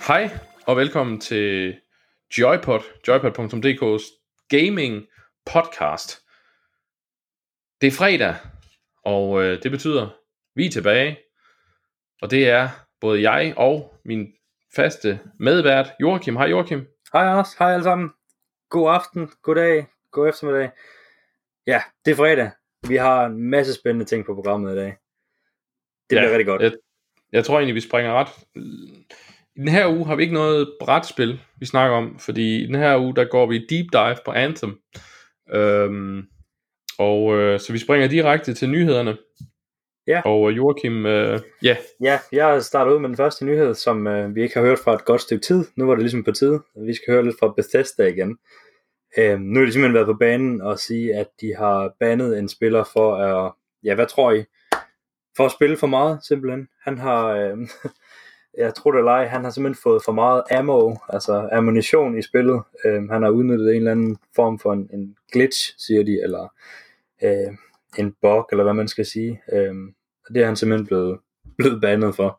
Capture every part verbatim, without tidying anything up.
Hej og velkommen til Joypod, joypod punktum d k's gaming podcast. Det er fredag, og øh, det betyder, vi er tilbage. Og det er både jeg og min faste medvært, Joachim. Hej Joachim. Hej Anders, hej alle sammen. God aften, god dag, god eftermiddag. Ja, det er fredag. Vi har en masse spændende ting på programmet i dag. Det bliver ja, rigtig godt. Jeg, jeg tror egentlig, vi springer ret... I den her uge har vi ikke noget brætspil, vi snakker om, fordi i den her uge, der går vi deep dive på Anthem. Øhm, og øh, så vi springer direkte til nyhederne. Ja. Og øh, Joachim, øh, ja. Ja, jeg starter ud med den første nyhed, som øh, vi ikke har hørt fra et godt stykke tid. Nu var det ligesom på tide. Vi skal høre lidt fra Bethesda igen. Øhm, nu har de simpelthen været på banen og sige, at de har bandet en spiller for at, ja, hvad tror I? For at spille for meget, simpelthen. Han har... Øh, Jeg tror det eller ej, han har simpelthen fået for meget ammo, altså ammunition i spillet. Øhm, han har udnyttet en eller anden form for en, en glitch, siger de, eller øh, en bug, eller hvad man skal sige. Øhm, og det er han simpelthen blevet, blevet bandet for.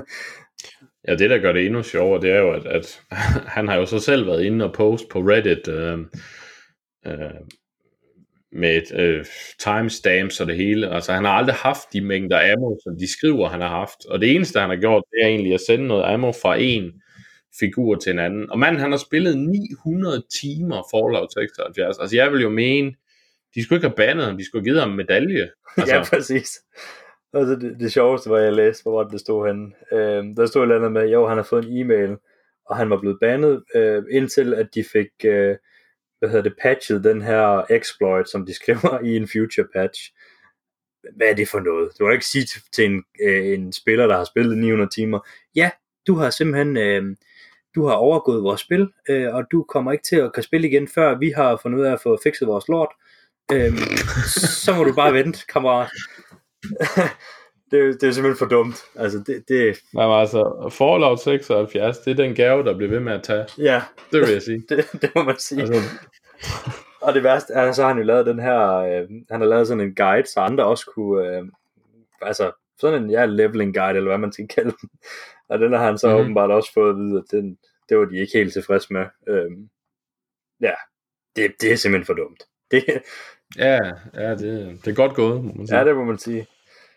Ja, det der gør det endnu sjovere, det er jo, at, at han har jo så selv været inde og post på Reddit øh, øh, med et øh, timestamps og det hele. Altså han har aldrig haft de mængder ammo, som de skriver, han har haft. Og det eneste, han har gjort, det er egentlig at sende noget ammo fra en figur til en anden. Og manden, han har spillet ni hundrede timer Fallout seksoghalvfjerds. Altså jeg vil jo mene, de skulle ikke have bandet ham, de skulle have givet ham en medalje. Altså, ja, præcis. Altså det, det sjoveste var, jeg læste, hvor det stod henne. Øhm, der stod et eller andet med, jo, han har fået en e-mail, og han var blevet bandet, øh, indtil at de fik... Øh, hvad hedder det, patchet den her exploit, som de skriver i en future patch. Hvad er det for noget? Du kan ikke sige til, til en, øh, en spiller, der har spillet ni hundrede timer, ja, du har simpelthen øh, du har overgået vores spil, øh, og du kommer ikke til at kan spille igen, før vi har fundet ud af at få fikset vores lort. Øh, så må du bare vente, kammerat. det, det er simpelthen for dumt. Altså, det, det... Nej, altså, Fallout seksoghalvfjerds, det er den gave, der bliver ved med at tage. Ja. Det vil jeg sige. det, det må man sige. Altså... Og det værste er, så har han jo lavet den her, øh, han har lavet sådan en guide, så andre også kunne, øh, altså sådan en, ja, leveling guide, eller hvad man skal kalde den. Og den har han så mm-hmm. åbenbart også fået at vide, at den, det var de ikke helt tilfreds med. Øh, ja, det, det er simpelthen for dumt. Det... Ja, ja det, det er godt gået, må man sige. Ja, det må man sige.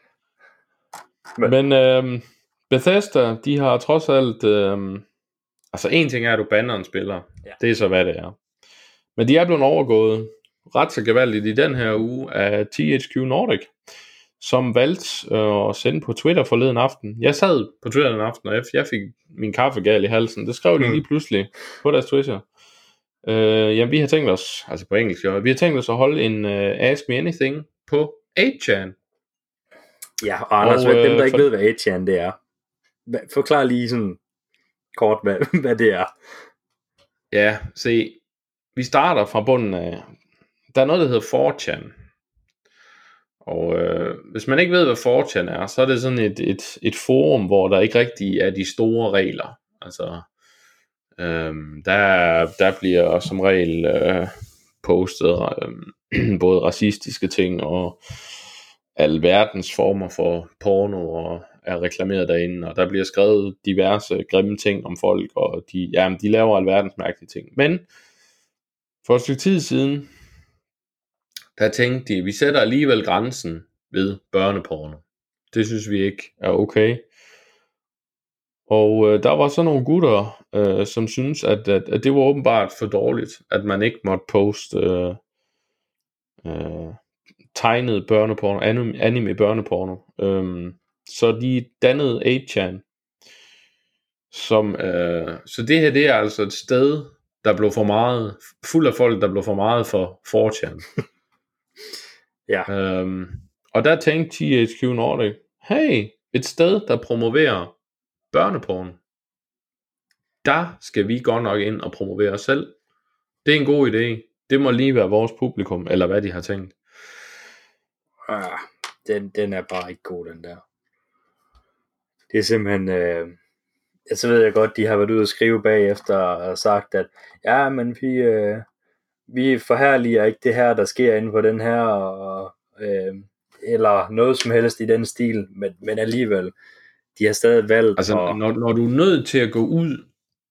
Men, Men øh, Bethesda, de har trods alt, øh, altså en ting er, at du banner en spiller, ja. Det er så hvad det er. Men de er blevet overgået ret så gevaldigt i den her uge af T H Q Nordic, som valgte øh, at sende på Twitter forleden aften. Jeg sad på Twitter den aften, og jeg, jeg fik min kaffe gal i halsen. Det skrev de mm. lige pludselig på deres Twitter. Øh, jamen vi har tænkt os, altså på engelsk, jo, vi har tænkt os at holde en uh, Ask Me Anything på eight chan. Ja, og Anders, og, øh, dem der ikke for... ved, hvad eight chan det er. Forklar lige sådan kort, hvad, hvad det er. Ja, se, vi starter fra bunden af, der er noget, der hedder four chan. Og øh, hvis man ikke ved, hvad four chan er, så er det sådan et, et, et forum, hvor der ikke rigtig er de store regler. Altså, øh, der, der bliver som regel øh, postet øh, både racistiske ting og alverdens former for porno og er reklameret derinde, og der bliver skrevet diverse grimme ting om folk, og de, jamen, de laver alverdens mærkelige ting. Men for et stykke tid siden, der tænkte de, vi sætter alligevel grænsen ved børneporno. Det synes vi ikke er okay. Og øh, der var så nogle gutter, øh, som synes, at, at, at det var åbenbart for dårligt, at man ikke måtte poste øh, øh, tegnet børneporno, anime, anime børneporno. Øhm, så de dannede eight chan. Som, øh, så det her, det er altså et sted, der blev for meget, fuld af folk, der blev for meget for four chan. Ja. Øhm, og der tænkte T H Q Nordic, hey, et sted, der promoverer børneporno, der skal vi godt nok ind og promovere os selv. Det er en god idé. Det må lige være vores publikum, eller hvad de har tænkt. Ah, den, den er bare ikke god, den der. Det er simpelthen... Øh... Ja, så ved jeg godt, de har været ude og skrive bagefter og sagt, at ja, men vi, øh, vi forherliger ikke det her, der sker inden for den her, og, øh, eller noget som helst i den stil, men, men alligevel, de har stadig valgt. Altså, og... når, når du er nødt til at gå ud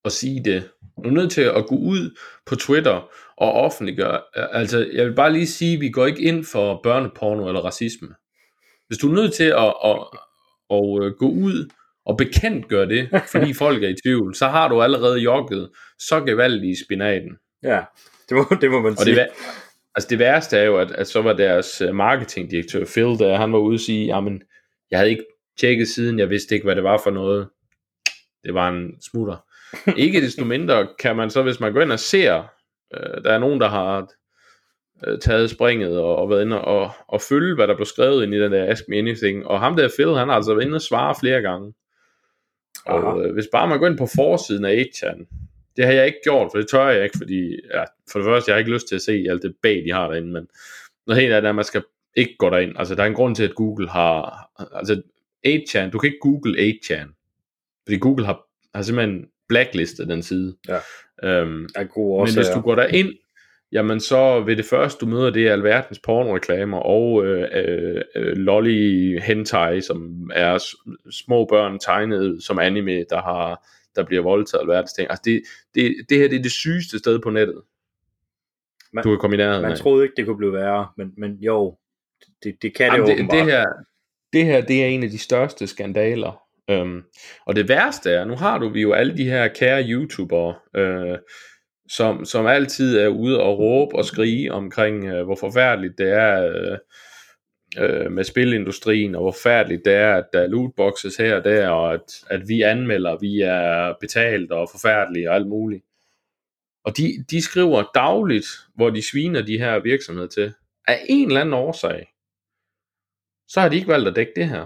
at sige det. Du er nødt til at gå ud på Twitter og offentliggøre. Altså, jeg vil bare lige sige, at vi går ikke ind for børneporno eller racisme. Hvis du er nødt til at, at, at, at, at gå ud og bekendtgøre det, fordi folk er i tvivl, så har du allerede jogget så gevaldigt i spinaten. Ja, det må, det må man og sige. Det, altså det værste er jo, at, at så var deres marketingdirektør Phil, der han var ude og sige, jamen, jeg havde ikke tjekket siden, jeg vidste ikke, hvad det var for noget. Det var en smutter. Ikke desto mindre kan man så, hvis man går ind og ser, øh, der er nogen, der har øh, taget springet og, og været inde og, og følge, hvad der blev skrevet ind i den der Ask Me Anything. Og ham der Phil, han har altså været inde og svare flere gange. Og øh, hvis bare man går ind på forsiden af eight chan, det har jeg ikke gjort, for det tør jeg ikke, fordi ja, for det første, jeg har ikke lyst til at se alt det bag, de har derinde, men noget helt af det er, at man skal ikke gå derind. Altså, der er en grund til, at Google har, altså eight chan, du kan ikke google eight chan, fordi Google har, har simpelthen blacklistet den side. Ja. Øhm, er god også, men hvis du går derind, jamen så ved det første, du møder, det er alverdens pornoreklamer og øh, øh, øh, lolly hentai, som er små børn tegnet som anime, der har der bliver voldtaget alverdens ting. Altså det, det, det her det er det sygeste sted på nettet. Man, du kan komme i nærheden man af. troede ikke, det kunne blive værre, men, men jo, det, det kan jamen det det, åbenbart. Det her, det her, det er en af de største skandaler. Um, og det værste er, nu har du vi jo alle de her kære YouTubere, øh, som, som altid er ude og råbe og skrige omkring, øh, hvor forfærdeligt det er øh, øh, med spilindustrien, og hvor forfærdeligt det er, at der er lootboxes her og der, og at, at vi anmelder, vi er betalt og forfærdelige og alt muligt. Og de, de skriver dagligt, hvor de sviner de her virksomheder til, af en eller anden årsag. Så har de ikke valgt at dække det her.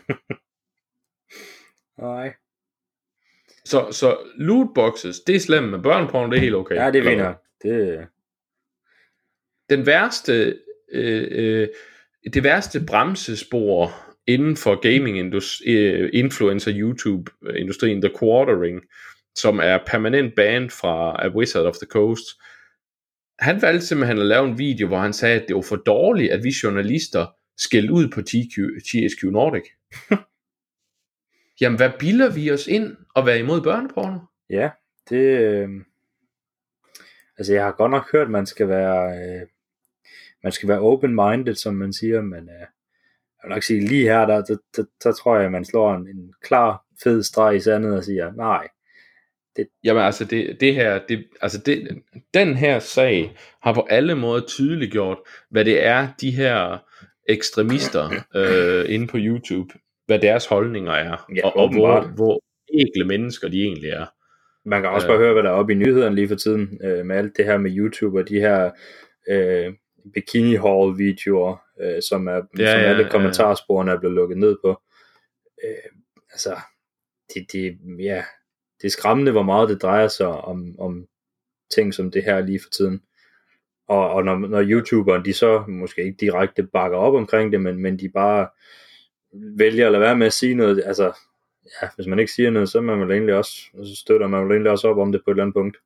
Nej. Så, så lootboxes, det er slemt, med børneporno, det er helt okay. Ja, det vinder. Det... Den værste, øh, øh, det værste bremsespor inden for gaming øh, influencer YouTube-industrien, The Quartering, som er permanent banned fra A Wizard of the Coast, han valgte simpelthen at lave en video, hvor han sagde, at det var for dårligt, at vi journalister skældte ud på T H Q Nordic. Jamen, hvad bilder vi os ind at være imod børneporno? Ja, det... Øh... Altså, jeg har godt nok hørt, at man skal være... Øh... Man skal være open-minded, som man siger, men... Øh... Jeg vil nok sige, lige her, der, der, der, der tror jeg, at man slår en, en klar, fed streg i sandet og siger, nej. Det... Jamen, altså, det, det her... Det, altså, det, den her sag har på alle måder tydeliggjort, hvad det er, de her ekstremister øh, inde på YouTube, hvad deres holdninger er, ja, og, og hvor, hvor ægle mennesker de egentlig er. Man kan også øh, bare høre, hvad der er oppe i nyhederne lige for tiden, øh, med alt det her med YouTube, og de her øh, bikini haul videoer, øh, som, er, ja, som alle ja, kommentarsporene er blevet lukket ned på. Øh, altså, det, det, ja, det er skræmmende, hvor meget det drejer sig om, om ting som det her lige for tiden. Og, og når, når YouTuberen, de så måske ikke direkte bakker op omkring det, men, men de bare vælger at lade være med at sige noget, altså, ja, hvis man ikke siger noget, så, man vel egentlig også, så støtter man vel egentlig også op om det på et eller andet punkt.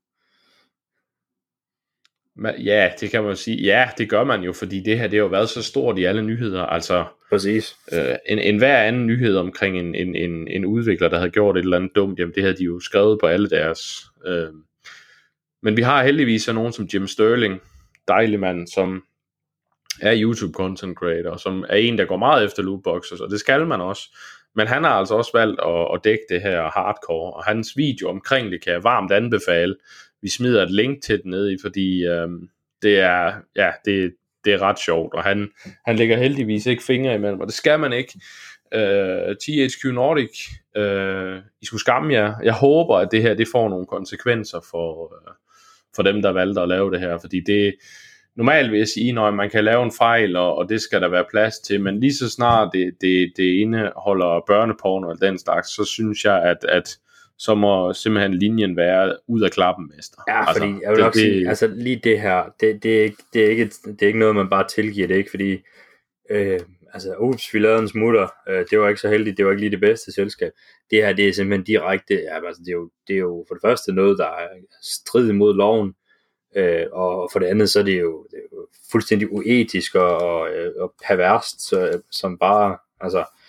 Ja, det kan man sige. Ja, det gør man jo, fordi det her, det har jo været så stort i alle nyheder. Altså, præcis. Øh, en, en hver anden nyhed omkring en, en, en, en udvikler, der havde gjort et eller andet dumt, jamen det havde de jo skrevet på alle deres. Øh. Men vi har heldigvis så nogen som Jim Sterling, dejlig mand, som er YouTube content creator, som er en, der går meget efter lootboxes, og det skal man også. Men han har altså også valgt at, at dække det her hardcore, og hans video omkring det kan jeg varmt anbefale. Vi smider et link til det ned i, fordi øh, det er, ja, det, det er ret sjovt, og han, han lægger heldigvis ikke fingre imellem, og det skal man ikke. Øh, T H Q Nordic, øh, I skulle skamme jer. Jeg håber, at det her, det får nogle konsekvenser for, øh, for dem, der valgte at lave det her, fordi det normalt vil jeg sige, når man kan lave en fejl, og, og det skal der være plads til, men lige så snart det, det, det indeholder børneporno eller den slags, så synes jeg, at, at så må simpelthen linjen være ud af klappen, mester. Ja, fordi altså, jeg vil det, nok det, sige, altså lige det her, det, det, er ikke, det, er ikke, det er ikke noget, man bare tilgiver, det er ikke fordi, øh, altså ups, vi lavede en smutter, øh, det var ikke så heldigt, det var ikke lige det bedste selskab. Det her, det er simpelthen direkte, ja, altså, det, er jo, det er jo for det første noget, der er strid imod loven, øh, og for det andet, så er det jo, det er jo fuldstændig uetisk og, og, og perverst, så, som bare, altså,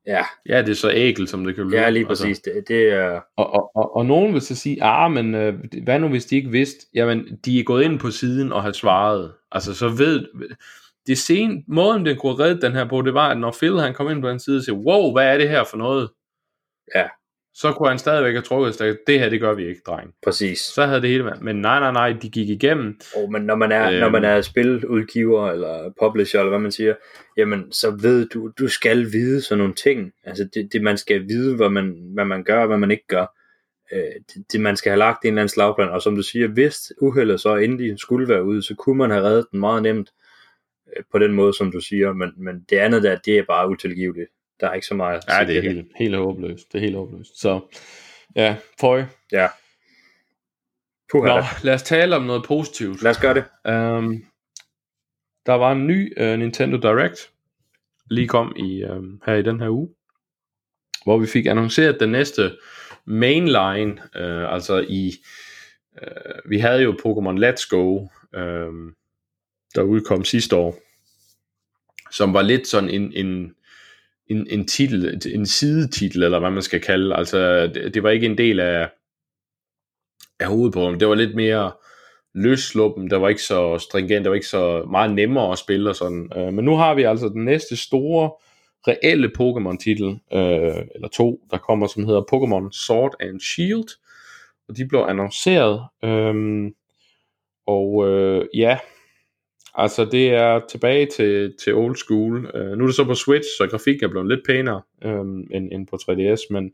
Ja. Ja, det er så ægelt, som det kan lyde. Ja, lige præcis. Altså. Det, det er... Og, og, og, og nogen vil så sige, ah, men øh, hvad nu hvis de ikke vidste? Jamen, de er gået ind på siden og har svaret. Altså, så ved... Det sen, måden, den kunne redde den her på, det var, at når Phil han kom ind på den side og siger, wow, hvad er det her for noget? Ja. Så kunne han stadigvæk have trukket sig, det her, det gør vi ikke, dreng. Præcis. Så havde det hele været. Men nej, nej, nej, de gik igennem. Oh, men når man er, øhm, når man er spiludgiver eller publisher, eller hvad man siger, jamen, så ved du, du skal vide sådan nogle ting. Altså, det, det man skal vide, hvad man, hvad man gør, og hvad man ikke gør. Øh, det, det, man skal have lagt en eller anden slagplan, og som du siger, hvis uheldet så endelig skulle være ude, så kunne man have reddet den meget nemt, øh, på den måde, som du siger, men, men det andet der, det er bare utilgiveligt. Der er ikke så meget. Ja, det er helt, helt håbløst. Det er helt håbløst. Så, ja, Føj. Ja. Puh, Nå, lad os tale om noget positivt. Lad os gøre det. Um, der var en ny uh, Nintendo Direct, lige kom i, um, her i den her uge, hvor vi fik annonceret den næste mainline, uh, altså i, uh, vi havde jo Pokémon Let's Go, um, der udkom sidste år, som var lidt sådan en, en En, en titel, en sidetitel, eller hvad man skal kalde. Altså, det, det var ikke en del af, af hovedprogrammet. Det var lidt mere løssluppen. Der var ikke så stringent. Det var ikke så meget nemmere at spille og sådan. Uh, men nu har vi altså den næste store, reelle Pokémon-titel, uh, eller to, der kommer, som hedder Pokémon Sword and Shield. Og de blev annonceret. Um, og uh, ja... Altså det er tilbage til, til old school. uh, Nu er det så på Switch, så grafik er blevet lidt pænere øhm, end, end på tre D S. Men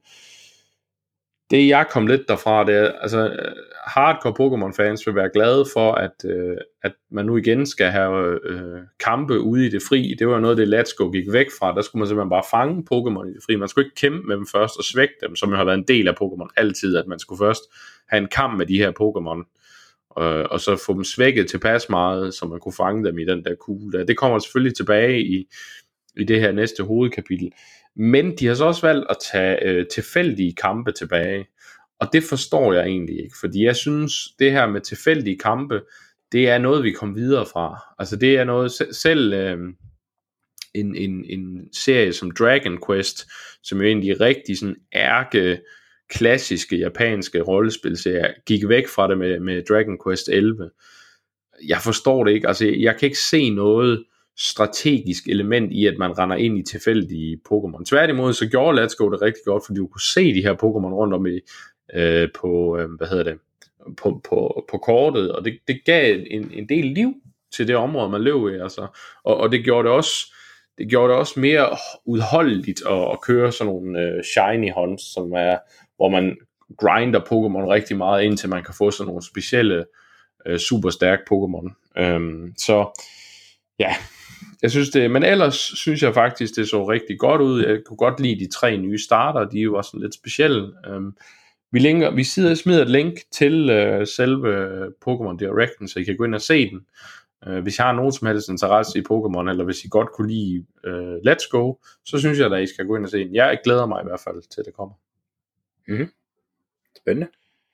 det jeg kom lidt derfra, det er, altså hardcore Pokémon fans vil være glade for, at, øh, at man nu igen skal have øh, kampe ude i det fri. Det var noget det Let's Go gik væk fra. Der skulle man simpelthen bare fange Pokémon i det fri. Man skulle ikke kæmpe med dem først og svække dem, som jo har været en del af Pokémon altid, at man skulle først have en kamp med de her Pokémon, Øh, og så få dem svækket tilpas meget, så man kunne fange dem i den der kugle der. Det kommer selvfølgelig tilbage i, i det her næste hovedkapitel. Men de har så også valgt at tage øh, tilfældige kampe tilbage. Og det forstår jeg egentlig ikke. Fordi jeg synes, det her med tilfældige kampe, det er noget, vi kommer videre fra. Altså det er noget, selv øh, en, en, en serie som Dragon Quest, som jo egentlig er rigtig sådan ærke klassiske japanske rollespilserier, gik væk fra det med, med Dragon Quest elleve. Jeg forstår det ikke. Altså, jeg kan ikke se noget strategisk element i, at man render ind i tilfældige Pokémon. Tværtimod, så gjorde Let's Go det rigtig godt, fordi du kunne se de her Pokémon rundt om i, øh, på, øh, hvad hedder det, på, på, på kortet, og det, det gav en, en del liv til det område, man løb i. Altså. Og, og det gjorde det også det gjorde det også mere udholdeligt at, at køre sådan nogle øh, shiny hunts, som er, hvor man grinder Pokémon rigtig meget, indtil man kan få sådan nogle specielle øh, super stærke Pokémon. Øhm, så ja, jeg synes det, men ellers synes jeg faktisk, det så rigtig godt ud. Jeg kunne godt lide de tre nye starter, de var sådan lidt specielle. Øhm, vi, linker, vi sidder, smider et link til øh, selve Pokémon Directen, så I kan gå ind og se den. Uh, hvis jeg har nogen som helst interesse i Pokémon, eller hvis I godt kunne lide uh, Let's Go, så synes jeg, at I skal gå ind og se den. Jeg glæder mig i hvert fald til, det kommer. Mm-hmm. Spændende.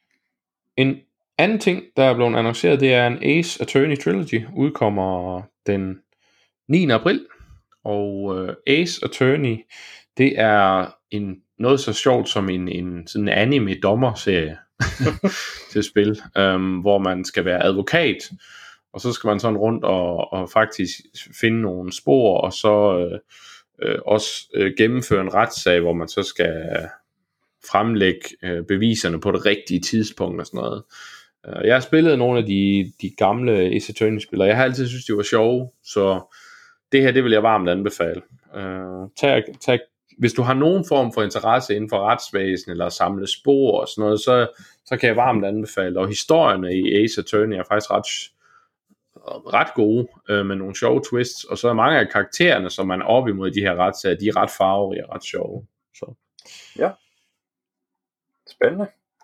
En anden ting, der er blevet annonceret, det er en Ace Attorney Trilogy, udkommer den niende april, og uh, Ace Attorney, det er en, noget så sjovt som en, en sådan anime-dommer-serie til spil, um, hvor man skal være advokat, og så skal man sådan rundt og, og faktisk finde nogle spor, og så øh, øh, også øh, gennemføre en retssag, hvor man så skal fremlægge øh, beviserne på det rigtige tidspunkt og sådan noget. Øh, jeg har spillet nogle af de, de gamle Ace Attorney-spillere. Jeg har altid synes de var sjove, så det her, det vil jeg varmt anbefale. Øh, tag, tag, hvis du har nogen form for interesse inden for retsvæsen, eller samle spor og sådan noget, så, så kan jeg varmt anbefale. Og historierne i Ace Attorney er faktisk ret ret gode, øh, med nogle sjove twists, og så er mange af karaktererne, som man er oppe imod de her retssager, de er ret farverige og ret sjove. Så. Ja. Spændende.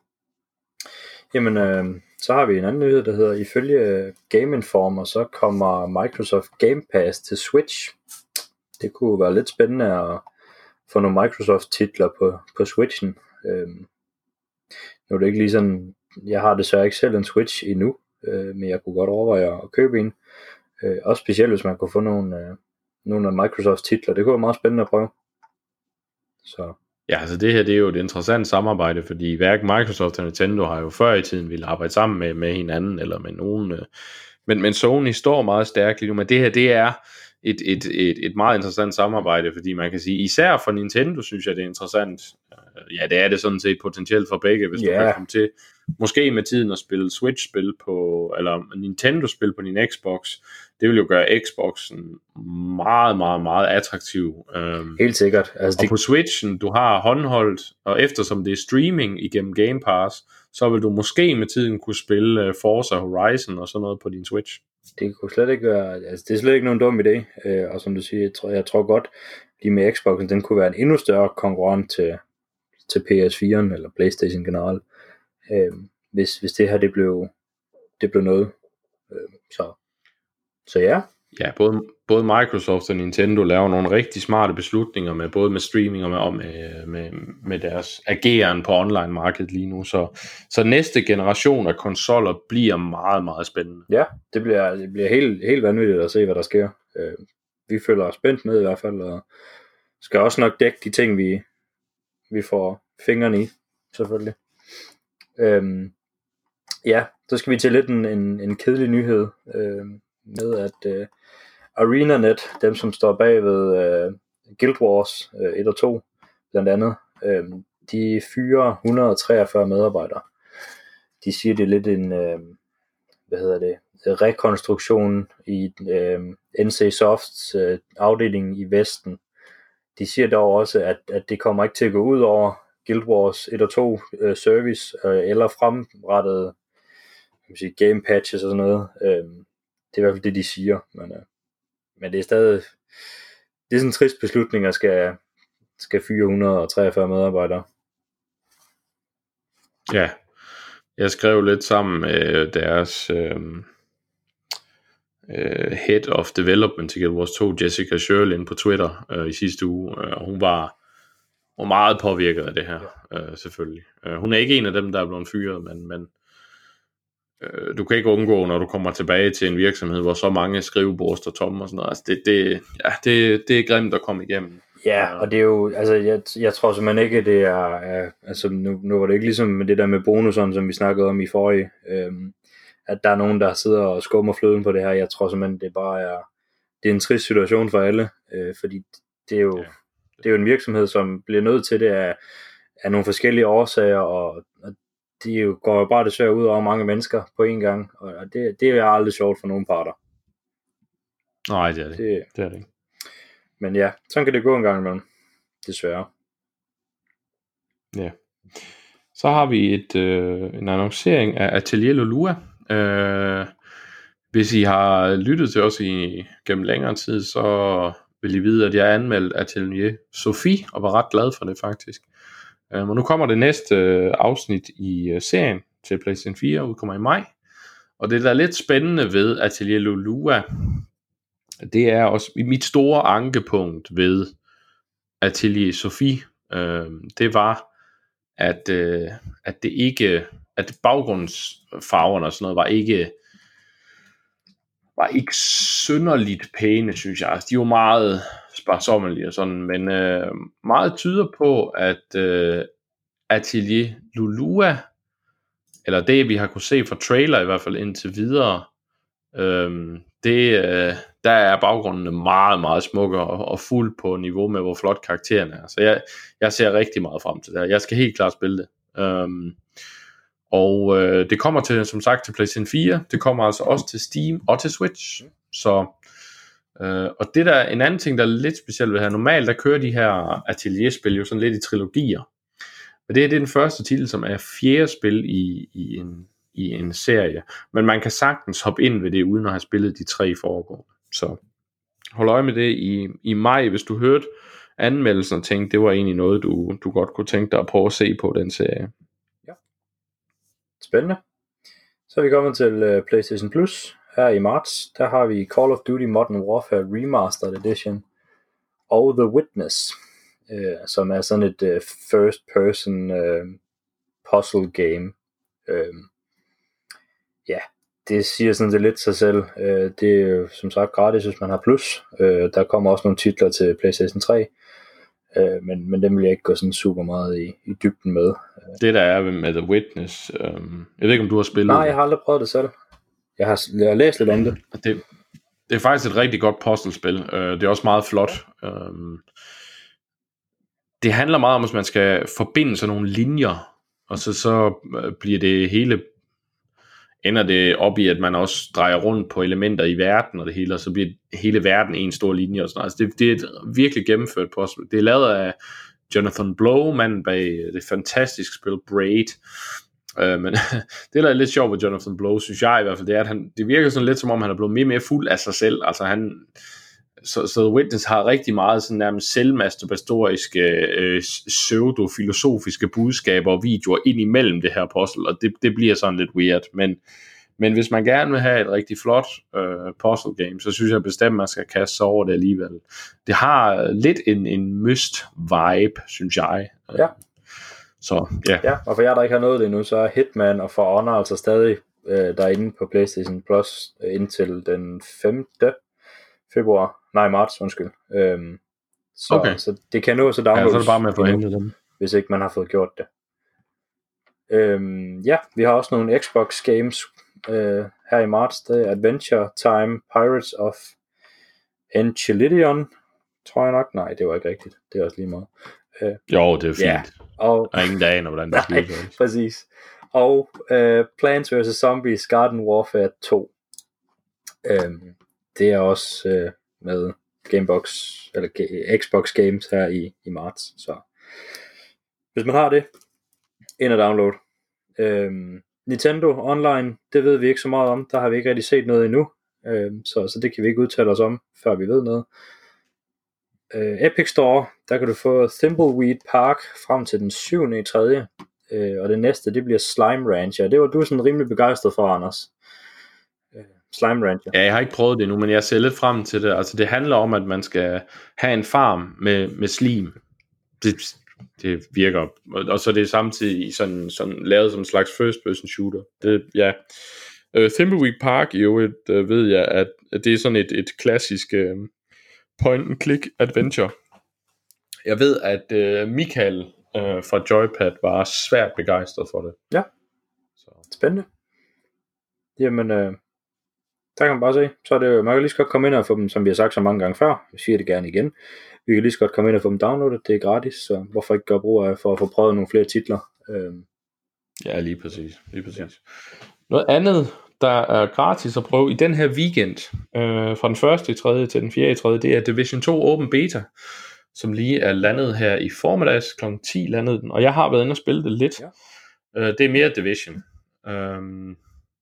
Jamen, øh, så har vi en anden nyhed, der hedder, ifølge Game Informer, så kommer Microsoft Game Pass til Switch. Det kunne være lidt spændende at få nogle Microsoft-titler på, på Switchen. Øh, nu er det ikke lige sådan, jeg har desværre ikke selv en Switch endnu, men jeg kunne godt overveje at købe en. Også specielt hvis man kunne få nogle, nogle af Microsofts titler. Det kunne være meget spændende at prøve. Så Ja, altså det her, det er jo et interessant samarbejde, fordi hverken Microsoft og Nintendo har jo før i tiden ville arbejde sammen med, med hinanden, eller med nogen. Øh. Men, men Sony står meget stærkt lige nu, men det her, det er et, et, et, et meget interessant samarbejde, fordi man kan sige, især for Nintendo, synes jeg, det er interessant. Ja, det er det sådan set potentielt for begge, hvis yeah. du kan komme til, måske med tiden at spille Switch-spil på, eller Nintendo-spil på din Xbox. Det vil jo gøre Xboxen meget, meget, meget attraktiv. Helt sikkert. Altså, og det... på Switchen, du har håndholdt, og eftersom det er streaming igennem Game Pass, så vil du måske med tiden kunne spille Forza Horizon og sådan noget på din Switch. Det kunne slet ikke være, altså det er slet ikke nogen dum idé, og som du siger, jeg tror, jeg tror godt, lige med Xboxen, den kunne være en endnu større konkurrent til, til P S fire eller PlayStation generelt, hvis, hvis det her, det blev, det blev noget. Så, så ja. Ja, både, både Microsoft og Nintendo laver nogle rigtig smarte beslutninger med både med streaming og med, og med, med, med deres ageren på online-markedet lige nu. Så, så næste generation af konsoller bliver meget, meget spændende. Ja, det bliver, det bliver helt, helt vanvittigt at se, hvad der sker. Vi følger os spændt med i hvert fald, og skal også nok dække de ting, vi, vi får fingrene i, selvfølgelig. Øhm, ja, så skal vi til lidt en, en, en kedelig nyhed øh, med, at øh, ArenaNet, dem som står bag ved øh, Guild Wars øh, et og to, blandt andet, øh, de fyrer et hundrede og treogfyrre medarbejdere. De siger, det er lidt en, øh, hvad hedder det, rekonstruktion i øh, N C Softs øh, afdeling i Vesten. De siger dog også, at, at det kommer ikke til at gå ud over Guild Wars et og to øh, service, øh, eller fremrettede kan sige, game patches og sådan noget. Øh, det er i hvert fald det, de siger, men, øh, men det er stadig, det er sådan en trist beslutning, at skal, skal fyre et hundrede og treogfyrre medarbejdere. Ja, jeg skrev lidt sammen med deres øh, øh, Head of Development til Guild Wars to, Jessica Sherlin, på Twitter øh, i sidste uge, øh, og hun var, var meget påvirket af det her, øh, selvfølgelig. Øh, hun er ikke en af dem, der er blevet fyret, men, men øh, du kan ikke undgå, når du kommer tilbage til en virksomhed, hvor så mange skrivebord står tomme og sådan noget. Altså det, det, ja, det, det er grimt at komme igennem. Ja, og det er jo, altså jeg, jeg tror simpelthen ikke, det er, er altså nu, nu var det ikke ligesom med det der med bonuserne, som vi snakkede om i forrige, øhm, at der er nogen, der sidder og skummer fløden på det her. Jeg tror simpelthen, det bare er, det er en trist situation for alle, øh, fordi det er jo, ja. det er jo en virksomhed, som bliver nødt til det af, af nogle forskellige årsager, og, og de jo, går jo bare desværre ud over mange mennesker på en gang, og det, det er aldrig sjovt for nogen parter. Nej, det er det. Det, det er det ikke. Men ja, sådan kan det gå en gang imellem, desværre. Ja. Så har vi et, øh, en annoncering af Atelier Lolua. Øh, hvis I har lyttet til os i, gennem længere tid, så vil I vide, at jeg anmeldt Atelier Sophie, og var ret glad for det faktisk. Øh, men nu kommer det næste øh, afsnit i øh, serien til PlayStation fire, udkommer i maj. Og det der er lidt spændende ved Atelier Lolua, det er også mit store ankepunkt ved Atelier Sophie, øh, det var, at, øh, at det ikke, at baggrundsfarverne og sådan noget var ikke, var ikke synderligt pæne, synes jeg. Altså, de var meget sparsommelige og sådan, men øh, meget tyder på, at øh, Atelier Lolua, eller det vi har kunne se fra trailer i hvert fald indtil videre, øh, det, øh, der er baggrundene meget, meget smukke og, og fuld på niveau med, hvor flot karakteren er. Så jeg, jeg ser rigtig meget frem til det her. Jeg skal helt klart spille det. Um, og øh, det kommer til, som sagt, til PlayStation fire. Det kommer altså også til Steam og til Switch. Så, øh, og det der, en anden ting, der er lidt specielt ved her, normalt der kører de her atelierspil jo sådan lidt i trilogier. Men det her, det er den første titel, som er fjerde spil i, i en i en serie, men man kan sagtens hoppe ind ved det, uden at have spillet de tre foregående. Så hold øje med det i, i maj, hvis du hørte anmeldelsen og tænkte, det var egentlig noget, du, du godt kunne tænke dig at prøve at se på den serie. Ja. Spændende. Så er vi kommet til uh, PlayStation Plus. Her i marts, der har vi Call of Duty Modern Warfare Remastered Edition og The Witness, uh, som er sådan et uh, first person uh, puzzle game. Uh, Ja, det siger sådan det lidt sig selv. Det er jo som sagt gratis, hvis man har plus. Der kommer også nogle titler til PlayStation tre. øh, men, men dem vil jeg ikke gå sådan super meget i, i dybden med. Det der er med The Witness, øh, jeg ved ikke om du har spillet. Nej, jeg har aldrig prøvet det selv. Jeg har, jeg har læst lidt om det. det. Det er faktisk et rigtig godt puzzlespil. Det er også meget flot. Det handler meget om, at man skal forbinde sådan nogle linjer, og så, så bliver det hele, ender det op i, at man også drejer rundt på elementer i verden og det hele, og så bliver hele verden en stor linje og sådan noget. Altså det, det er et virkelig gennemført puzzle. Det er lavet af Jonathan Blow, manden bag det fantastiske spil Braid. Uh, men det der er lidt sjovt ved Jonathan Blow, synes jeg i hvert fald, det er, at han, det virker sådan lidt som om, han er blevet mere og mere fuld af sig selv. Altså han, så, så The Witness har rigtig meget sådan nærmest selvmasturbatoriske, øh, pseudo-filosofiske budskaber og videoer ind imellem det her puzzle, og det, det bliver sådan lidt weird. Men, men hvis man gerne vil have et rigtig flot øh, puzzle game, så synes jeg bestemt, man skal kaste sig over det alligevel. Det har lidt en, en myst-vibe, synes jeg. Ja. Så, yeah. Ja, og for jer, der ikke har nået det endnu, så er Hitman og For Honor altså stadig øh, derinde på PlayStation Plus øh, indtil den femte februar, nej marts, undskyld. Øhm, så, okay. så det kan nå så downloades, ja, så er det bare med at få hentet dem, hvis ikke man har fået gjort det. Øhm, ja, vi har også nogle Xbox games øh, her i marts. Det er Adventure Time Pirates of Enchilidion, tror jeg nok. Nej, det var ikke rigtigt. Det er også lige meget. Øh, jo, det er fint. Yeah. Og, der er ingen dag, når hvordan det nej, præcis. Og uh, Plants versus. Zombies Garden Warfare to. Um, det er også uh, med Gamebox eller G- Xbox Games her i, i marts. Så hvis man har det, ind og download. Um, Nintendo Online, det ved vi ikke så meget om. Der har vi ikke rigtig set noget endnu. Um, så, så det kan vi ikke udtale os om, før vi ved noget. Uh, Epic Store, der kan du få Thimbleweed Park frem til den syvende i tredje uh, og det næste, det bliver Slime Rancher. Det var du sådan rimelig begejstret for, Anders. Uh, Slime Rancher. Ja, jeg har ikke prøvet det endnu, men jeg ser lidt frem til det. Altså det handler om, at man skal have en farm med, med slim. Det, det virker, og så er det samtidig sådan, sådan lavet som en slags first person shooter. Det, ja. uh, Thimbleweed Park, jo, et, uh, ved jeg, at, at det er sådan et, et klassisk uh, point and click adventure. Jeg ved, at uh, Michael uh, fra Joypad var svært begejstret for det. Ja, så. Spændende. Jamen, øh, der kan man bare se. Så er det jo, man kan lige så godt komme ind og få dem, som vi har sagt så mange gange før. Jeg siger det gerne igen. Vi kan lige så godt komme ind og få dem downloadet. Det er gratis, så hvorfor ikke gøre brug af for at få prøvet nogle flere titler. Øh. Ja, lige præcis. Lige præcis. Ja. Noget andet, der er gratis at prøve i den her weekend, øh, fra den første i tredje til den fjerde i tredje, det er Division to Open Beta, som lige er landet her i formiddags, klokken ti landede den, og jeg har været inde og spille det lidt. Ja. Øh, det er mere Division. Øhm,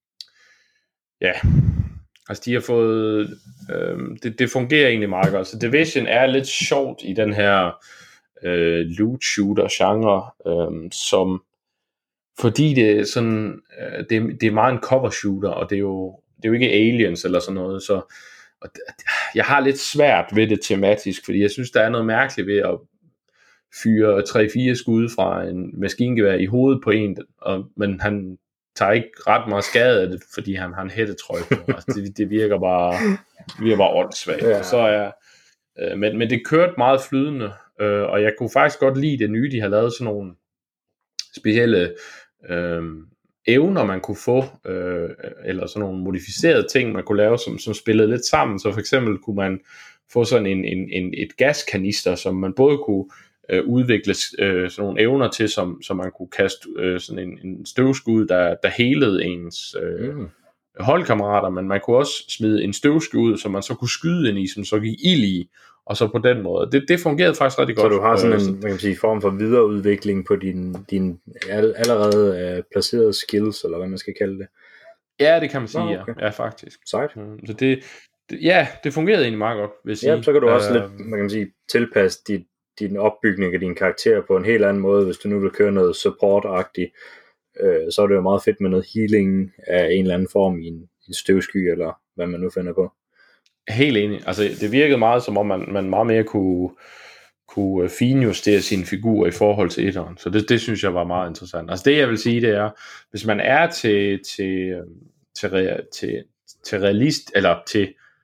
ja, altså de har fået, øhm, det, det fungerer egentlig meget godt. Så Division er lidt sjovt i den her øh, loot shooter genre, øh, som fordi det er sådan, øh, det, det er meget en cover shooter, og det er jo, det er jo ikke aliens eller sådan noget, så og jeg har lidt svært ved det tematisk, fordi jeg synes der er noget mærkeligt ved at fyre tre fire skud fra en maskingevær i hovedet på en, og, men han tager ikke ret meget skade af det, fordi han har en hættetrøje på. Altså, det, det virker bare det virker bare åndssvagt. Ja. Så er, øh, men, men det kørte meget flydende, øh, og jeg kunne faktisk godt lide det nye, de har lavet sådan nogle specielle øh, evner, man kunne få, øh, eller sådan nogle modificerede ting, man kunne lave, som, som spillede lidt sammen. Så for eksempel kunne man få sådan en, en, en, et gaskanister, som man både kunne øh, udvikle øh, sådan nogle evner til, som, som man kunne kaste øh, sådan en, en støvskud, der, der helede ens øh, mm. holdkammerater, men man kunne også smide en støvskud, som man så kunne skyde ind i, som så gik ild i, og så på den måde. Det, det fungerede faktisk rigtig godt. Så du har sådan en man kan sige, form for videreudvikling på din, din allerede uh, placerede skills, eller hvad man skal kalde det? Ja, det kan man sige, oh, okay. ja. Ja, faktisk. Sejt. Så det, det, ja, det fungerede egentlig meget godt, vil jeg sige. Ja, så kan du også uh, lidt, man kan sige, tilpasse dit, din opbygning af din karakter på en helt anden måde, hvis du nu vil køre noget support-agtigt. Uh, så er det jo meget fedt med noget healing af en eller anden form i en, en støvsky, eller hvad man nu finder på. Helt enig. Altså, det virkede meget som om, man, man meget mere kunne, kunne finjustere sin figur i forhold til etteren. Så det, det synes jeg var meget interessant. Altså det jeg vil sige, det er, hvis man er til, til, til, til, til realist, eller til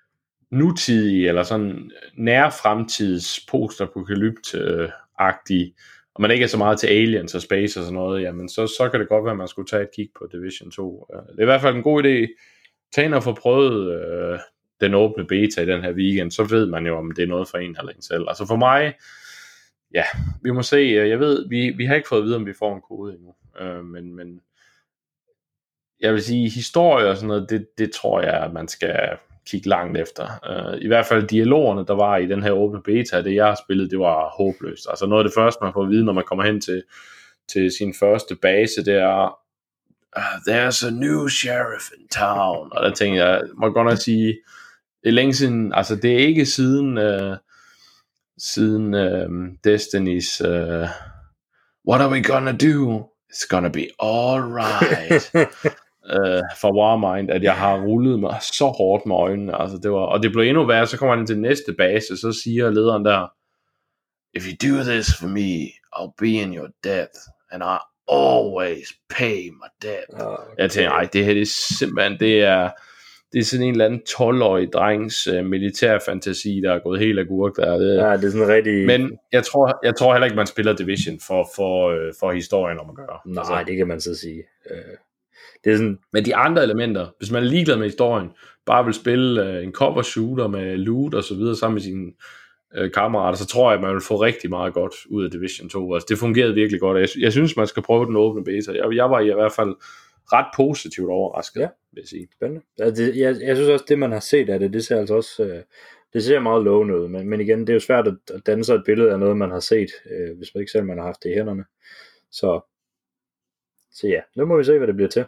nutidige, eller sådan nær fremtids postapokalypt-agtige, og man ikke er så meget til aliens og space og sådan noget, jamen så, så kan det godt være, at man skulle tage et kig på Division to. Det er i hvert fald en god idé. Tag ind og få prøvet øh, den åbne beta i den her weekend, så ved man jo, om det er noget for en eller en selv. Altså for mig, ja, vi må se. Jeg ved, vi, vi har ikke fået at vide, om vi får en kode endnu. Øh, men, men jeg vil sige, historie og sådan noget, det, det tror jeg, at man skal kigge langt efter. Uh, I hvert fald dialogerne, der var i den her åbne beta, det jeg har spillet, det var håbløst. Altså noget af det første, man får at vide, når man kommer hen til, til sin første base, det er, uh, there's a new sheriff in town. Og der tænker jeg, må godt nok sige, det er længe siden, altså det er ikke siden, uh, siden uh, Destiny's, uh, what are we gonna do? It's gonna be alright. Uh, for Warmind, at jeg har rullet mig så hårdt med øjnene, altså det var, og det blev endnu værre. Så kommer han til næste base, så siger lederen der, if you do this for me, I'll be in your debt, and I always pay my debt. Okay. Jeg tænker, ej, det her det er simpelthen, det er, det er sådan en eller anden tolv-årig drengs uh, militærfantasi, der er gået helt agurk der. Det, ja, det er sådan rigtig... Men jeg tror, jeg tror heller ikke, man spiller Division for, for, uh, for historien, når man gør. Nej, altså, det kan man så sige. Uh... Det er sådan... Men de andre elementer, hvis man er ligeglad med historien, bare vil spille øh, en cover shooter med loot og så videre sammen med sine øh, kammerater, så tror jeg, at man vil få rigtig meget godt ud af Division to. Altså, det fungerede virkelig godt. Jeg, jeg synes, man skal prøve den åbne beta. Jeg, jeg var i hvert fald ret positivt overrasket, ja, vil jeg sige. Spændende. Altså, det, jeg, jeg synes også, det man har set af det, det ser altså også øh, det ser meget lovende ud. Men, men igen, det er jo svært at, at danne sig et billede af noget, man har set, øh, hvis man ikke selv man har haft det i hænderne. Så, så ja, nu må vi se, hvad det bliver til.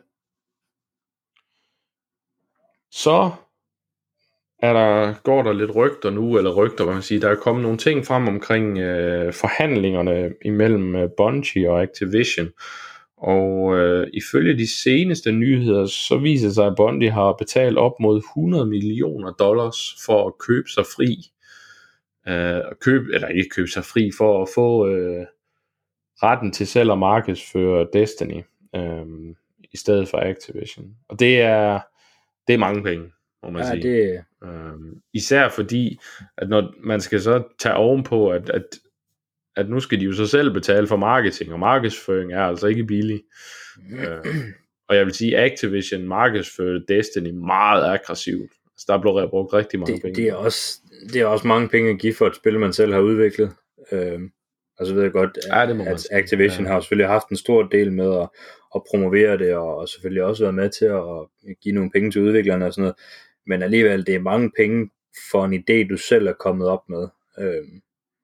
Så er der, går der lidt rygter nu, eller rygter, hvad man siger, der er kommet nogle ting frem omkring øh, forhandlingerne imellem øh, Bungie og Activision, og øh, ifølge de seneste nyheder, så viser det sig, at Bungie har betalt op mod hundrede millioner dollars for at købe sig fri, øh, købe, eller ikke købe sig fri, for at få øh, retten til selv at markedsføre Destiny, øh, i stedet for Activision, og det er Det er mange penge, må man ja, sige. Det... Øhm, især fordi, at når man skal så tage ovenpå, at, at, at nu skal de jo så selv betale for marketing, og markedsføring er altså ikke billig. øhm, og jeg vil sige, Activision markedsførte Destiny meget aggressivt. Så der blev brugt rigtig mange det, penge. Det er, også, det er også mange penge at give for et spil, man selv har udviklet. Øhm, og så ved jeg godt, at, ja, at Activision ja. har selvfølgelig haft en stor del med at, at promovere det, og, og selvfølgelig også været med til at give nogle penge til udviklerne og sådan noget. Men alligevel, det er mange penge for en idé, du selv er kommet op med. Øhm.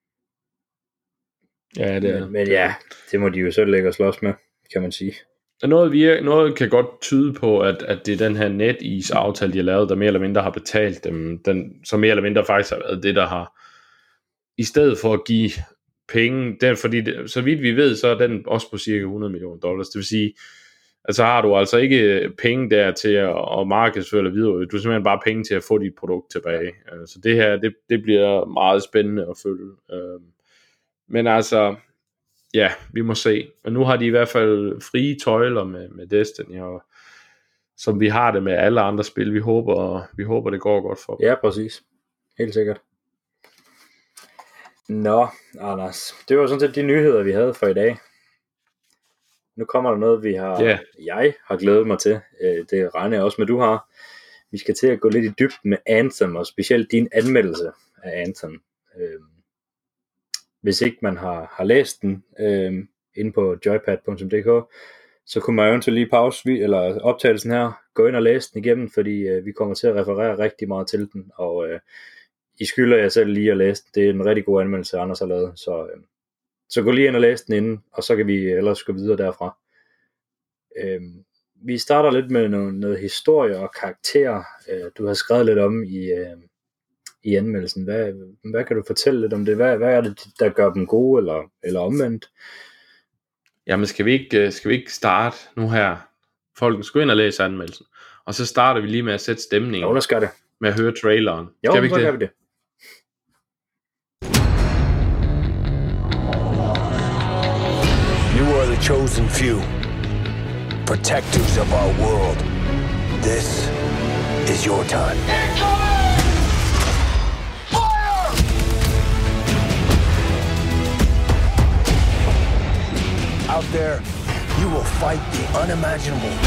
Ja, det er. Men, men ja, det må de jo selv lægge og slås med, kan man sige. Noget, vi, noget kan godt tyde på, at, at det er den her NetEase-aftale, de har lavet, der mere eller mindre har betalt dem, den, som mere eller mindre faktisk har været det, der har, i stedet for at give penge, den, fordi det, så vidt vi ved, så er den også på cirka hundrede millioner dollars. Det vil sige, at så har du altså ikke penge der til at, at markedsføre eller videre. Du har simpelthen bare penge til at få dit produkt tilbage. Så det her, det, det bliver meget spændende at følge. Men altså, ja, vi må se. Men nu har de i hvert fald frie tøjler med, med Destiny, og som vi har det med alle andre spil. Vi håber, vi håber det går godt for dem. Ja, præcis. Helt sikkert. Nå, Anders, det var sådan set de nyheder, vi havde for i dag. Nu kommer der noget, vi har, yeah. jeg har glædet mig til. Det regner jeg også med, du har. Vi skal til at gå lidt i dybden med Anthem, og specielt din anmeldelse af Anthem. Hvis ikke man har, har læst den inde på joypad punktum d k, så kunne man eventuelt lige pause eller optagelsen her, gå ind og læse den igennem, fordi vi kommer til at referere rigtig meget til den, og I skylder jeg selv lige at læse den. Det er en rigtig god anmeldelse, Anders har lavet, så, øh, så gå lige ind og læse den inden, og så kan vi ellers gå videre derfra. Øh, vi starter lidt med noget, noget historie og karakterer, øh, du har skrevet lidt om i, øh, i anmeldelsen. Hvad, hvad kan du fortælle lidt om det? Hvad, hvad er det, der gør dem gode, eller, eller omvendt? Jamen skal vi, ikke, skal vi ikke starte nu her? Folk skal ind og læse anmeldelsen, og så starter vi lige med at sætte stemningen. Jo, lad os gøre det. Med at høre traileren. Jo, skal vi så ikke gør vi det. You are the chosen few, protectors of our world. This is your time. Out there, you will fight the unimaginable.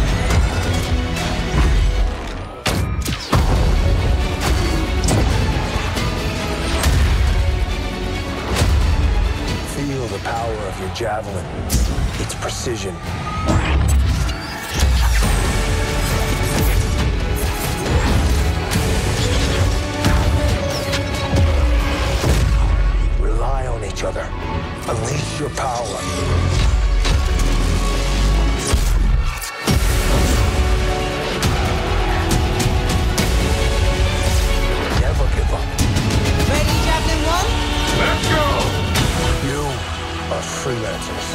Feel the power of your javelin, its precision. Rely on each other. Unleash your power. Never give up. Ready, Javelin one? Let's go! You are freelancers.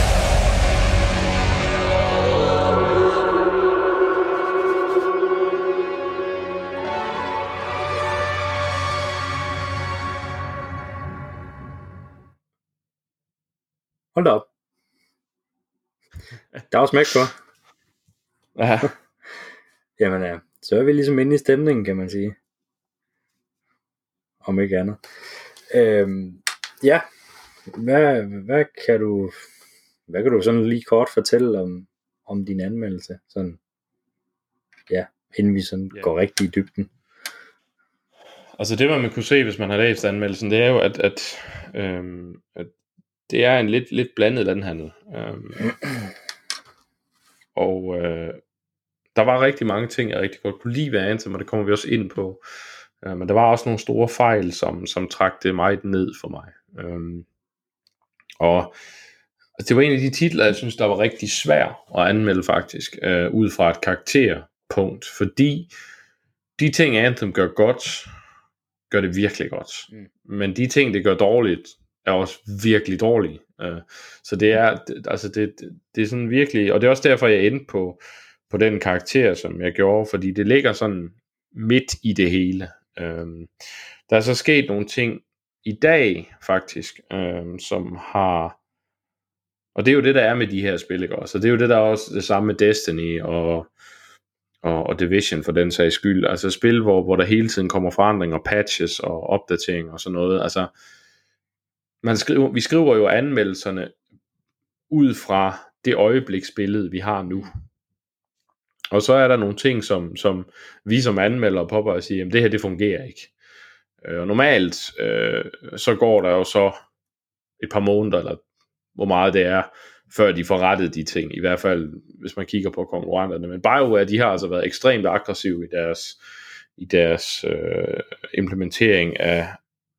Hold da op. Der er også smæk på. Ja. Jamen ja, så er vi ligesom inde i stemningen, kan man sige. Om ikke andet. Øhm, ja, hvad, hvad kan du hvad kan du sådan lige kort fortælle om, om din anmeldelse? Sådan, ja, inden vi sådan Ja. går rigtig i dybden. Altså det, man kunne se, hvis man har læst anmeldelsen, det er jo, at, at, øhm, at det er en lidt, lidt blandet landhandel. Øhm, og øh, der var rigtig mange ting, jeg rigtig godt kunne lide ved Anthem, og det kommer vi også ind på. Øh, men der var også nogle store fejl, som, som trak det meget ned for mig. Øhm, og altså, det var en af de titler, jeg synes, der var rigtig svær at anmelde faktisk, øh, ud fra et karakterpunkt, fordi de ting, Anthem gør godt, gør det virkelig godt. Mm. Men de ting, det gør dårligt, er også virkelig dårlige. Uh, så det er, det, altså det, det, det er sådan virkelig, og det er også derfor, jeg endte på, på den karakter, som jeg gjorde, fordi det ligger sådan midt i det hele. Um, der er så sket nogle ting i dag, faktisk, um, som har, og det er jo det, der er med de her spil, ikke også? Så det er jo det, der er også det samme med Destiny og Og, og Division for den sags skyld, altså spil, hvor, hvor der hele tiden kommer forandringer, patches og opdateringer og sådan noget. Altså, man skriver, vi skriver jo anmeldelserne ud fra det øjebliksbillede, vi har nu. Og så er der nogle ting, som, som vi som anmeldere popper og siger, jamen det her, det fungerer ikke. Og normalt, øh, så går der jo så et par måneder, eller hvor meget det er, før de får rettet de ting, i hvert fald hvis man kigger på konkurrenterne. Men BioWare, de har altså været ekstremt aggressive i deres, i deres øh, implementering af,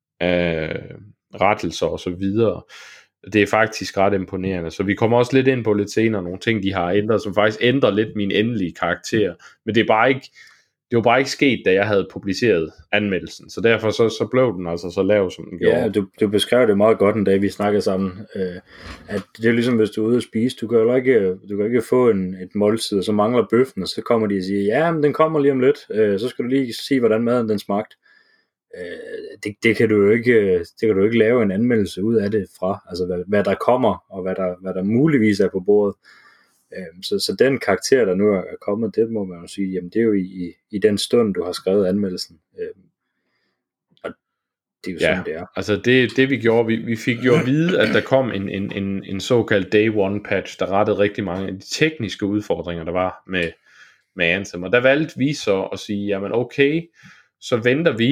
af rettelser og så videre. Det er faktisk ret imponerende, så vi kommer også lidt ind på lidt senere nogle ting, de har ændret, som faktisk ændrer lidt min endelige karakter, men det er bare ikke, det var bare ikke sket, da jeg havde publiceret anmeldelsen, så derfor så, så blev den altså så lav, som den gjorde. Ja, du, du beskrev det meget godt en dag, vi snakkede sammen, øh, at det er ligesom, hvis du er ude at spise, du kan jo ikke, du kan ikke få en, et måltid, og så mangler bøffen, og så kommer de og siger, ja, men den kommer lige om lidt, øh, så skal du lige sige, hvordan maden den smagte. Øh, det, det, kan du jo ikke, det kan du ikke lave en anmeldelse ud af det fra, altså hvad, hvad der kommer, og hvad der, hvad der muligvis er på bordet. Øh, så, så den karakter, der nu er kommet, det må man jo sige, jamen det er jo i, i, i den stund, du har skrevet anmeldelsen. Øh, og det er jo ja, sådan, det er. Altså det, det vi gjorde, vi, vi fik jo at vide, at der kom en, en, en, en såkaldt day one patch, der rettede rigtig mange af de tekniske udfordringer, der var med, med Anthem. Og der valgte vi så at sige, jamen okay, så venter vi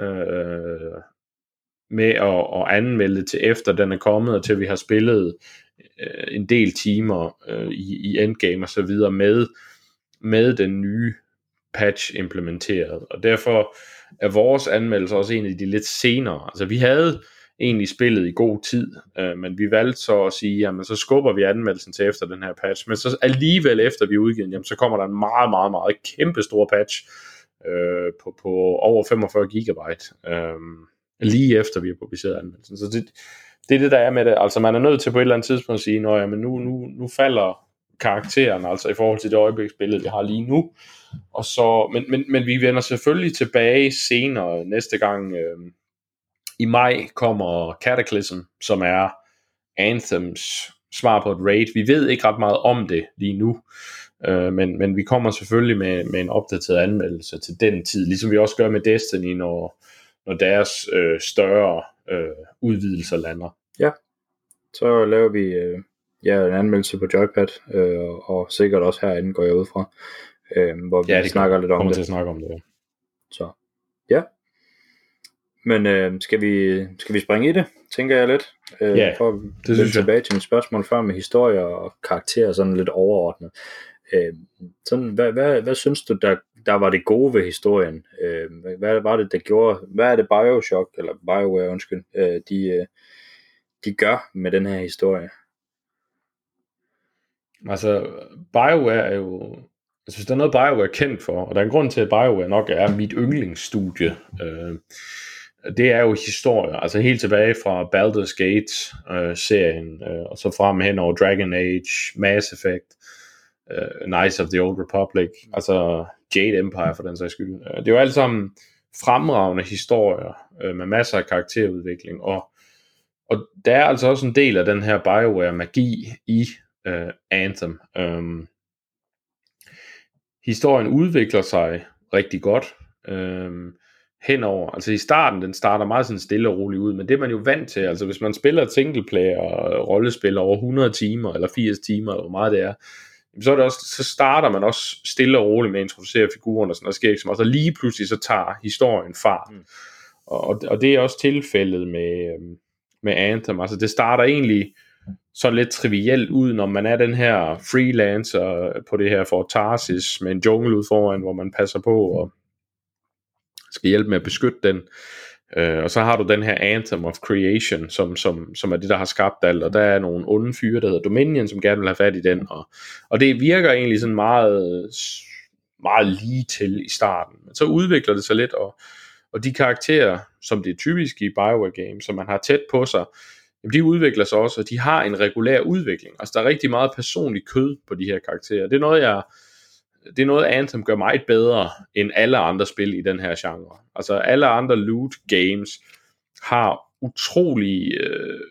øh, med at, at anmelde til efter den er kommet, og til vi har spillet øh, en del timer øh, i, i endgame og så videre med, med den nye patch implementeret. Og derfor er vores anmeldelse også en af de lidt senere. Altså vi havde egentlig spillet i god tid, øh, men vi valgte så at sige, jamen så skubber vi anmeldelsen til efter den her patch, men så alligevel efter vi er udgivet, jamen så kommer der en meget, meget, meget kæmpe stor patch øh, på, på over femogfyrre gigabyte, øh, lige efter vi har publiceret anmeldelsen. Så det, det er det, der er med det. Altså man er nødt til på et eller andet tidspunkt at sige, nå ja, men nu, nu, nu falder karakteren, altså i forhold til det øjebliksbillede, vi har lige nu. Og så, men, men, men vi vender selvfølgelig tilbage senere næste gang. Øh, I maj kommer Cataclysm, som er Anthems svar på et raid. Vi ved ikke ret meget om det lige nu, øh, men, men vi kommer selvfølgelig med, med en opdateret anmeldelse til den tid, ligesom vi også gør med Destiny, når, når deres øh, større øh, udvidelser lander. Ja, så laver vi øh, ja, en anmeldelse på Joypad, øh, og sikkert også herinde går jeg ud fra, øh, hvor vi ja, det snakker lidt om kommer det. til at snakke om det. Ja. Så, ja. Men øh, skal, vi, skal vi springe i det, tænker jeg lidt, øh, Ja, for at det vende synes jeg. tilbage til mit spørgsmål før med historier og karakterer, sådan lidt overordnet. Øh, sådan, hvad, hvad, hvad synes du, der, der var det gode ved historien? Øh, hvad var det, der gjorde, hvad er det Bioshock, eller BioWare, undskyld, øh, de, øh, de gør med den her historie? Altså, BioWare er jo... Jeg synes, der er noget, BioWare er kendt for, og der er en grund til, at BioWare nok er mit yndlingsstudie. Øh, det er jo historier, altså helt tilbage fra Baldur's Gate-serien, øh, og så frem hen over Dragon Age, Mass Effect, øh, Knights of the Old Republic, altså Jade Empire for den sags skyld. Det er jo alt sammen fremragende historier, øh, med masser af karakterudvikling, og, og der er altså også en del af den her BioWare-magi i øh, Anthem. Um, historien udvikler sig rigtig godt øhm, henover, altså i starten, den starter meget sådan stille og roligt ud, men det er man jo vant til, altså hvis man spiller et singleplayer og rollespil over hundrede timer, eller firs timer, eller hvor meget det er, så, er det også, så starter man også stille og roligt med at introducere figurerne, og sådan, der sker ikke så meget, så lige pludselig så tager historien fart, mm. og, og det er også tilfældet med, med Anthem, altså det starter egentlig så lidt trivielt ud, når man er den her freelancer på det her Fort Tarsis med en jungle ud foran, hvor man passer på og skal hjælpe med at beskytte den. Uh, og så har du den her Anthem of Creation, som, som, som er det, der har skabt alt, og der er nogle onde fyre, der hedder Dominion, som gerne vil have fat i den, og, og det virker egentlig sådan meget, meget lige til i starten. Men så udvikler det sig lidt, og, og de karakterer, som det er typisk i BioWare games, som man har tæt på sig, jamen de udvikler sig også, og de har en regulær udvikling. Altså der er rigtig meget personlig kød på de her karakterer. Det er noget, jeg, det er noget Anthem gør meget bedre end alle andre spil i den her genre. Altså alle andre loot games har utrolig øh,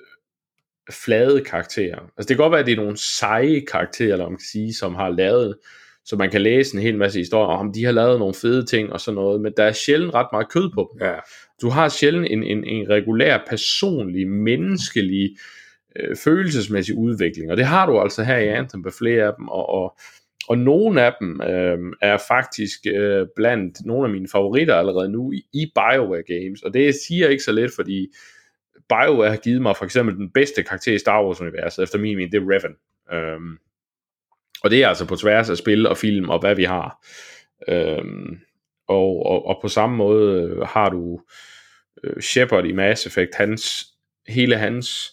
flade karakterer. Altså det kan godt være, at det er nogle seje karakterer, eller man kan sige, som har lavet, så man kan læse en hel masse historier om, de har lavet nogle fede ting og sådan noget, men der er sjældent ret meget kød på dem. Ja. Du har sjældent en, en, en regulær, personlig, menneskelig, øh, følelsesmæssig udvikling, og det har du altså her i Anthem på flere af dem, og, og, og nogle af dem øh, er faktisk øh, blandt nogle af mine favoritter allerede nu i, i BioWare games, og det siger ikke så lidt, fordi BioWare har givet mig for eksempel den bedste karakter i Star Wars-universet, efter min mening, det er Revan. Øhm, og det er altså på tværs af spil og film og hvad vi har. Øhm, og, og, og på samme måde har du øh, Shepard i Mass Effect, hans, hele hans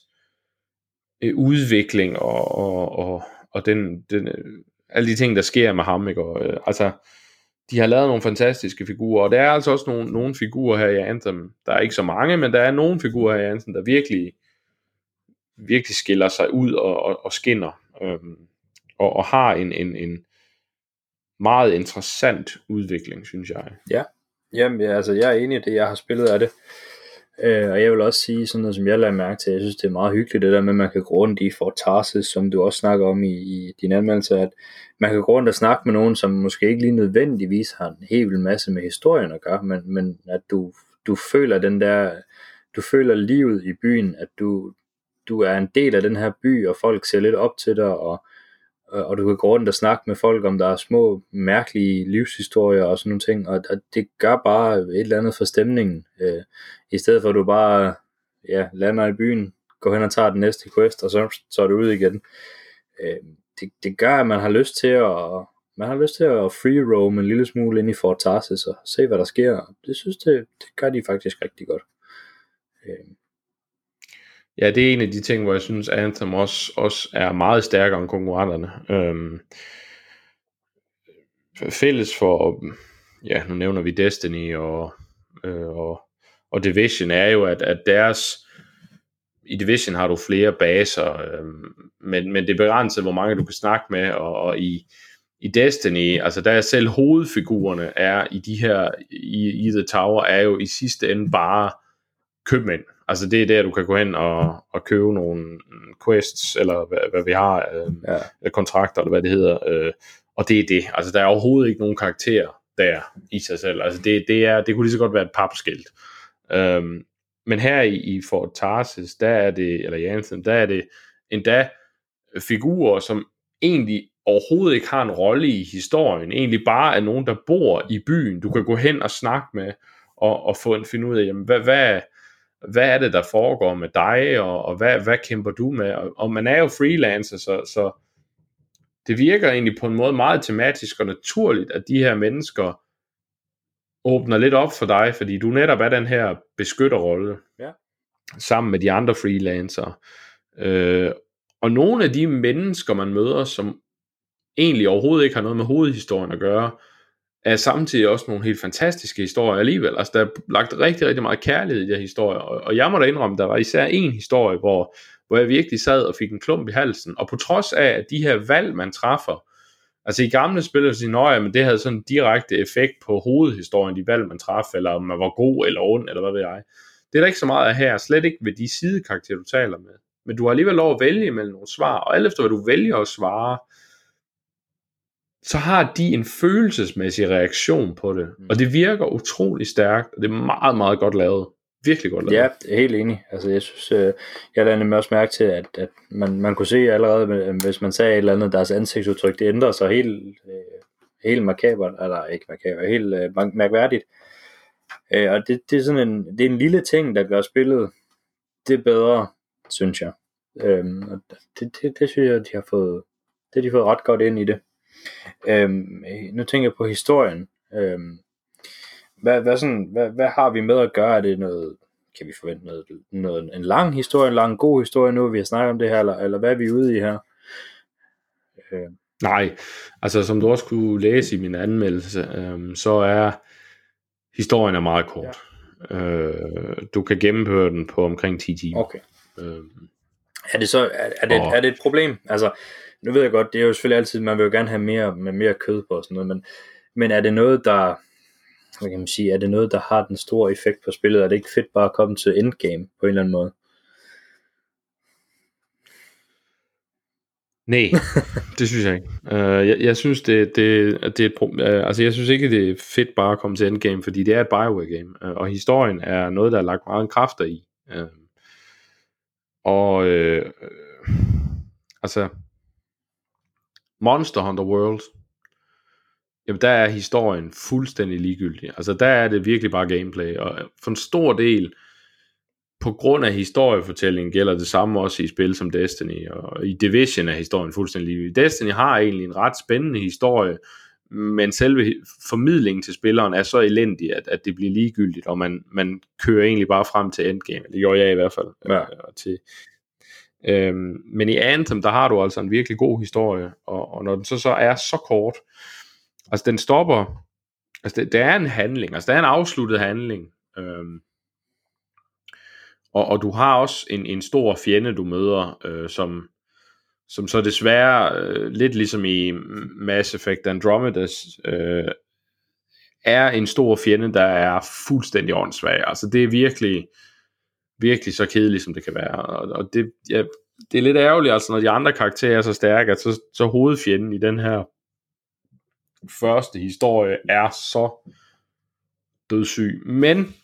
øh, udvikling og, og, og, og den, den, øh, alle de ting, der sker med ham. Ikke? Og, øh, altså, de har lavet nogle fantastiske figurer, og der er altså også nogle, nogle figurer her i Anthem, der er ikke så mange, men der er nogle figurer her i Anthem, der virkelig, virkelig skiller sig ud og, og, og skinner, øhm, og, og har en, en, en meget interessant udvikling, synes jeg. Ja, jamen, ja, altså jeg er enig i det, jeg har spillet af det, øh, og jeg vil også sige, sådan noget som jeg lader mærke til, jeg synes det er meget hyggeligt det der med, at man kan gå rundt i Fort Tarsis, som du også snakker om i, i din anmeldelse, at man kan gå rundt og snakke med nogen, som måske ikke lige nødvendigvis har en helt vildt masse med historien at gøre, men, men at du, du føler den der, du føler livet i byen, at du, du er en del af den her by, og folk ser lidt op til dig, og og du kan gå rundt og snakke med folk om der er små mærkelige livshistorier og sådan nogle ting, og, og det gør bare et eller andet for stemningen, øh, i stedet for at du bare ja, lander i byen, går hen og tager den næste quest, og så, så er du ude igen. Øh, det, det gør at man har lyst til at man har lyst til at free roam en lille smule ind i Fort Tarsis og se hvad der sker. Det synes det, det gør de faktisk rigtig godt. Øh. Ja, det er en af de ting, hvor jeg synes, Anthem også, også er meget stærkere end konkurrenterne. Øhm, fælles for, ja, nu nævner vi Destiny og, øh, og, og Division, er jo, at, at deres, i Division har du flere baser, øh, men, men det er begrænset, hvor mange du kan snakke med, og, og i, i Destiny, altså der er selv hovedfigurerne er i de her, i, i The Tower, er jo i sidste ende bare købmænd. Altså det er der, du kan gå hen og, og købe nogle quests, eller hvad, hvad vi har, øh, ja. eller kontrakter, eller hvad det hedder, øh, og det er det. Altså der er overhovedet ikke nogen karakterer der i sig selv. Altså det, det, er, det kunne lige så godt være et papskilt. Um, men her i, i Fort Tarsis, der er det, eller i Anthem, der er det endda figurer, som egentlig overhovedet ikke har en rolle i historien, egentlig bare er nogen, der bor i byen, du kan gå hen og snakke med, og, og få en finde ud af, jamen, hvad, hvad, hvad er det, der foregår med dig, og, og hvad, hvad kæmper du med, og, og man er jo freelancer, så, så det virker egentlig på en måde meget tematisk og naturligt, at de her mennesker åbner lidt op for dig, fordi du netop er den her beskytterrolle, ja. sammen med de andre freelancere. Øh, og nogle af de mennesker, man møder, som egentlig overhovedet ikke har noget med hovedhistorien at gøre, er samtidig også nogle helt fantastiske historier alligevel. Altså, der er lagt rigtig, rigtig meget kærlighed i de her historier, og, og jeg må da indrømme, der var især en historie, hvor, hvor jeg virkelig sad og fik en klump i halsen, og på trods af, at de her valg, man træffer, altså i gamle spil, så siger men det havde sådan en direkte effekt på hovedhistorien, de valg, man træffer, eller om man var god eller ond, eller hvad ved jeg. Det er der ikke så meget af her, slet ikke ved de sidekarakterer, du taler med. Men du har alligevel lov at vælge mellem nogle svar, og alt efter hvad du vælger at svare, så har de en følelsesmæssig reaktion på det, mm. og det virker utrolig stærkt, og det er meget, meget godt lavet. Virkelig godt lavet. Ja, jeg er helt enig. Altså, jeg synes, øh, jeg lader nemlig også mærke til, at, at man, man kunne se allerede, med, hvis man sagde et eller andet, deres ansigtsudtryk, det ændrer sig helt, øh, helt makabert, eller ikke makabert, helt øh, mærkværdigt. Øh, og det, det er sådan en, det er en lille ting, der gør spillet det bedre, synes jeg. Øh, og det, det, det synes jeg, de har fået, det har de fået ret godt ind i det. Øh, nu tænker jeg på historien. Øh, Hvad, hvad, sådan, hvad, hvad har vi med at gøre? Er det noget, kan vi forvente noget, noget, en lang historie, en lang god historie nu, vi har snakket om det her, eller, eller hvad er vi ude i her? Øh. Nej, altså som du også kunne læse i min anmeldelse, øh, så er historien er meget kort. Ja. Øh, du kan gennemføre den på omkring ti timer. Okay. Øh. Er det så, er, er, det, og... er det et problem? Altså, nu ved jeg godt, det er jo selvfølgelig altid, man vil jo gerne have mere, med mere kød på og sådan noget, men, men er det noget, der... Hvad kan man sige, er det noget, der har den store effekt på spillet? Er det ikke fedt bare at komme til endgame på en eller anden måde? Nej, det synes jeg ikke. Uh, jeg, jeg synes det, det, det er et problem. Uh, altså jeg synes ikke det er fedt bare at komme til endgame, fordi det er et BioWare game, uh, og historien er noget, der er lagt meget kræfter i. Uh, og uh, altså Monster Hunter World, jamen der er historien fuldstændig ligegyldig. Altså der er det virkelig bare gameplay, og for en stor del, på grund af historiefortællingen, gælder det samme også i spil som Destiny, og i Division er historien fuldstændig ligegyldig. Destiny har egentlig en ret spændende historie, men selve formidlingen til spilleren er så elendig, at, at det bliver ligegyldigt, og man, man kører egentlig bare frem til endgame. Det gjorde jeg i hvert fald. Ja. Øh, til. Øhm, men i Anthem, der har du altså en virkelig god historie, og, og når den så, så er så kort, altså den stopper, altså det, der er en handling, altså der er en afsluttet handling, øhm, og, og du har også en, en stor fjende, du møder, øh, som, som så desværre, øh, lidt ligesom i Mass Effect Andromeda, øh, er en stor fjende, der er fuldstændig åndssvag, altså det er virkelig, virkelig så kedeligt, som det kan være, og, og det, ja, det er lidt ærgerligt, altså når de andre karakterer er så stærke, at så, så hovedfjenden i den her første historie er så dødssyg. Men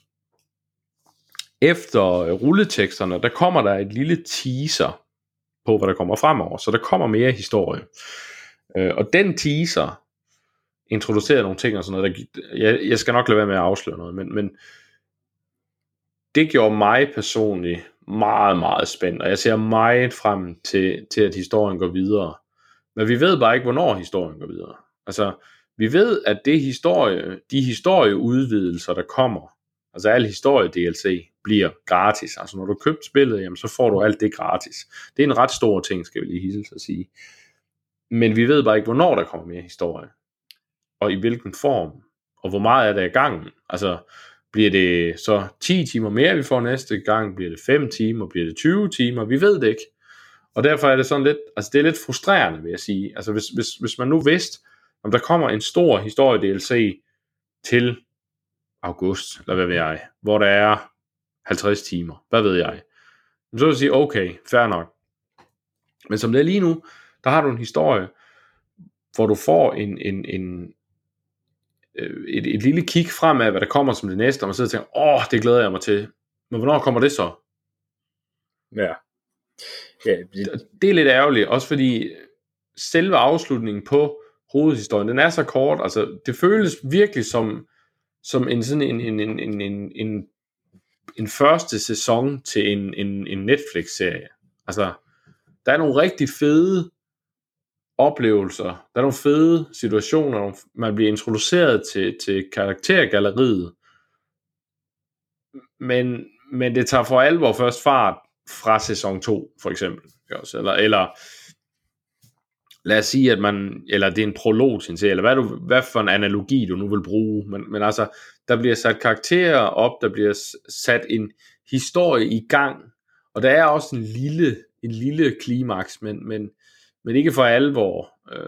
efter rulleteksterne, der kommer der et lille teaser på, hvad der kommer fremover. Så der kommer mere historie. Og den teaser introducerer nogle ting og sådan noget. Der, jeg, jeg skal nok lade være med at afsløre noget, men, men det gjorde mig personligt meget, meget spændt. Og jeg ser meget frem til, til, at historien går videre. Men vi ved bare ikke, hvornår historien går videre. Altså, vi ved, at det historie, de historieudvidelser, der kommer, altså al historie-D L C, bliver gratis. Altså, når du køber spillet, jamen, så får du alt det gratis. Det er en ret stor ting, skal vi lige hilse at sige. Men vi ved bare ikke, hvornår der kommer mere historie. Og i hvilken form. Og hvor meget er der i gangen. Altså, bliver det så ti timer mere, vi får næste gang? Bliver det fem timer? Bliver det tyve timer? Vi ved det ikke. Og derfor er det sådan lidt, altså det er lidt frustrerende, vil jeg sige. Altså, hvis, hvis, hvis man nu vidste, om der kommer en stor historie-D L C til august, eller hvad ved jeg, hvor der er halvtreds timer, hvad ved jeg, så vil jeg sige, okay, fair nok. Men som det er lige nu, der har du en historie, hvor du får en, en, en, et, et lille kig fremad, hvad der kommer som det næste, og man sidder og tænker, åh, det glæder jeg mig til. Men hvornår kommer det så? Ja. Ja, det... det er lidt ærgerligt, også fordi selve afslutningen på hovedhistorien, den er så kort, altså det føles virkelig som, som en sådan en, en, en, en, en, en, en første sæson til en, en, en Netflix-serie. Altså, der er nogle rigtig fede oplevelser, der er nogle fede situationer, man bliver introduceret til, til karaktergalleriet, men, men det tager for alvor først fart fra sæson to, for eksempel. Eller, eller lad os sige, at man, eller det er en prolog til en serie, eller hvad, du, hvad for en analogi du nu vil bruge, men, men altså, der bliver sat karakterer op, der bliver sat en historie i gang, og der er også en lille, en lille klimaks, men, men, men ikke for alvor.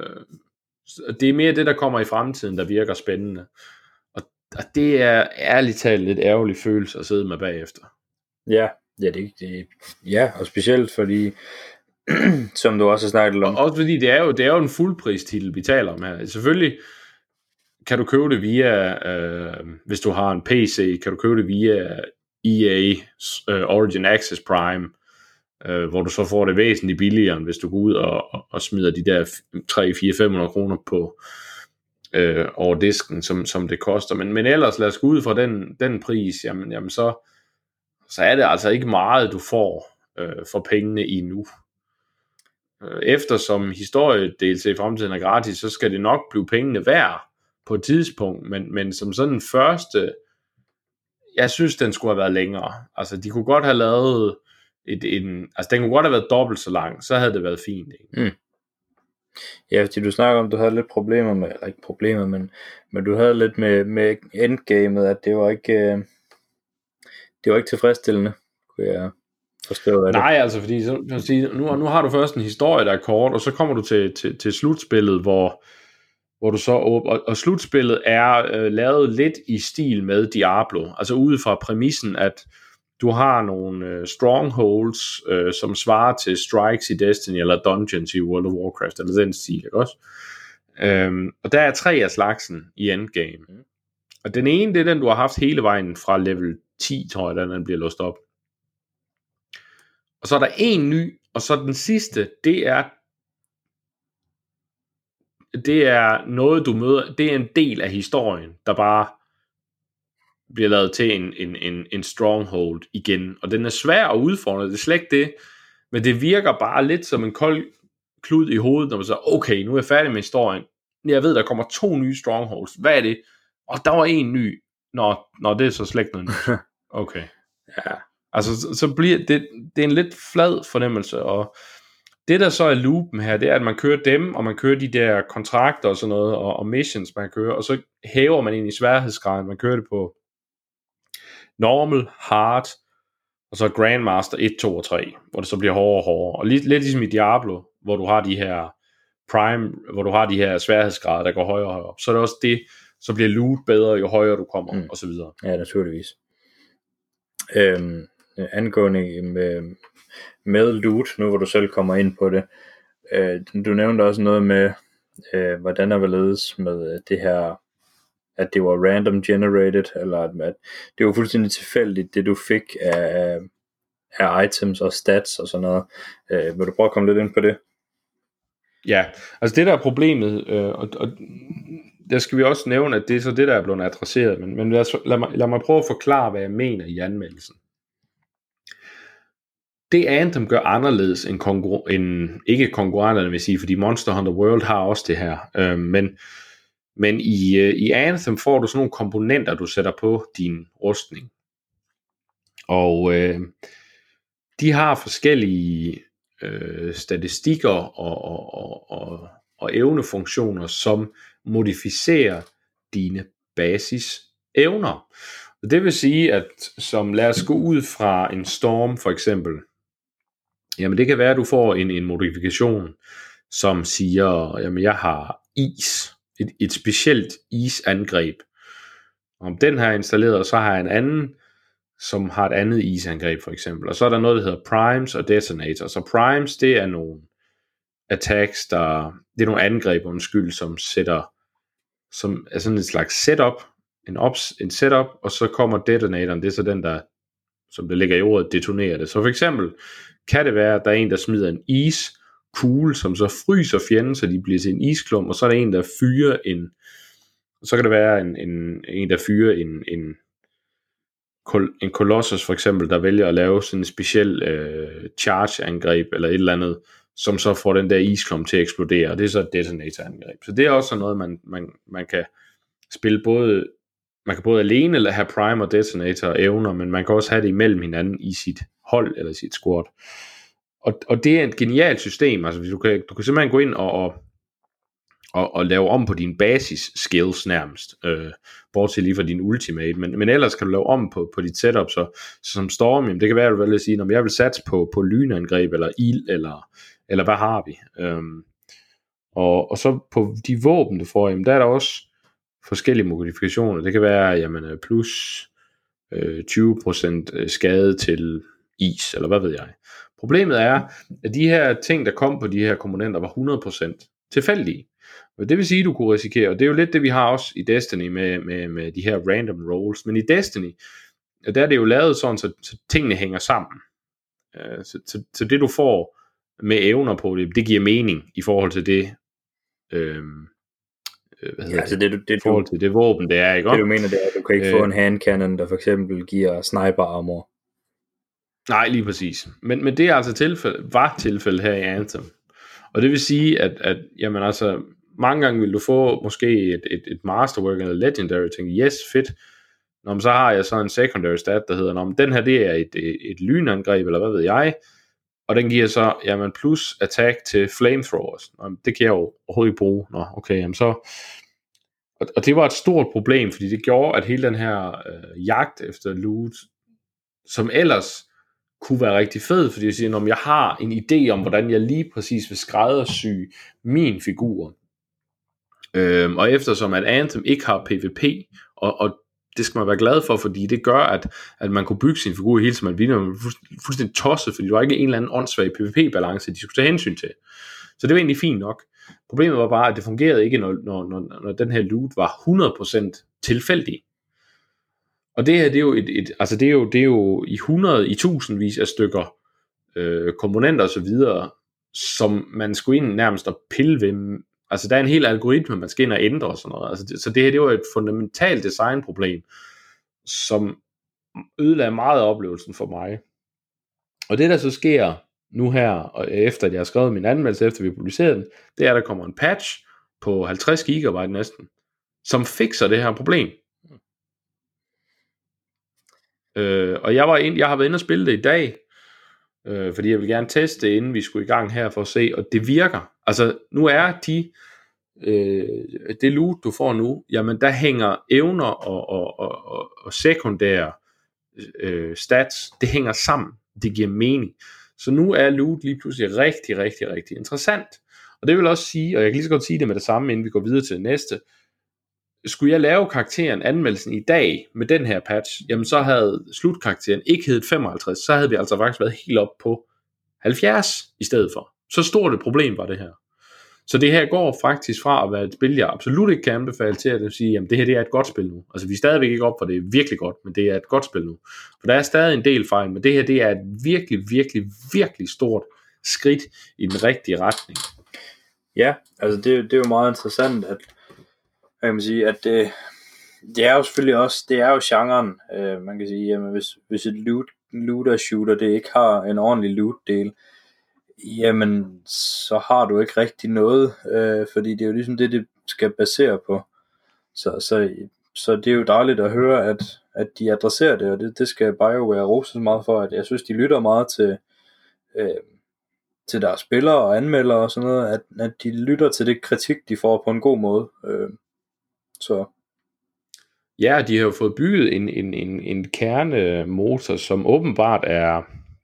Det er mere det, der kommer i fremtiden, der virker spændende, og, og det er ærligt talt lidt ærgerlig følelse at sidde med bagefter. Ja, ja, det, det, ja, og specielt fordi som du også har snakket om. Og også fordi det er jo, det er jo en fuldpristitel, vi taler om her. Selvfølgelig kan du købe det via, øh, hvis du har en P C, kan du købe det via E A øh, Origin Access Prime, øh, hvor du så får det væsentligt billigere, end hvis du går ud og, og, og smider de der tre, fire, fem hundrede kroner på øh, over disken, som, som det koster. Men, men ellers lad os gå ud fra den, den pris, jamen, jamen så, så er det altså ikke meget, du får øh, for pengene i nu. Eftersom historie-D L C i fremtiden er gratis, så skal det nok blive pengene værd på et tidspunkt, men, men som sådan en første, jeg synes, den skulle have været længere. Altså, de kunne godt have lavet et, en, altså, den kunne godt have været dobbelt så lang, så havde det været fint. Ikke? Mm. Ja, fordi du snakker om, du havde lidt problemer med, eller ikke problemer, men, men du havde lidt med, med endgamet, at det var ikke, det var ikke tilfredsstillende, kunne jeg forstå det. Nej, altså fordi så, nu, nu har du først en historie, der er kort, og så kommer du til, til, til slutspillet, hvor, hvor du så og, og slutspillet er øh, lavet lidt i stil med Diablo, altså ude fra præmissen, at du har nogle øh, strongholds, øh, som svarer til strikes i Destiny, eller dungeons i World of Warcraft, eller den stil, ikke også? Øhm, og der er tre af slagsen i endgame. Og den ene, det er den, du har haft hele vejen fra level ti, tror jeg, den bliver låst op. Og så er der en ny, og så den sidste, det er det er noget, du møder, det er en del af historien, der bare bliver lavet til en, en, en, en stronghold igen. Og den er svær at udfordre, det er slet ikke det, men det virker bare lidt som en kold klud i hovedet, når man så, okay, nu er jeg færdig med historien. Jeg ved, der kommer to nye strongholds. Hvad er det? Og der var en ny. Nå, nå det er så slet ikke noget nyt. Okay. Ja. Altså, så, så bliver det, det er en lidt flad fornemmelse, og det der så er loopen her, det er, at man kører dem, og man kører de der kontrakter og sådan noget, og, og missions, man kører, og så hæver man ind i sværhedsgraden. Man kører det på normal, hard, og så Grandmaster et, to og tre, hvor det så bliver hårdere og hårdere. Og lidt, lidt ligesom i Diablo, hvor du har de her Prime, hvor du har de her sværhedsgrader, der går højere og højere op. Så er det også det, så bliver loot bedre, jo højere du kommer, mm. og så videre. Ja, naturligvis. Øhm, angående med, med loot, nu hvor du selv kommer ind på det, øh, du nævnte også noget med, øh, hvordan der var ledes med det her, at det var random generated, eller at, at det var fuldstændig tilfældigt, det du fik af, af items og stats og sådan noget. Øh, vil du prøve at komme lidt ind på det? Ja, altså det der er problemet, øh, og, og der skal vi også nævne, at det er så det, der er blevet adresseret, men, men lad, lad, mig, lad mig prøve at forklare, hvad jeg mener i anmeldelsen. Det Anthem gør anderledes end, konkur- end ikke konkurrenterne, vil sige, fordi Monster Hunter World har også det her, øh, men, men i, øh, i Anthem får du sådan nogle komponenter, du sætter på din rustning, og øh, de har forskellige øh, statistikker og, og, og, og, og evnefunktioner, som modificerer dine basis evner. Det vil sige, at som lad os gå ud fra en storm for eksempel, jamen det kan være, at du får en, en modifikation, som siger, jamen jeg har is, et, et specielt isangreb. Om den her er installeret, så har jeg en anden, som har et andet isangreb for eksempel. Og så er der noget, der hedder primes og detonators. Så primes, det er nogle attacks, der, det er nogle angreb, undskyld, som sætter, som er sådan et slags setup, en, ops, en setup, og så kommer detonatoren, det er så den, der, som det ligger i ordet, detonerer det. Så for eksempel kan det være, at der er en, der smider en iskugle, som så fryser fjenden, så de bliver til en isklump, og så er der en, der fyrer en, så kan det være en, en, en der fyrer en, en, en Colossus for eksempel, der vælger at lave sådan en speciel øh, charge-angreb, eller et eller andet, som så får den der isklump til at eksplodere, og det er så et detonator-angreb. Så det er også noget, man, man, man kan spille både, man kan både alene have prime og detonator evner, men man kan også have det imellem hinanden i sit hold, eller sit squad. Og, og det er et genialt system, altså du kan, du kan simpelthen gå ind og, og, og, og lave om på dine basis skills nærmest, øh, bortset lige fra din ultimate, men, men ellers kan du lave om på, på dit setup, så, så som Storm, jamen, det kan være, at du vil sige, når jeg vil satse på, på lynangreb, eller ild, eller, eller hvad har vi, øhm, og, og så på de våben, du får, jamen, der er der også forskellige modifikationer, det kan være, jamen, plus øh, tyve procent skade til is, eller hvad ved jeg. Problemet er, at de her ting, der kom på de her komponenter, var hundrede procent tilfældige. Det vil sige, at du kunne risikere, og det er jo lidt det, vi har også i Destiny med, med, med de her random rolls, men i Destiny, der er det jo lavet sådan, så, så tingene hænger sammen. Så, så, så det du får med evner på det, det giver mening i forhold til det, øh, hvad ja, altså det, det, det, i forhold til det våben, det er, ikke? Det du mener, det er, at du kan ikke øh, få en handcannon, der for eksempel giver sniper armor. Nej, lige præcis. Men, men det er altså tilfælde, var tilfældet her i Anthem. Og det vil sige, at, at jamen altså, mange gange vil du få måske et, et, et masterwork eller legendary ting. Yes, fedt. Nå, men så har jeg så en secondary stat, der hedder, nå, men den her, det er et, et, et lynangreb, eller hvad ved jeg. Og den giver så, jamen, plus attack til flamethrowers. Nå, det kan jeg jo overhovedet ikke bruge. Nå, okay, jamen så... Og, og det var et stort problem, fordi det gjorde, at hele den her øh, jagt efter loot, som ellers kunne være rigtig fed, fordi jeg siger, om jeg har en idé om, hvordan jeg lige præcis vil skræddersy min figur. Øhm, og eftersom at Anthem ikke har PvP, og, og det skal man være glad for, fordi det gør, at, at man kunne bygge sin figur hele tiden, man vinder man fuldstændig tosset, fordi der var ikke en eller anden åndssvag PvP-balance, de skulle tage hensyn til. Så det var egentlig fint nok. Problemet var bare, at det fungerede ikke, når, når, når, når den her loot var hundrede procent tilfældig. Og det her, det er jo, et, et, altså det er jo, det er jo i hundrede, i tusindvis af stykker øh, komponenter og så videre, som man skulle ind nærmest og pille ved. Altså der er en hel algoritme, man skal ind og ændre og sådan noget. Altså det, så det her, det var et fundamentalt designproblem, som ødelagde meget af oplevelsen for mig. Og det der så sker nu her, og efter at jeg har skrevet min anmeldelse, efter vi har publiceret den, det er, at der kommer en patch på halvtreds gigabyte næsten, som fikser det her problem. Øh, og jeg, var ind, jeg har været inde og spille det i dag, øh, fordi jeg vil gerne teste det, inden vi skulle i gang her for at se, og det virker. Altså nu er de øh, det loot du får nu, jamen der hænger evner og, og, og, og, og sekundære øh, stats, det hænger sammen, det giver mening. Så nu er loot lige pludselig rigtig, rigtig, rigtig interessant. Og det vil også sige, og jeg kan lige så godt sige det med det samme, inden vi går videre til det næste. Skulle jeg lave karakteren anmeldelsen i dag med den her patch, jamen så havde slutkarakteren ikke heddet femoghalvtreds, så havde vi altså faktisk været helt op på halvfjerds i stedet for. Så stort et problem var det her. Så det her går faktisk fra at være et spil, jeg absolut ikke kan anbefale, til at sige, jamen det her det er et godt spil nu. Altså vi er stadigvæk ikke op for det er virkelig godt, men det er et godt spil nu. For der er stadig en del fejl, men det her det er et virkelig, virkelig, virkelig stort skridt i den rigtige retning. Ja, altså det, det er jo meget interessant, at jeg kan sige, at det, det er jo selvfølgelig også, det er jo genren, øh, man kan sige, jamen hvis, hvis et loot, looter shooter, det ikke har en ordentlig loot del, jamen så har du ikke rigtig noget, øh, fordi det er jo ligesom det, det skal basere på. Så, så, så det er jo dejligt at høre, at, at de adresserer det, og det, det skal BioWare rose meget for, at jeg synes, de lytter meget til, øh, til deres spillere og anmeldere og sådan noget, at, at de lytter til det kritik, de får på en god måde. Øh, så. Ja, de har jo fået bygget en, en, en, en kernemotor, som åbenbart er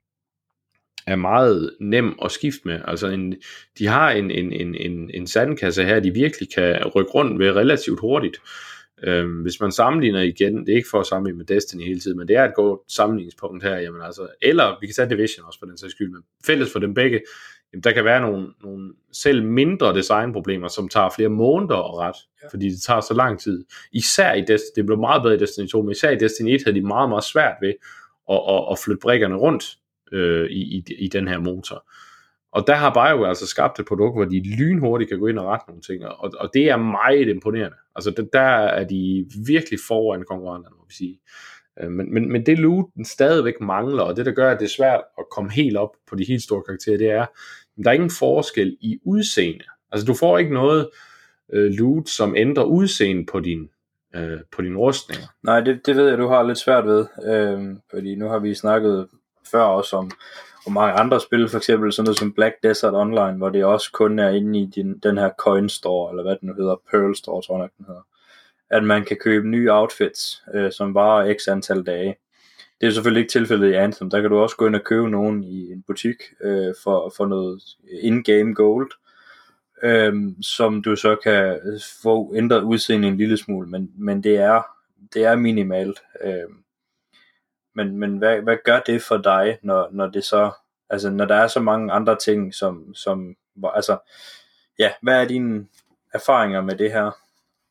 er meget nem at skifte med. Altså en, de har en, en, en, en, en sandkasse her, de virkelig kan rykke rundt ved relativt hurtigt. Øhm, hvis man sammenligner igen, det er ikke for at sammenligne med Destiny hele tiden, men det er et godt sammenligningspunkt her, jamen altså, eller vi kan tage Division også for den sags skyld, men fælles for dem begge, jamen der kan være nogle, nogle selv mindre designproblemer, som tager flere måneder at ret, ja. Fordi det tager så lang tid. Især i Destiny, det blev meget bedre i Destiny to, men især i Destiny et havde de meget, meget svært ved at, at, at flytte brikkerne rundt. øh, i, i, i den her motor. Og der har BioWare altså skabt et produkt, hvor de lynhurtigt kan gå ind og rette nogle ting, og, og det er meget imponerende. Altså det, der er de virkelig foran konkurrenterne, må vi sige. Men, men, men det loot den stadigvæk mangler, og det der gør, at det er svært at komme helt op på de helt store karakterer, det er, at der er ingen forskel i udseende. Altså du får ikke noget øh, loot, som ændrer udseende på din, øh, på din rustninger. Nej, det, det ved jeg, du har lidt svært ved, øh, fordi nu har vi snakket før også om, om mange andre spil, for eksempel sådan noget som Black Desert Online, hvor det også kun er inde i din, den her Coin Store, eller hvad den nu hedder, Pearl Store, tror jeg den hedder, at man kan købe nye outfits, øh, som varer x antal dage. Det er selvfølgelig ikke tilfældet i Anthem, der kan du også gå ind og købe nogen i en butik øh, for, for noget in-game gold, øh, som du så kan få ændret udseende en lille smule, men, men det er det er minimalt. Øh, men men hvad, hvad gør det for dig, når, når det så, altså når der er så mange andre ting, som, som altså, ja, hvad er dine erfaringer med det her?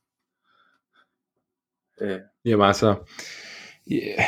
Øh. Jamen altså, yeah.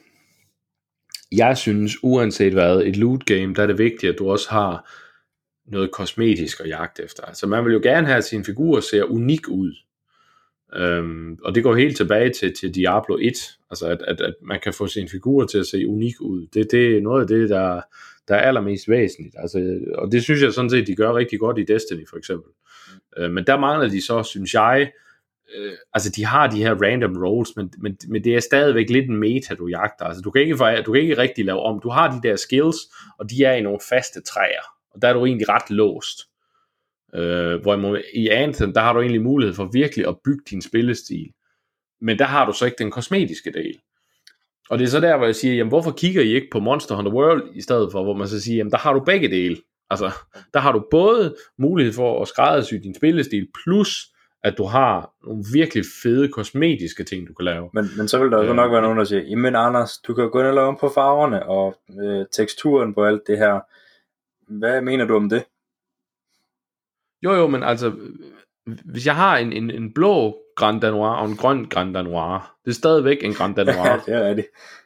Jeg synes uanset hvad, et loot game, der er det vigtigt, at du også har noget kosmetisk at jagte efter. Altså man vil jo gerne have, at sin figur ser unik ud. Øhm, og det går helt tilbage til, til Diablo et, altså at, at, at man kan få sin figur til at se unik ud. Det, det er noget af det, der, der er allermest væsentligt. Altså, og det synes jeg sådan set, de gør rigtig godt i Destiny for eksempel. Mm. Øh, men der mangler de så, synes jeg, øh, altså de har de her random rolls, men, men, men det er stadigvæk lidt en meta, du jagter. Altså du kan, ikke, du kan ikke rigtig lave om. Du har de der skills, og de er i nogle faste træer, og der er du egentlig ret låst. Øh, hvor i Anthem, der har du egentlig mulighed for virkelig at bygge din spillestil, men der har du så ikke den kosmetiske del. Og det er så der, hvor jeg siger, jamen hvorfor kigger I ikke på Monster Hunter World i stedet for, hvor man så siger, jamen der har du begge dele. Altså, der har du både mulighed for at skræddersy din spillestil, plus at du har nogle virkelig fede kosmetiske ting, du kan lave. Men, men så vil der jo øh, nok være nogen, der siger, jamen Anders, du kan gå ind og lave om på farverne og øh, teksturen på alt det her. Hvad mener du om det? Jo jo, men altså, hvis jeg har en, en, en blå Grand Danois og en grøn Grand Danois, det er stadigvæk en Grand Danois. Ja, det er det.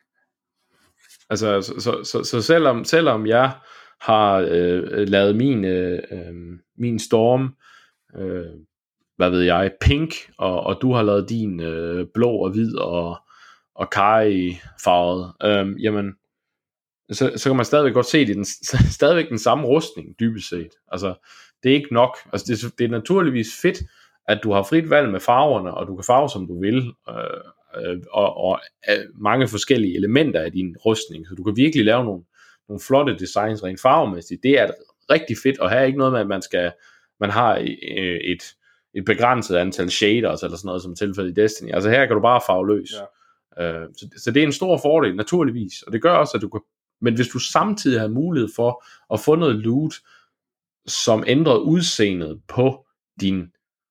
Altså, så, så, så, så selvom, selvom jeg har øh, lavet min, øh, min Storm, øh, hvad ved jeg, pink, og, og du har lavet din øh, blå og hvid og, og Kai farvet, øh, jamen, så, så kan man stadigvæk godt se, det er den, stadigvæk den samme rustning, dybest set. Altså, det er ikke nok. Altså, det, det er naturligvis fedt, at du har frit valg med farverne, og du kan farve, som du vil, øh, øh, og, og øh, mange forskellige elementer af din rustning, så du kan virkelig lave nogle, nogle flotte designs rent farvemæssigt. Det er rigtig fedt, og her er ikke noget med, at man skal, man har et, et begrænset antal shaders, eller sådan noget, som tilfældet i Destiny. Altså, her kan du bare farve løs. Ja. Øh, så, så det er en stor fordel, naturligvis, og det gør også, at du kan, men hvis du samtidig har mulighed for at få noget loot, som ændrer udseendet på din,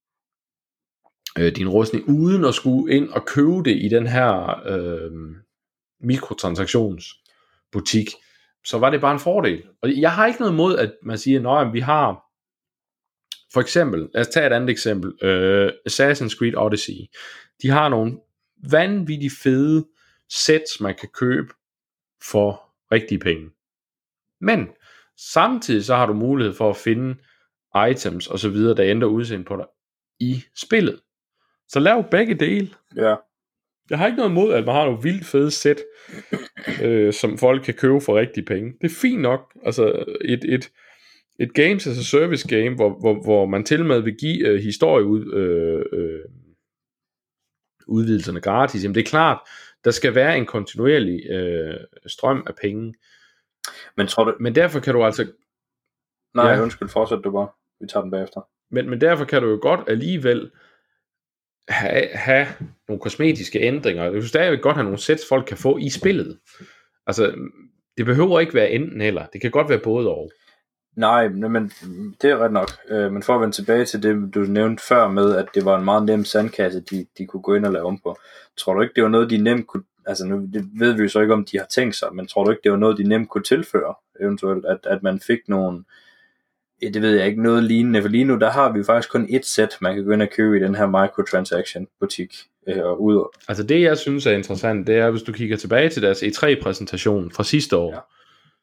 øh, din rustning, uden at skulle ind og købe det i den her øh, mikrotransaktionsbutik, så var det bare en fordel. Og jeg har ikke noget mod, at man siger, at vi har, for eksempel, lad os tage et andet eksempel, øh, Assassin's Creed Odyssey. De har nogle vanvittigt fede sets, man kan købe for rigtige penge. Men samtidig så har du mulighed for at finde items og så videre, der ændrer udseende på dig i spillet. Så lav begge dele. Ja. Jeg har ikke noget imod, at man har nogle vildt fede sæt, øh, som folk kan købe for rigtige penge. Det er fint nok. Altså et, et, et games as a service game, hvor, hvor, hvor man til og med vil give øh, historie ud, øh, øh, udvidelserne gratis. Jamen det er klart, der skal være en kontinuerlig øh, strøm af penge. Men tror du... Men derfor kan du altså... Nej, ja. Undskyld, fortsæt du bare. Vi tager den bagefter. Men, men derfor kan du jo godt alligevel have, have nogle kosmetiske ændringer. Du kan stadigvæk godt have nogle sæt, folk kan få i spillet. Altså, det behøver ikke være enten eller. Det kan godt være både og. Nej, men det er ret nok. Men for at vende tilbage til det, du nævnte før med, at det var en meget nem sandkasse, de, de kunne gå ind og lave om på. Tror du ikke, det var noget, de nemt kunne... Altså nu det ved vi jo så ikke, om de har tænkt sig, men tror du ikke, det var noget, de nemt kunne tilføre, eventuelt, at, at man fik nogle, det ved jeg ikke, noget lignende, for lige nu, der har vi jo faktisk kun et sæt, man kan gå ind og købe i den her microtransaction butik, øh, og ud. Altså det, jeg synes er interessant, det er, hvis du kigger tilbage til deres E tre præsentation fra sidste år, ja.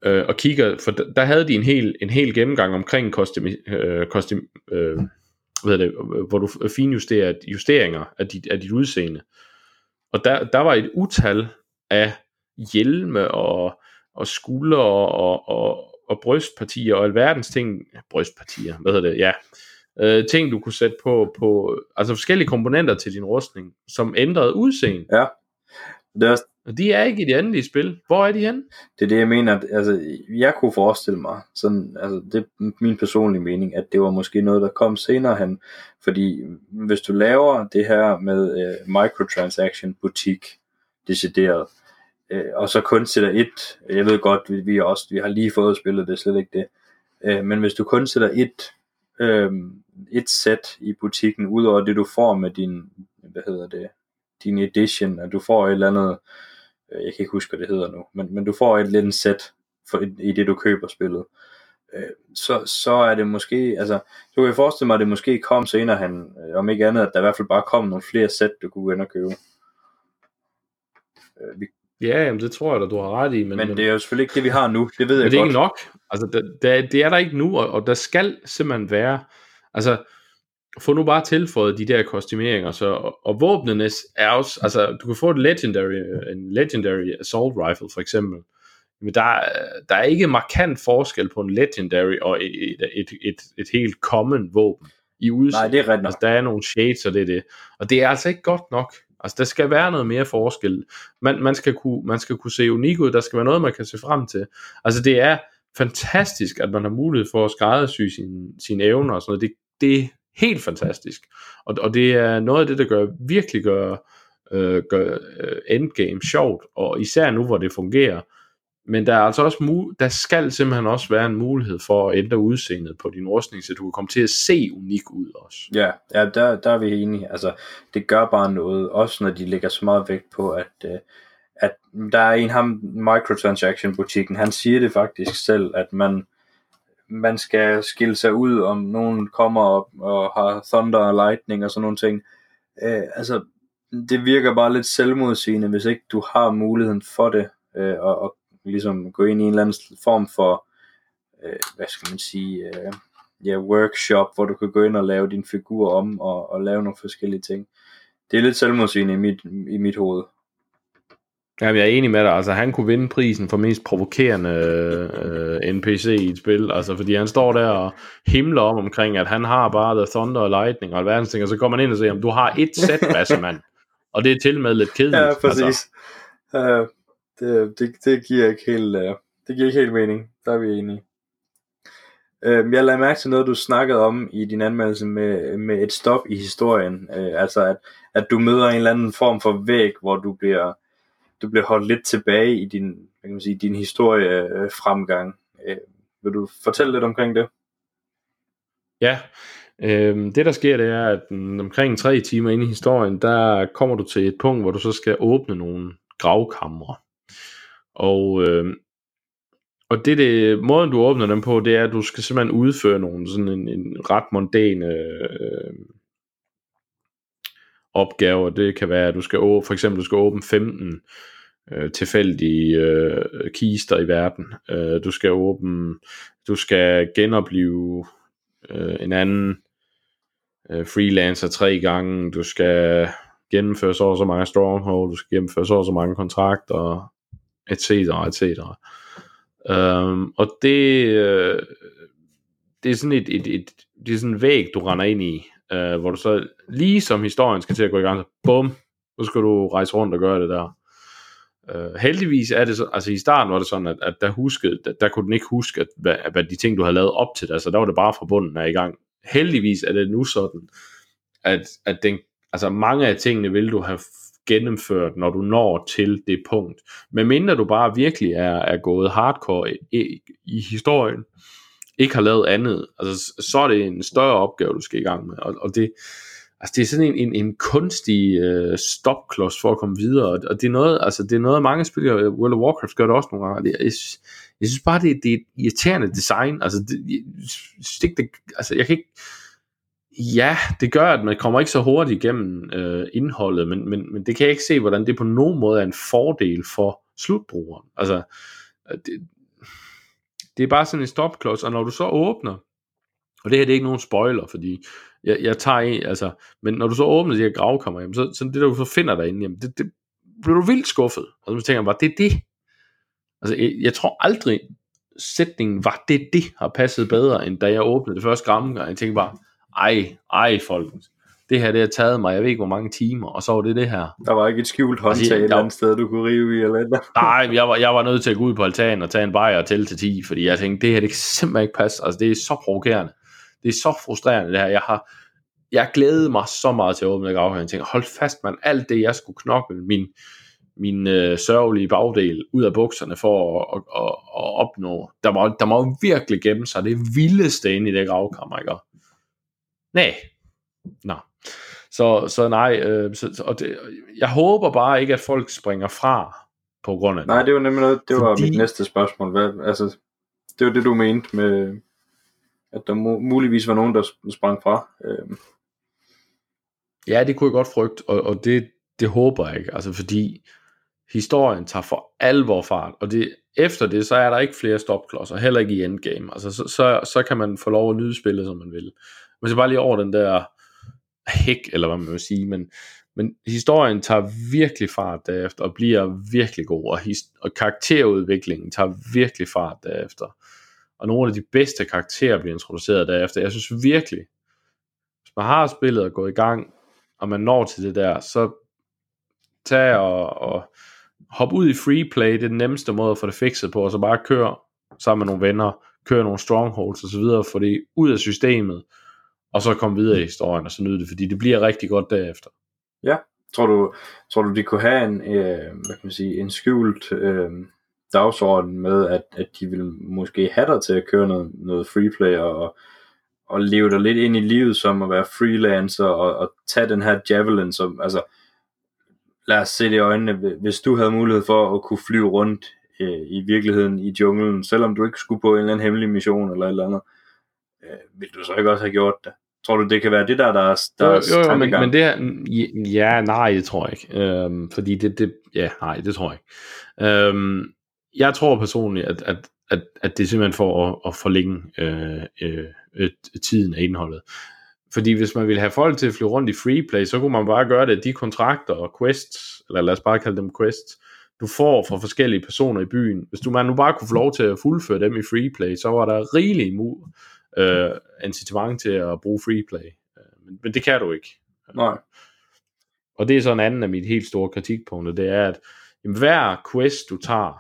øh, og kigger, for der, der havde de en hel, en hel gennemgang omkring kostym, øh, kostym, øh, hvad hedder det, hvor du finjusterer justeringer af dit, af dit udseende. Og der, der var et utal af hjelme og, og skuldre og, og, og brystpartier og alverdens ting, brystpartier, hvad hedder det, ja, øh, ting du kunne sætte på, på, altså forskellige komponenter til din rustning, som ændrede udseende. Ja. Det er også, og de er ikke i det endelige spil. Hvor er de henne? det er det, jeg mener, at, altså, jeg kunne forestille mig, sådan, altså, det er min personlige mening, at det var måske noget, der kom senere hen, fordi hvis du laver det her med øh, microtransaction butik, decideret, øh, og så kun sætter et, jeg ved godt, vi, vi, også, vi har lige fået spillet, det er slet ikke det, øh, men hvis du kun sætter et, øh, et sæt i butikken, udover det du får med din, hvad hedder det, din edition, at du får et eller andet, jeg kan ikke huske, hvad det hedder nu, men, men du får et lidt sæt for, i, i det, du køber spillet, øh, så, så er det måske, altså, du kan forestille mig, at det måske kom senere hen, øh, om ikke andet, at der i hvert fald bare kom nogle flere sæt, du kunne gå ind og købe. Øh, vi, ja, jamen, det tror jeg da, du har ret i. Men, men det er jo selvfølgelig ikke det, vi har nu, det ved jeg men det er godt. ikke nok, altså, det, det, det er der ikke nu, og, og der skal simpelthen være, altså, få nu bare tilføjet de der kostymeringer, så, og, og våbnene er også, altså du kan få et legendary, en legendary assault rifle for eksempel, men der, der er ikke markant forskel på en legendary og et, et, et, et, et helt common våben i udseende. Nej, det er rigtigt. Altså der er nogle shades, og det er det, og det er altså ikke godt nok. Altså der skal være noget mere forskel. Man, man, skal kunne, man skal kunne se unik ud, der skal være noget, man kan se frem til. Altså det er fantastisk, at man har mulighed for at skræddersy sine, sine evner og sådan noget. Det, det helt fantastisk, og, og det er noget af det, der gør, virkelig gør, øh, gør øh, endgame sjovt, og især nu, hvor det fungerer, men der er altså også mu- der skal simpelthen også være en mulighed for at ændre udseendet på din rustning, så du kan komme til at se unik ud også. Ja, ja der, der er vi enige, altså det gør bare noget, også når de lægger så meget vægt på, at, øh, at der er en ham, microtransaction butikken, han siger det faktisk selv, at man man skal skille sig ud, om nogen kommer op og har thunder og lightning og sådan nogle ting. Øh, altså, det virker bare lidt selvmodsigende, hvis ikke du har muligheden for det, øh, og, og ligesom gå ind i en eller anden form for, øh, hvad skal man sige, øh, ja, workshop, hvor du kan gå ind og lave din figur om, og, og lave nogle forskellige ting. Det er lidt selvmodsigende i mit, i mit hoved. Jamen, jeg er enig med dig, altså han kunne vinde prisen for mest provokerende øh, N P C i et spil, altså fordi han står der og himler om omkring, at han har bare The Thunder og Lightning og alverdens ting, og så kommer man ind og siger, om du har et sæt, bassemand, og det er til med lidt kedeligt. Ja, præcis. Altså. Uh, det, det, det giver ikke helt, uh, det giver ikke helt mening, der er vi enige. Uh, jeg lader mærke til noget, du snakkede om i din anmeldelse med, med et stop i historien, uh, altså at, at du møder en eller anden form for væg, hvor du bliver du bliver holdt lidt tilbage i din, hvad kan man sige, din historie øh, fremgang. Øh, vil du fortælle lidt omkring det? Ja, øh, det der sker, det er, at omkring tre timer inde i historien, der kommer du til et punkt, hvor du så skal åbne nogle gravkamre. Og, øh, og det, det, måden du åbner dem på, det er, at du skal simpelthen udføre nogle sådan en, en ret mondæne øh, opgaver. Det kan være, at du skal åbne, for eksempel du skal åbne femten øh, tilfældige øh, kister i verden. Øh, du skal åbne, du skal genopleve øh, en anden øh, freelancer tre gange. Du skal gennemføre så og så mange stronghold. Du skal gennemføre så og så mange kontrakter, et cetera, et cetera. Um, og det, øh, det er sådan et, et, et, det er sådan en væg, du render ind i. Uh, hvor du så, lige som historien skal til at gå i gang, så bum, så skal du rejse rundt og gøre det der. Uh, heldigvis er det så, altså i starten var det sådan, at, at der, huskede, der, der kunne den ikke huske, at, hvad, hvad de ting, du havde lavet op til det, altså der var det bare fra bunden af i gang. Heldigvis er det nu sådan, at, at den, altså mange af tingene vil du have gennemført, når du når til det punkt. Men mindre du bare virkelig er, er gået hardcore i, i, i historien, ikke har lavet andet, altså, så er det en større opgave, du skal i gang med, og, og det, altså, det er sådan en, en, en kunstig øh, stopklods for at komme videre, og, og det er noget, altså det er noget, mange spillere, World of Warcraft gør det også nogle gange, jeg, jeg synes bare, det, det er et irriterende design, altså, det, jeg, det, det, altså jeg kan ikke, ja, det gør, at man kommer ikke så hurtigt igennem øh, indholdet, men, men, men det kan jeg ikke se, hvordan det på nogen måde er en fordel for slutbrugeren, altså, det, det er bare sådan en stopklods, og når du så åbner, og det her det er ikke nogen spoiler, fordi jeg, jeg tager en, altså, men når du så åbner de her gravkammer, jamen, så, så det der du så finder derinde, jamen, det, det bliver du vildt skuffet, og så tænker jeg bare, det er det, altså, jeg, jeg tror aldrig, sætningen var det, det har passet bedre, end da jeg åbnede det første gravkammer, jeg tænkte bare, ej, ej, folkens, det her det har taget mig, jeg ved ikke hvor mange timer, og så var det det her. Der var ikke et skjult håndtag altså, et eller andet sted, du kunne rive i eller andet. Nej, jeg var, jeg var nødt til at gå ud på altanen og tage en bajer og tælle til ti, fordi jeg tænkte, det her det kan simpelthen ikke passe, altså det er så provokerende, det er så frustrerende det her, jeg har, jeg glædede mig så meget til at åbne gravkammer, jeg tænkte, hold fast man, alt det jeg skulle knokle min, min øh, sørgelige bagdel ud af bukserne for at, at, at, at opnå, der må, der må virkelig gemme sig det vildeste inde i det gravkammer, ikke? Nej, nå. Så, så nej, øh, så, og det, jeg håber bare ikke, at folk springer fra på grund af det. Nej, det var nemlig noget, det var Fordi... mit næste spørgsmål. Hvad, altså, det var det, du mente med, at der mu- muligvis var nogen, der sprang fra. Øh. Ja, det kunne jeg godt frygte, og, og det, det håber jeg ikke, altså fordi historien tager for alvor fart, og det, efter det, så er der ikke flere stopklodser, heller ikke i endgame, altså så, så, så kan man få lov at nyde spillet, som man vil. Man skal bare lige over den der hæk, eller hvad man vil sige, men, men historien tager virkelig fart derefter, og bliver virkelig god, og, his, og karakterudviklingen tager virkelig fart derefter, og nogle af de bedste karakterer bliver introduceret derefter. Jeg synes virkelig, hvis man har spillet og gået i gang, og man når til det der, så tag og, og hop ud i free play, det er den nemmeste måde at få det fikset på, og så bare køre sammen med nogle venner, køre nogle strongholds og så videre, få det ud af systemet, og så komme videre i historien, og så nyde det, fordi det bliver rigtig godt derefter. Ja, tror du, tror du de kunne have en, øh, hvad kan man sige, en skjult øh, dagsorden med, at, at de ville måske have dig til at køre noget, noget freeplay, og, og leve dig lidt ind i livet, som at være freelancer, og, og tage den her javelin, som, altså, lad os se det i øjnene, hvis du havde mulighed for at kunne flyve rundt øh, i virkeligheden i junglen, selvom du ikke skulle på en eller anden hemmelig mission, eller et eller andet, øh, ville du så ikke også have gjort det? Tror du, det kan være det der, der er, der er jo, jo, jo, men, men det er, ja, nej, det tror jeg ikke. Øhm, fordi det, det, ja, nej, det tror jeg ikke. Øhm, jeg tror personligt, at, at, at, at det er simpelthen for at, at forlænge øh, øh, et, tiden af indholdet. Fordi hvis man vil have folk til at flyve rundt i freeplay, så kunne man bare gøre det, de kontrakter og quests, eller lad os bare kalde dem quests, du får fra forskellige personer i byen. Hvis du man nu bare kunne få lov til at fuldføre dem i freeplay, så var der rigeligt mu- øh, incitament til at bruge freeplay. Men, men det kan du ikke. Nej. Og det er så en anden af mit helt store kritikpunkter, det er, at jamen, hver quest du tager,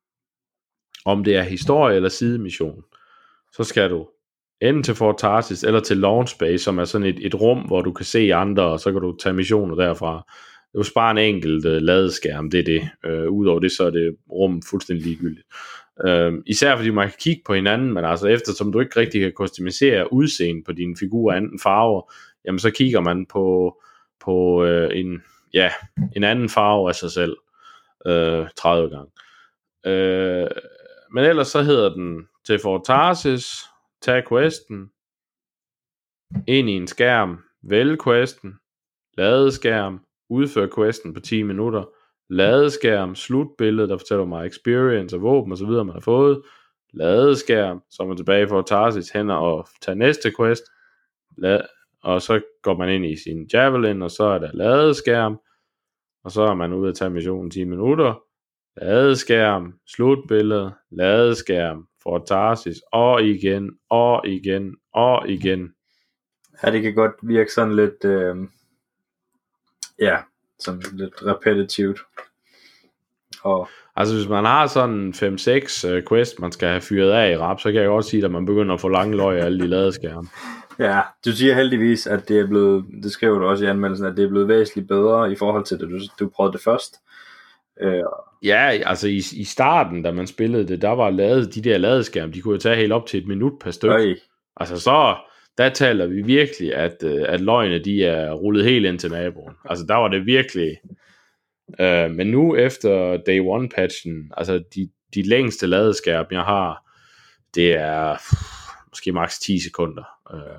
om det er historie eller sidemission, så skal du enten til Fort Tarsis eller til Launch Base, som er sådan et, et rum, hvor du kan se andre, og så kan du tage missioner derfra. Det er jo bare en enkelt uh, ladeskærm, det er det. Uh, Udover det, så er det rum fuldstændig ligegyldigt. Uh, især fordi man kan kigge på hinanden, men altså eftersom du ikke rigtig kan customisere udseende på dine figurer anden farver, jamen så kigger man på, på uh, en, ja, en anden farve af sig selv uh, tredive gange. Uh, men ellers så hedder den til Fort Tarsis, tag questen, ind i en skærm, vælg questen, ladeskærm, udfør questen på ti minutter, ladeskærm, slutbillede, der fortæller mig experience og våben og så videre, man har fået, ladeskærm, så er man tilbage for at tage sit hænder og tage næste quest, lad, og så går man ind i sin javelin, og så er der ladeskærm, og så er man ude at tage missionen ti minutter, ladeskærm, slutbillede, ladeskærm, Fort Tarsis, og igen, og igen, og igen. Ja, det kan godt virke sådan lidt, øh, ja, sådan lidt repetitivt. Og altså hvis man har sådan fem seks uh, quest, man skal have fyret af i rap, så kan jeg godt sige, at man begynder at få lange løg af alle de ladeskærme. Ja, du siger heldigvis, at det er blevet, det skriver du også i anmeldelsen, at det er blevet væsentligt bedre i forhold til det, du, du prøvede det først. Øh, ja, altså i, i starten, da man spillede det, der var lavet de der ladeskærme, de kunne jo tage helt op til et minut per stykke. Øj. Altså så, der taler vi virkelig, at, at løgene, de er rullet helt ind til naboen. Altså der var det virkelig. Øh, men nu efter Day One patchen, altså de, de længste ladeskærme, jeg har, det er pff, måske maks ti sekunder. Øh,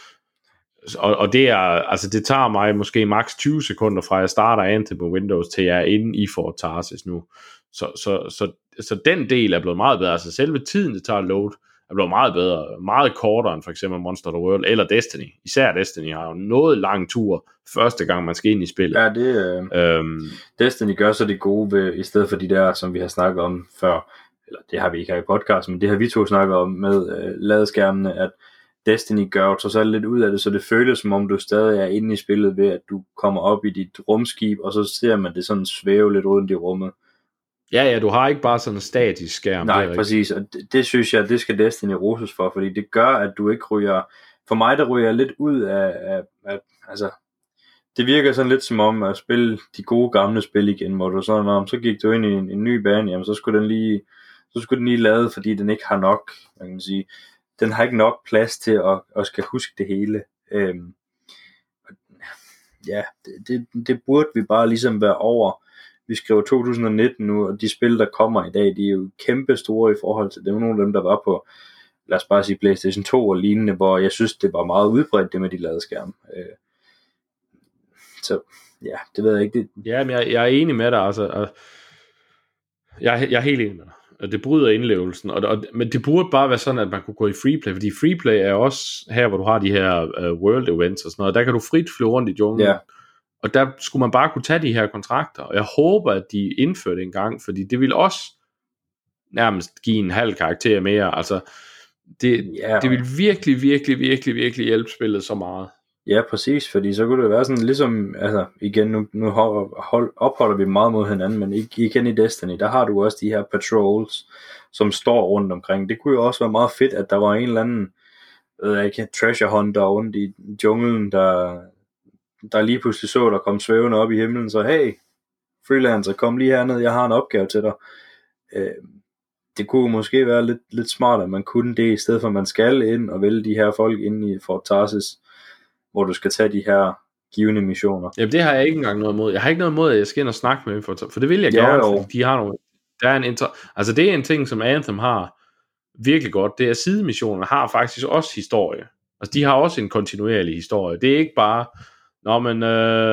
Og, og det er, altså det tager mig måske maks tyve sekunder fra jeg starter Anthem på Windows til jeg er inde i Fort Tarsis nu. Så, så, så så den del er blevet meget bedre. Altså selve tiden, det tager at load, er blevet meget bedre. Meget kortere end for eksempel Monster Hunter World eller Destiny. Især Destiny har jo noget lang tur, første gang man skal ind i spillet. Ja, det øh, øhm, Destiny gør så det gode ved, i stedet for de der, som vi har snakket om før, eller det har vi ikke her i podcasten, men det har vi to snakket om med øh, ladeskærmene, at Destiny gør jo trods alt lidt ud af det, så det føles som om du stadig er inde i spillet ved, at du kommer op i dit rumskib, og så ser man det sådan svæve lidt rundt i rummet. Ja, ja, du har ikke bare sådan en statisk skærm. Nej, præcis, og det, det synes jeg, det skal Destiny roses for, fordi det gør, at du ikke ryger, for mig der ryger lidt ud af, af, af altså, det virker sådan lidt som om at spille de gode gamle spil igen, hvor du sådan, om så gik du ind i en, en ny bane, jamen så skulle den lige, så skulle den lige lade, fordi den ikke har nok, man kan sige, den har ikke nok plads til at, at skal huske det hele. Øhm, ja, det, det, det burde vi bare ligesom være over. Vi skriver to tusind nitten nu, og de spil, der kommer i dag, de er jo kæmpe store i forhold til, det var nogle af dem, der var på, lad os bare sige PlayStation to og lignende, hvor jeg synes, det var meget udbredt, det med de ladeskærme. Øh, så ja, det ved jeg ikke. Det... Ja, men jeg, jeg er enig med dig, altså, jeg, jeg er helt enig med dig. Det bryder indlevelsen, og, og, men det burde bare være sådan, at man kunne gå i freeplay, fordi freeplay er også her, hvor du har de her uh, world events og sådan noget, der kan du frit flyve rundt i junglen, yeah. og der skulle man bare kunne tage de her kontrakter, og jeg håber, at de indfører det en gang, fordi det vil også nærmest give en halv karakter mere, altså, det, yeah. det vil virkelig, virkelig, virkelig, virkelig hjælpe spillet så meget. Ja, præcis, fordi så kunne det være sådan ligesom, altså igen, nu, nu hold, opholder vi meget mod hinanden, men igen i Destiny, der har du også de her patrols, som står rundt omkring. Det kunne jo også være meget fedt, at der var en eller anden, ved jeg ikke, treasure hunter rundt i junglen, der, der lige pludselig så, der kom svævende op i himlen, så hey, freelancer, kom lige herned, jeg har en opgave til dig. Øh, det kunne måske være lidt, lidt smart, at man kunne det, i stedet for at man skal ind og vælge de her folk ind i Fort Tarsis, hvor du skal tage de her givende missioner. Jamen det har jeg ikke engang noget imod. Jeg har ikke noget imod, at jeg skal ind og snakke med dem, for, for det vil jeg gerne, ja, fordi de har nogle, der er en inter- altså det er en ting, som Anthem har virkelig godt, det er sidemissionerne har faktisk også historie. Altså de har også en kontinuerlig historie. Det er ikke bare, nå men, øh,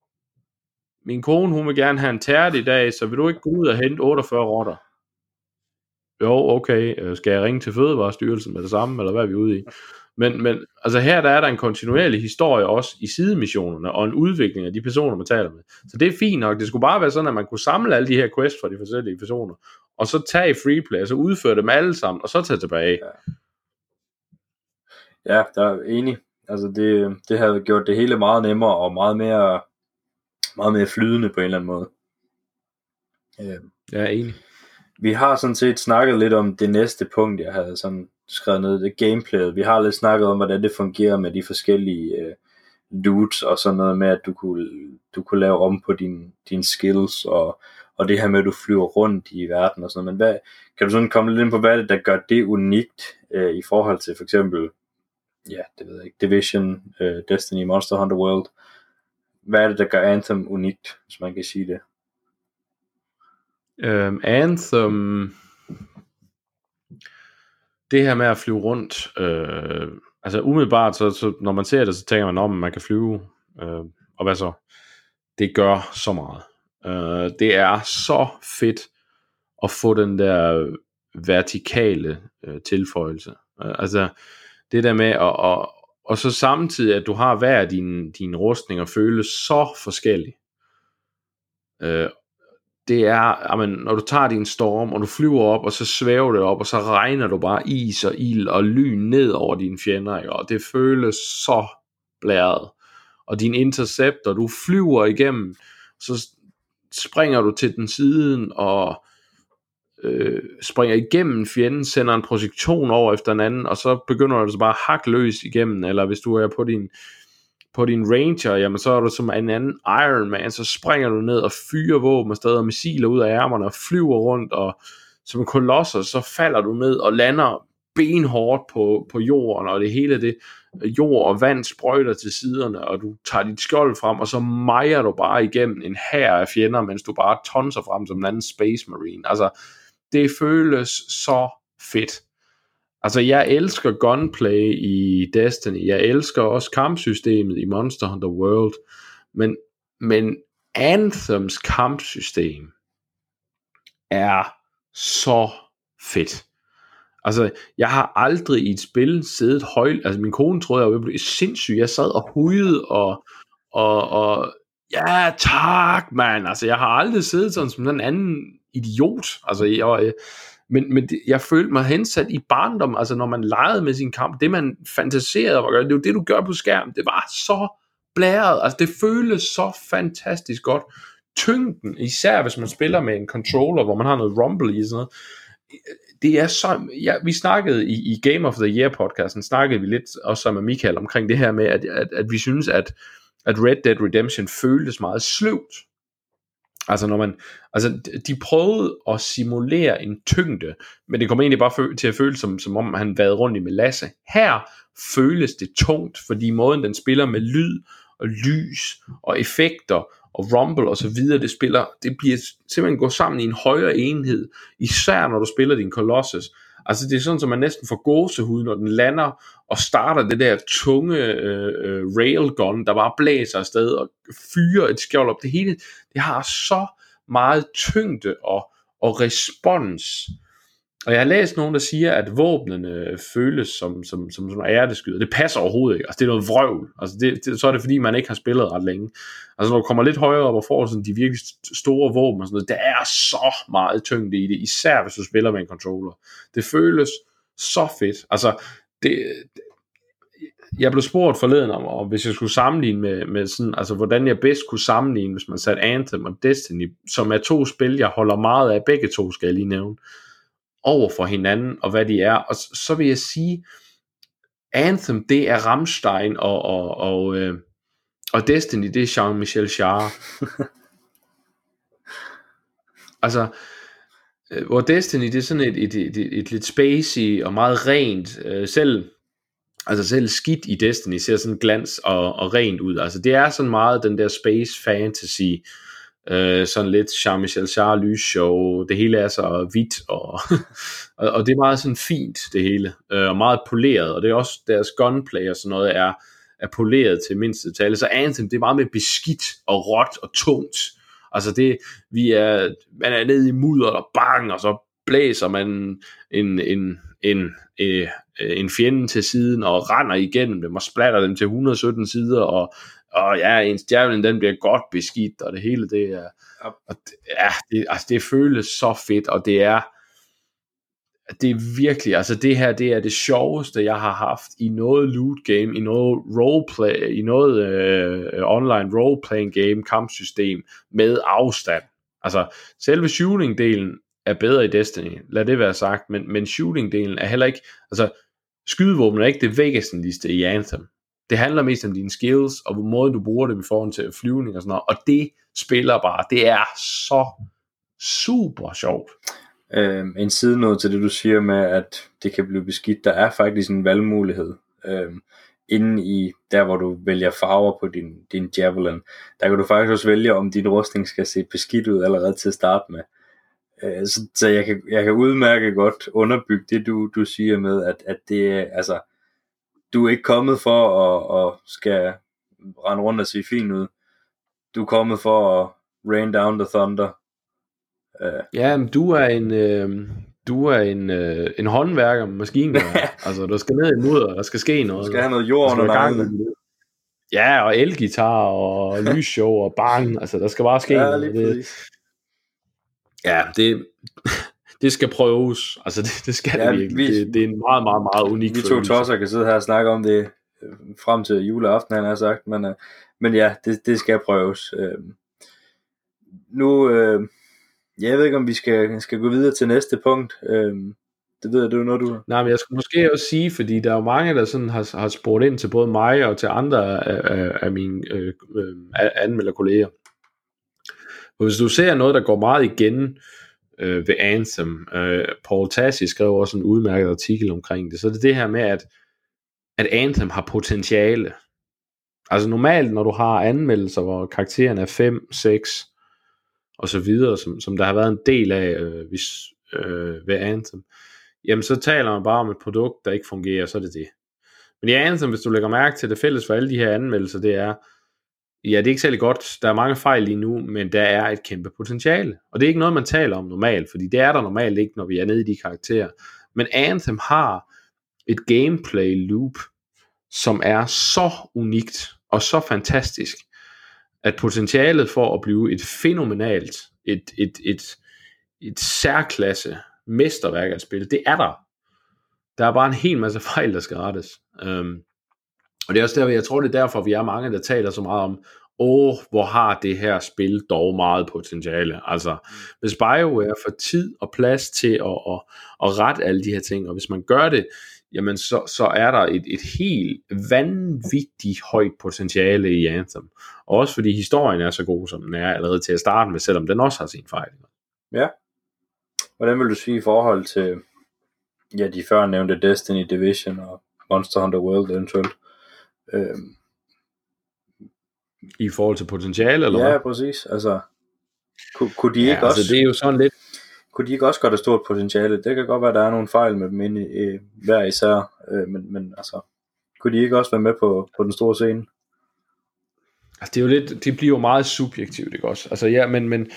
min kone, hun vil gerne have en tært i dag, så vil du ikke gå ud og hente otteogfyrre rotter? Jo, okay, skal jeg ringe til Fødevarestyrelsen med det samme, eller hvad er vi ude i? Men, men altså her der er der en kontinuerlig historie også i sidemissionerne, og en udvikling af de personer, man taler med. Så det er fint nok. Det skulle bare være sådan, at man kunne samle alle de her quests fra de forskellige personer, og så tage i freeplay, og så udføre dem alle sammen, og så tage tilbage. Ja, ja, der er enig. Altså det, det havde gjort det hele meget nemmere, og meget mere, meget mere flydende på en eller anden måde. Ja, jeg er enig. Vi har sådan set snakket lidt om det næste punkt, jeg havde sådan skrevet ned, det gameplayet. Vi har lidt snakket om, hvordan det fungerer med de forskellige øh, loots, og sådan noget med, at du kunne, du kunne lave om på dine din skills, og, og det her med, at du flyver rundt i verden og sådan noget. Men hvad, kan du sådan komme lidt ind på, hvad er det, der gør det unikt øh, i forhold til for eksempel, ja, det ved jeg ikke, Division, øh, Destiny, Monster Hunter World. Hvad er det, der gør Anthem unikt, hvis man kan sige det? Um, Anthem, det her med at flyve rundt, øh, altså umiddelbart, så, så når man ser det, så tænker man om, at man kan flyve, øh, og hvad så? Det gør så meget. Øh, det er så fedt at få den der vertikale øh, tilføjelse. Øh, altså det der med at, og, og så samtidig, at du har hver af dine, dine rustninger føles så forskellige. Øh, det er, jamen, når du tager din storm, og du flyver op, og så svæver det op, og så regner du bare is og ild og lyn ned over dine fjender, ikke? Og det føles så blæret. Og din interceptor, du flyver igennem, så springer du til den siden, og øh, springer igennem fjenden, sender en projektion over efter en anden, og så begynder du så bare at hakke løs igennem, eller hvis du er på din på din Ranger, jamen så er du som en anden Iron Man, så springer du ned og fyrer våben og stadig missiler ud af ærmerne og flyver rundt, og som en kolosser, så falder du ned og lander benhårdt på, på jorden, og det hele det, jord og vand sprøjter til siderne, og du tager dit skjold frem, og så mejer du bare igennem en hær af fjender, mens du bare tonser frem som en anden Space Marine. Altså, det føles så fedt. Altså, jeg elsker gunplay i Destiny. Jeg elsker også kampsystemet i Monster Hunter World. Men, men Anthems kampsystem er så fedt. Altså, jeg har aldrig i et spil siddet højt, altså min kone troede, jeg blev sindssyg, jeg sad og hujede, og, og, og ja, tak, mand, altså, jeg har aldrig siddet sådan som en anden idiot, altså, jeg, men, men det, jeg følte mig hensat i barndom, altså, når man legede med sin kamp, det man fantaserede om at gøre, det er jo det, du gør på skærmen, det var så blæret, altså, det føles så fantastisk godt, tyngden, især hvis man spiller med en controller, hvor man har noget rumble i sådan noget, det er så, ja, vi snakkede i, i Game of the Year podcasten, snakkede vi lidt også sammen med Michael omkring det her med, at, at, at vi synes, at, at Red Dead Redemption føltes meget sløvt. Altså når man, altså de prøvede at simulere en tyngde, men det kom egentlig bare til at føles som, som om han vadede rundt i melasse. Her føles det tungt, fordi måden den spiller med lyd og lys og effekter og rumble og så videre, det spiller, det bliver simpelthen gå sammen i en højere enhed, især når du spiller din Colossus. Altså det er sådan, at man næsten får gåsehud, når den lander og starter det der tunge øh, railgun, der bare blæser afsted og fyrer et skjold op. Det hele, det har så meget tyngde og, og respons. Og jeg har læst nogen, der siger, at våbnene føles som, som, som, som ærteskyder. Det passer overhovedet ikke. Altså, det er noget vrøvl. Altså, det, det, så er det, fordi man ikke har spillet ret længe. Altså, når du kommer lidt højere op og får sådan de virkelig store våben og sådan noget, der er så meget tyngde i det, især hvis du spiller med en controller. Det føles så fedt. Altså, det, jeg blev spurgt forleden om, og hvis jeg skulle sammenligne med, med sådan, altså, hvordan jeg bedst kunne sammenligne, hvis man satte Anthem og Destiny, som er to spil, jeg holder meget af, begge to skal jeg lige nævne, over for hinanden, og hvad de er, og så, så vil jeg sige, Anthem, det er Rammstein, og, og, og, øh, og Destiny, det er Jean-Michel Jarre. Altså, øh, hvor Destiny, det er sådan et, et, et, et, et lidt spacey, og meget rent, øh, selv, altså selv skidt i Destiny, ser sådan glans og, og rent ud, altså det er sådan meget den der space fantasy, Øh, sådan lidt Jean-Michel Jarre lysshow, det hele er så hvidt og, og, og det er meget sådan fint det hele, øh, og meget poleret, og det er også deres gunplay og sådan noget er, er poleret til mindste detalje. Så Anthem, det er meget mere beskidt og råt og tungt, altså det, vi er, man er nede i mudder og bang, og så blæser man en, en, en, en, en fjende til siden og render igennem dem og splatter dem til et hundrede og sytten sider, og og ja, ens javelin, den bliver godt beskidt, og det hele, det er, og det, ja, det, altså det føles så fedt, og det er, det er virkelig, altså det her, det er det sjoveste, jeg har haft i noget loot game, i noget roleplay, i noget øh, online roleplaying game, kampsystem, med afstand. Altså, selve shooting-delen er bedre i Destiny, lad det være sagt, men, men shooting-delen er heller ikke, altså, skydevåben er ikke det væsentligste i Anthem. Det handler mest om dine skills, og hvor måden du bruger dem i forhold til flyvning og sådan noget, og det spiller bare, det er så super sjovt. Øhm, en sidenote til det du siger med, at det kan blive beskidt, der er faktisk en valgmulighed, øhm, inde i, der hvor du vælger farver på din, din javelin, der kan du faktisk også vælge, om din rustning skal se beskidt ud allerede til at starte med. Øh, så så jeg, kan, jeg kan udmærke godt underbygge det du, du siger med, at, at det altså, du er ikke kommet for at, at skal rende rundt og se fint ud. Du er kommet for at rain down the thunder. Uh. Ja, men du er en øh, du er en øh, en håndværker med maskingevær. Altså der skal ned i mudder, der skal ske noget. Du skal have noget jord under nakken. Ja, og elgitar og lysshow og bang. Altså der skal bare ske ja, noget. Det, ja, det det skal prøves. Altså det, det skal ja, det virkelig. Vi, det, det er en meget meget meget unik. Vi to tosser kan sidde her og snakke om det frem til juleaften, han har sagt, men uh, men ja, det det skal prøves. Uh, nu uh, jeg ved ikke, om vi skal, skal gå videre til næste punkt. Øhm, det ved jeg, det er noget, du... Nej, men jeg skulle måske også sige, fordi der er jo mange, der sådan har, har spurgt ind til både mig og til andre af, af, af mine øh, øh, anmelderkolleger. Og hvis du ser noget, der går meget igen øh, ved Anthem, øh, Paul Tassi skrev også en udmærket artikel omkring det, så det er det her med, at, at Anthem har potentiale. Altså normalt, når du har anmeldelser, hvor karakteren er fem, seks og så videre, som, som der har været en del af øh, hvis, øh, ved Anthem, jamen så taler man bare om et produkt, der ikke fungerer, så er det det. Men i Anthem, hvis du lægger mærke til det fælles for alle de her anmeldelser, det er, ja, det er ikke særlig godt. Der er mange fejl lige nu, men der er et kæmpe potentiale. Og det er ikke noget, man taler om normalt, fordi det er der normalt ikke, når vi er nede i de karakterer. Men Anthem har et gameplay loop, som er så unikt og så fantastisk, at potentialet for at blive et fænomenalt, et, et, et, et særklasse mesterværk at spille, det er der. Der er bare en hel masse fejl, der skal rettes. Um, og det er også derfor, jeg tror, det er derfor, vi er mange, der taler så meget om, åh, hvor har det her spil dog meget potentiale. Altså, hvis BioWare får tid og plads til at, at, at rette alle de her ting, og hvis man gør det, jamen så, så er der et, et helt vanvittigt højt potentiale i Anthem. Og også fordi historien er så god, som den er allerede til at starte med, selvom den også har sin fejl. Ja. Hvordan vil du sige i forhold til ja, de før nævnte Destiny, Division og Monster Hunter World eventuelt? Øhm. I forhold til potentiale, eller ja, hvad? Ja, præcis. Altså, kunne, kunne de ikke ja, også... altså det er jo sådan lidt... Kunne de ikke også godt have stort potentiale? Det kan godt være, at der er nogle fejl med dem inde i, i hver især, øh, men, men altså, kunne de ikke også være med på, på den store scene? Altså det er jo lidt, det bliver jo meget subjektivt, ikke også? Altså ja, men, men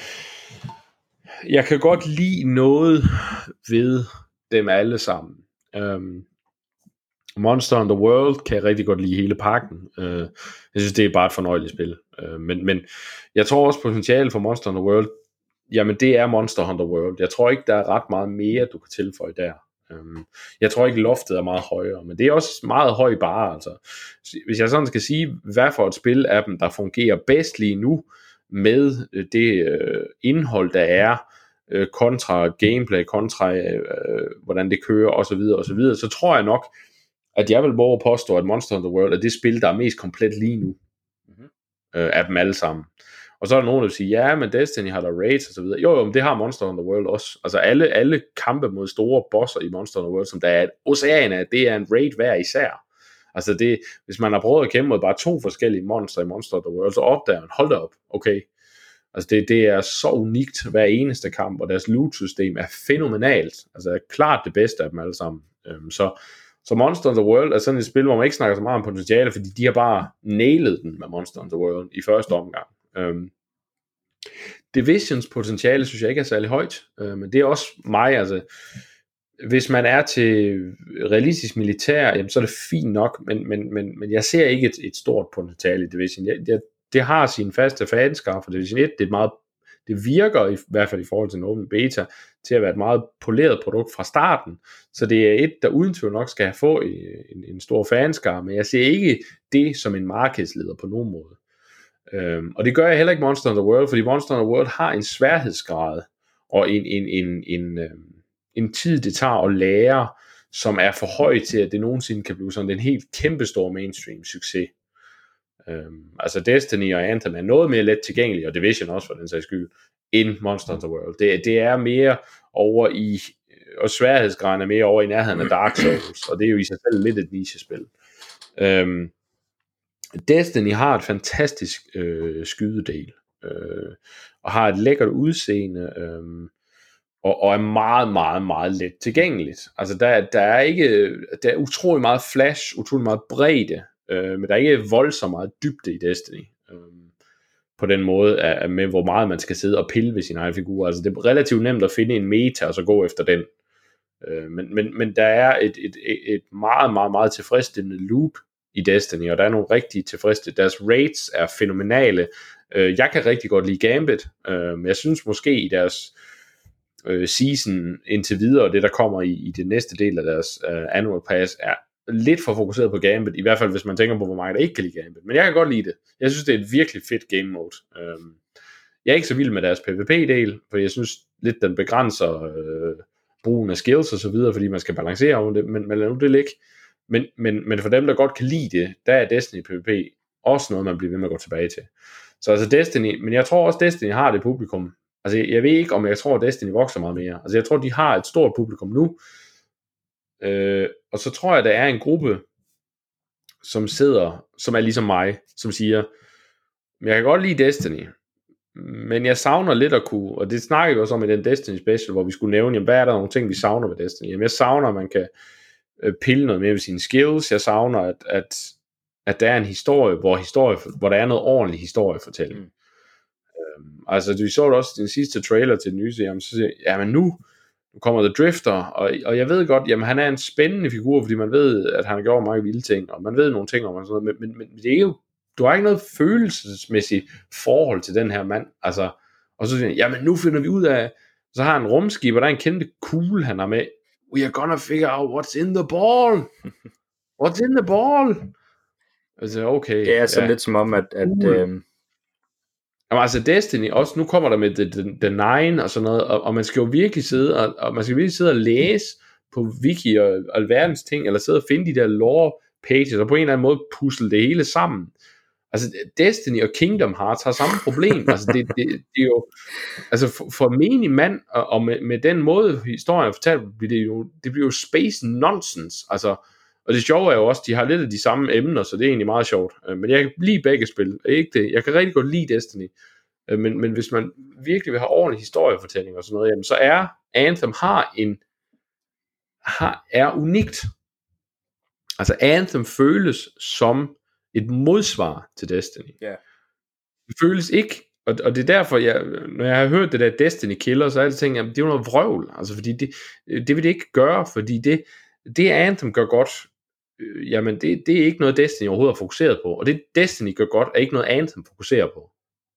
jeg kan godt lide noget ved dem alle sammen. Um, Monster Hunter World kan jeg rigtig godt lide hele pakken. Uh, jeg synes, det er bare et fornøjeligt spil. Uh, men, men jeg tror også potentiale for Monster Hunter World, jamen det er Monster Hunter World. Jeg tror ikke, der er ret meget mere, du kan tilføje der. Um, jeg tror ikke, loftet er meget højere, men det er også meget høj bare. Altså. Hvis jeg sådan skal sige, hvad for et spil af dem, der fungerer bedst lige nu, med det øh, indhold, der er, øh, kontra gameplay, kontra øh, hvordan det kører, osv., osv., så tror jeg nok, at jeg vil våge at påstå, at Monster Hunter World er det spil, der er mest komplet lige nu, mm-hmm. øh, af dem alle sammen. Og så er der nogen, der vil sige, ja, men Destiny har der raids og så videre. Jo, jo, men det har Monster Hunter World også. Altså alle, alle kampe mod store bosser i Monster Hunter World, som der er et ocean af, det er en raid hver især. Altså det, hvis man har prøvet at kæmpe mod bare to forskellige monster i Monster Hunter World, så opdager man, hold da op, okay. Altså det, det er så unikt hver eneste kamp, og deres loot-system er fænomenalt. Altså er klart det bedste af dem alle sammen. Øhm, så, så Monster Hunter World er sådan et spil, hvor man ikke snakker så meget om potentiale, fordi de har bare nailet den med Monster Hunter World i første omgang. Øhm, Divisions potentiale synes jeg ikke er særlig højt, øh, men det er også mig, altså hvis man er til realistisk militær, jamen, så er det fint nok, men, men, men, men jeg ser ikke et, et stort potentiale i Division. Jeg, jeg, det har sin faste fanskare for Division et, det, er meget, det virker i, i hvert fald i forhold til en open beta, til at være et meget poleret produkt fra starten, så det er et, der uden tvivl nok skal have få en, en stor fanskare, men jeg ser ikke det som en markedsleder på nogen måde. Øhm, og det gør jeg heller ikke Monster Hunter World, fordi Monster Hunter World har en sværhedsgrad, og en, en, en, en, en, en tid, det tager at lære, som er for høj til, at det nogensinde kan blive sådan en helt kæmpestor mainstream succes. Øhm, altså Destiny og Anthem er noget mere let tilgængelig, og Division også for den sags skyld, end Monster Hunter World. Det, det er mere over i, og sværhedsgraden er mere over i nærheden af Dark Souls, og det er jo i sig selv lidt et nichespil. Øhm, Destiny har et fantastisk øh, skydedel, øh, og har et lækkert udseende, øh, og, og er meget, meget, meget let tilgængeligt. Altså der, der er ikke, der er utrolig meget flash, utrolig meget bredde, øh, men der er ikke voldsomt meget dybde i Destiny, øh, på den måde, at, med hvor meget man skal sidde og pille ved sin egen figur. Altså det er relativt nemt at finde en meta, og så gå efter den. Øh, men, men, men der er et, et, et meget, meget, meget tilfredsstillende loop i Destiny, og der er nogle rigtig tilfredsstillende. Deres raids er fænomenale. Øh, jeg kan rigtig godt lide Gambit, øh, men jeg synes måske i deres øh, season indtil videre, og det der kommer i, i det næste del af deres øh, annual pass, er lidt for fokuseret på Gambit, i hvert fald hvis man tænker på, hvor mange der ikke kan lide Gambit. Men jeg kan godt lide det. Jeg synes, det er et virkelig fedt game mode. Øh, jeg er ikke så vild med deres PvP-del, for jeg synes lidt, den begrænser øh, brugen af skills og så videre, fordi man skal balancere over det, men, men lad nu det ligge. Men, men, men for dem, der godt kan lide det, der er Destiny PvP også noget, man bliver ved med at gå tilbage til. Så altså Destiny, men jeg tror også, Destiny har det publikum. Altså jeg, jeg ved ikke, om jeg tror, at Destiny vokser meget mere. Altså jeg tror, de har et stort publikum nu. Øh, og så tror jeg, der er en gruppe, som sidder, som er ligesom mig, som siger, jeg kan godt lide Destiny, men jeg savner lidt at kunne, og det snakker vi også om i den Destiny special, hvor vi skulle nævne, jamen, hvad er der nogle ting, vi savner ved Destiny? Jamen jeg savner, at man kan pille noget mere ved sine skills. Jeg savner, at, at, at der er en historie, hvor, historie, hvor der er noget ordentlig historiefortælling. Mm. Øhm, altså, vi så det også i den sidste trailer til den nye serie, så siger ja, men nu, nu kommer The Drifter, og, og jeg ved godt, jamen han er en spændende figur, fordi man ved, at han har gjort mange vilde ting, og man ved nogle ting om og sådan noget, men, men, men det er jo, du har ikke noget følelsesmæssigt forhold til den her mand, altså, og så siger han, jamen nu finder vi ud af, så har han en rumskib, og der er en kæmpe kugle, han har med, we are gonna figure out what's in the ball, what's in the ball, altså okay. Det er sådan ja. lidt som om, at, at uh. øh... Jamen, altså Destiny, også nu kommer der med The, the, the Nine og sådan noget, og, og man skal jo virkelig sidde og, og man skal virkelig sidde og læse på wiki og, og alverdens ting, eller sidde og finde de der lore pages, og på en eller anden måde pusle det hele sammen. Altså Destiny og Kingdom Hearts har samme problem. Altså det, det, det er jo, altså for, for menig mand, og, og med, med den måde historien er fortalt, bliver det jo, det bliver jo space nonsense. Altså, og det sjove er jo også, de har lidt af de samme emner, så det er egentlig meget sjovt. Men jeg kan lide begge spil, ikke det? Jeg kan rigtig godt lide Destiny. Men, men hvis man virkelig vil have ordentlig historiefortælling og sådan noget, jamen, så er Anthem har en har, er unikt. Altså Anthem føles som et modsvar til Destiny. Yeah. Det føles ikke, og, og det er derfor, jeg, når jeg har hørt det der Destiny Killer, så har jeg altid tænkt, jamen det er jo noget vrøvl, altså fordi det, det vil det ikke gøre, fordi det, det Anthem gør godt, øh, jamen det, det er ikke noget Destiny overhovedet er fokuseret på, og det Destiny gør godt, er ikke noget Anthem fokuserer på.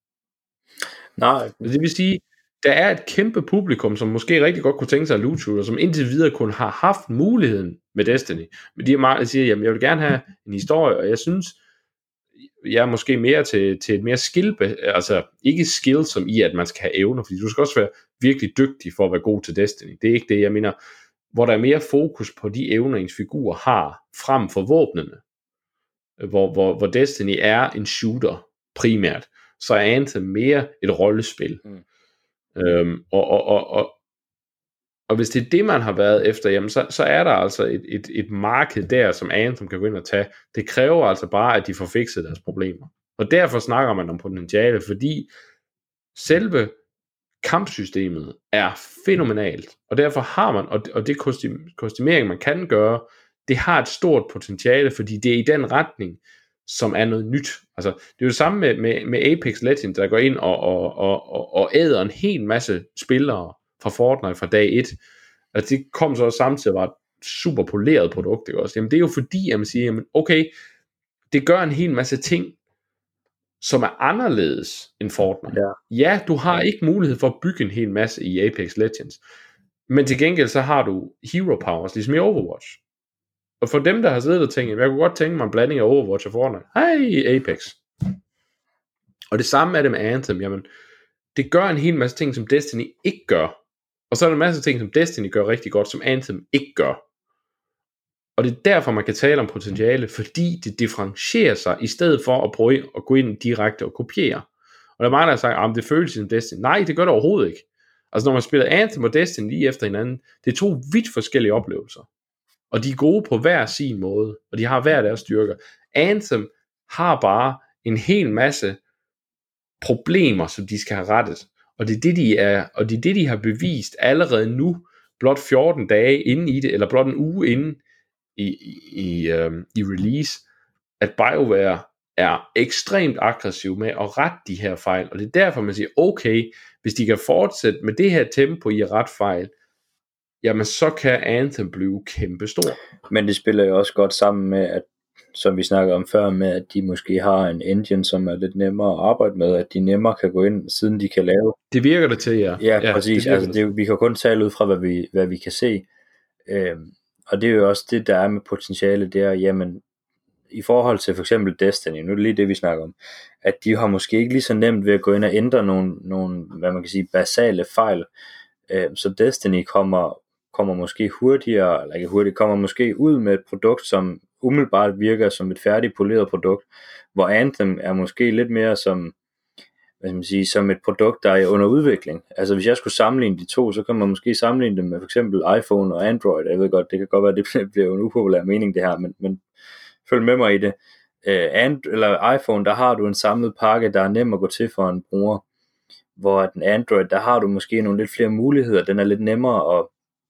Nej. Det vil sige, der er et kæmpe publikum, som måske rigtig godt kunne tænke sig at loot shooter, som indtil videre kun har haft muligheden med Destiny. Men de er meget, der siger, jamen jeg vil gerne have en historie, og jeg synes, jeg er måske mere til, til et mere skill, altså ikke skill som i, at man skal have evner, fordi du skal også være virkelig dygtig for at være god til Destiny. Det er ikke det, jeg mener, hvor der er mere fokus på de evner, ens figurer har, frem for våbnene. Hvor, hvor, hvor Destiny er en shooter primært, så er Anthem mere et rollespil. Mm. Øhm, og, og, og, og, og hvis det er det, man har været efter, jamen så, så er der altså et, et, et marked der, som Anthem kan gå ind og tage. Det kræver altså bare, at de får fikset deres problemer. Og derfor snakker man om potentiale, fordi selve kampsystemet er fænomenalt, og derfor har man, og det, og det kostym, kostymering, man kan gøre, det har et stort potentiale, fordi det er i den retning, som er noget nyt. Altså, det er jo det samme med, med, med Apex Legends, der går ind og, og, og, og, og æder en hel masse spillere fra Fortnite fra dag et. Altså, det kom så også samtidig var et super poleret produkt, ikke også? Jamen, det er jo fordi, at man siger, jamen, okay, det gør en hel masse ting, som er anderledes end Fortnite. Ja. ja, du har ikke mulighed for at bygge en hel masse i Apex Legends, men til gengæld så har du hero powers, ligesom i Overwatch. Og for dem, der har siddet og tænkt, jeg kunne godt tænke mig en blanding af Overwatch og Fortnite. Hej, Apex. Og det samme er det med Anthem. Jamen, det gør en hel masse ting, som Destiny ikke gør. Og så er der en masse ting, som Destiny gør rigtig godt, som Anthem ikke gør. Og det er derfor, man kan tale om potentiale, fordi det differentierer sig, i stedet for at prøve at gå ind direkte og kopiere. Og der er mange, der har sagt, at det føles som Destiny. Nej, det gør det overhovedet ikke. Altså, når man spiller Anthem og Destiny lige efter hinanden, det er to vidt forskellige oplevelser. Og de er gode på hver sin måde, og de har hver deres styrker. Anthem har bare en hel masse problemer, som de skal have rettet. Og det er det, de er, og det er det, de har bevist allerede nu, blot fjorten dage inden i det, eller blot en uge inden i, i, i, øhm, i release, at BioWare er ekstremt aggressiv med at rette de her fejl. Og det er derfor, man siger, okay, hvis de kan fortsætte med det her tempo i at rette fejl, jamen så kan Anthem blive kæmpe stor. Men det spiller jo også godt sammen med, at, som vi snakkede om før, med at de måske har en engine, som er lidt nemmere at arbejde med, at de nemmere kan gå ind, siden de kan lave. Det virker det til, ja. Ja, ja præcis. Det altså, det, vi kan kun tale ud fra, hvad vi, hvad vi kan se. Øhm, og det er jo også det, der er med potentiale, det er, jamen, i forhold til for eksempel Destiny, nu er det lige det, vi snakker om, at de har måske ikke lige så nemt ved at gå ind og ændre nogle, nogle hvad man kan sige, basale fejl. Øhm, så Destiny kommer kommer måske hurtigere, eller ikke hurtigt, kommer måske ud med et produkt, som umiddelbart virker som et færdigt poleret produkt, hvor Anthem er måske lidt mere som, hvad skal man sige, som et produkt, der er under udvikling. Altså hvis jeg skulle sammenligne de to, så kan man måske sammenligne dem med for eksempel iPhone og Android. Jeg ved godt, det kan godt være, at det bliver en upopulær mening det her, men, men følg med mig i det. Uh, And, eller iPhone, der har du en samlet pakke, der er nem at gå til for en bruger, hvor den Android, der har du måske nogle lidt flere muligheder, den er lidt nemmere at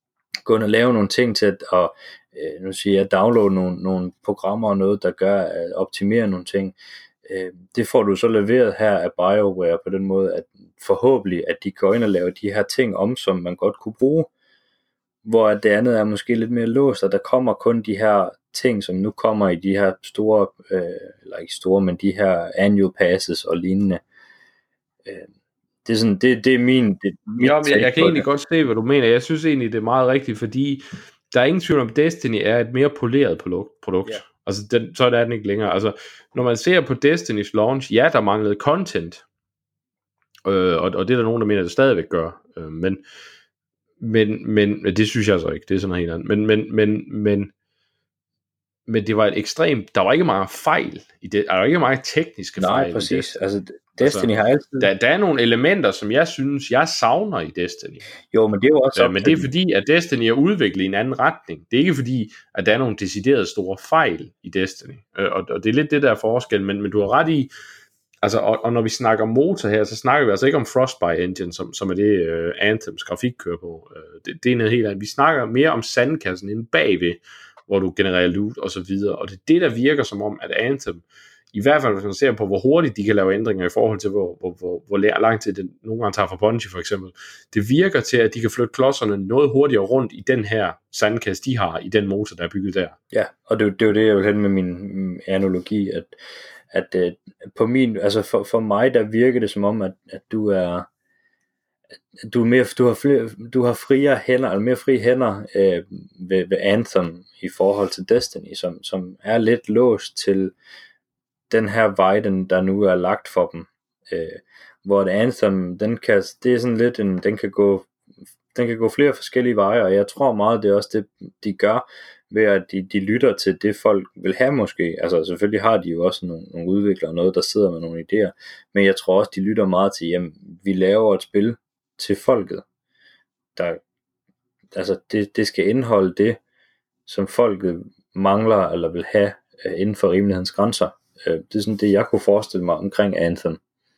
gå ind og lave nogle ting til at, og, øh, nu siger jeg, downloade nogle, nogle programmer og noget, der gør at optimere nogle ting. Øh, det får du så leveret her af BioWare på den måde, at forhåbentlig, at de går ind og laver de her ting om, som man godt kunne bruge, hvor det andet er måske lidt mere låst, og der kommer kun de her ting, som nu kommer i de her store, øh, eller ikke store, men de her annual passes og lignende. Øh, det er sådan, det, det er min, det er mit jo, jeg, jeg kan egentlig det. godt se, hvad du mener. Jeg synes egentlig, det er meget rigtigt, fordi der er ingen tvivl om, Destiny er et mere poleret produkt. Yeah. Altså, den, så er den ikke længere. Altså, når man ser på Destinys launch, ja, der manglede content, øh, og, og det er der nogen, der mener, at det stadigvæk gør. Øh, men, men, men, det synes jeg så ikke. Det er sådan noget helt andet. Men, men, men, men, men det var et ekstremt, der var ikke meget fejl i det. Der var ikke meget tekniske Nej, fejl. Nej, præcis. Altså, Destiny altså, har altid... Der, der er nogle elementer, som jeg synes, jeg savner i Destiny. Jo, men det er jo også... Ja, men det er fordi, at Destiny er udviklet i en anden retning. Det er ikke fordi, at der er nogle deciderede store fejl i Destiny. Og, og det er lidt det der forskel, men, men du har ret i, altså, og, og når vi snakker motor her, så snakker vi altså ikke om Frostbite Engine, som, som er det uh, Anthems grafik kører på. Uh, det, det er noget helt andet. Vi snakker mere om sandkassen inde bagved, hvor du genererer loot og så videre. Og det er det, der virker som om, at Anthem, i hvert fald hvis man ser på, hvor hurtigt de kan lave ændringer i forhold til, hvor, hvor, hvor, hvor lang tid det nogle gange tager for Bungie for eksempel. Det virker til, at de kan flytte klodserne noget hurtigere rundt i den her sandkasse, de har i den motor, der er bygget der. Ja, og det, det er jo det, jeg vil hen med min analogi, at, at, at på min, altså for, for mig, der virker det som om, at, at du er, at du, er mere, du, har flere, du har friere hænder, eller mere frie hænder øh, ved, ved Anthem i forhold til Destiny, som, som er lidt låst til den her vej, den, der nu er lagt for dem, øh, hvor det Anthem, den kan, det er sådan lidt en, den kan gå, den kan gå flere forskellige veje, og jeg tror meget, det er også det, de gør, ved at de, de lytter til det, folk vil have måske. Altså selvfølgelig har de jo også nogle, nogle udviklere, noget der sidder med nogle idéer, men jeg tror også, de lytter meget til, jamen, vi laver et spil til folket, der, altså det, det skal indeholde det, som folket mangler, eller vil have, øh, inden for rimelighedens grænser. Det er sådan det, jeg kunne forestille mig omkring Anthem.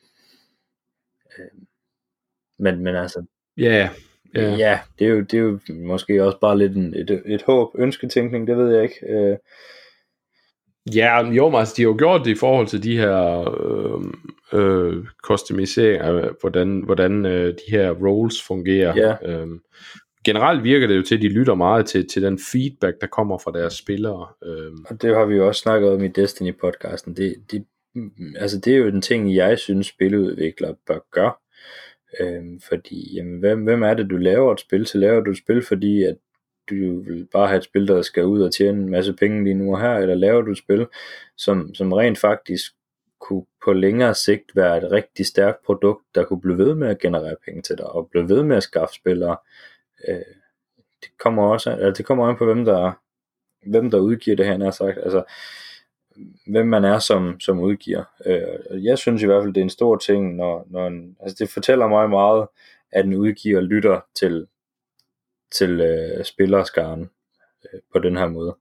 Men, men altså... Ja, yeah, yeah. Ja, det er, jo, det er jo måske også bare lidt en, et, et håb, ønsketænkning, det ved jeg ikke. Ja, jo, men altså, de har jo gjort det i forhold til de her øh, øh, customiseringer, hvordan, hvordan øh, de her roles fungerer. Ja. Øh, generelt virker det jo til, at de lytter meget til, til den feedback, der kommer fra deres spillere. Øhm. Og det har vi jo også snakket om i Destiny-podcasten. Det, det, altså det er jo en ting, jeg synes, spiludviklere bør gøre. Øhm, fordi, jamen, hvem, hvem er det, du laver et spil til? Laver du et spil, fordi at du vil bare have et spil, der skal ud og tjene en masse penge lige nu og her? Eller laver du et spil, som, som rent faktisk kunne på længere sigt være et rigtig stærkt produkt, der kunne blive ved med at generere penge til dig, og blive ved med at skaffe spillere? Det kommer også, altså det kommer an på hvem der hvem der udgiver det her, nær sagt, altså hvem man er som som udgiver. Jeg synes i hvert fald det er en stor ting, når når en, altså det fortæller mig meget, at en udgiver lytter til til uh, spillerskaren uh, på den her måde.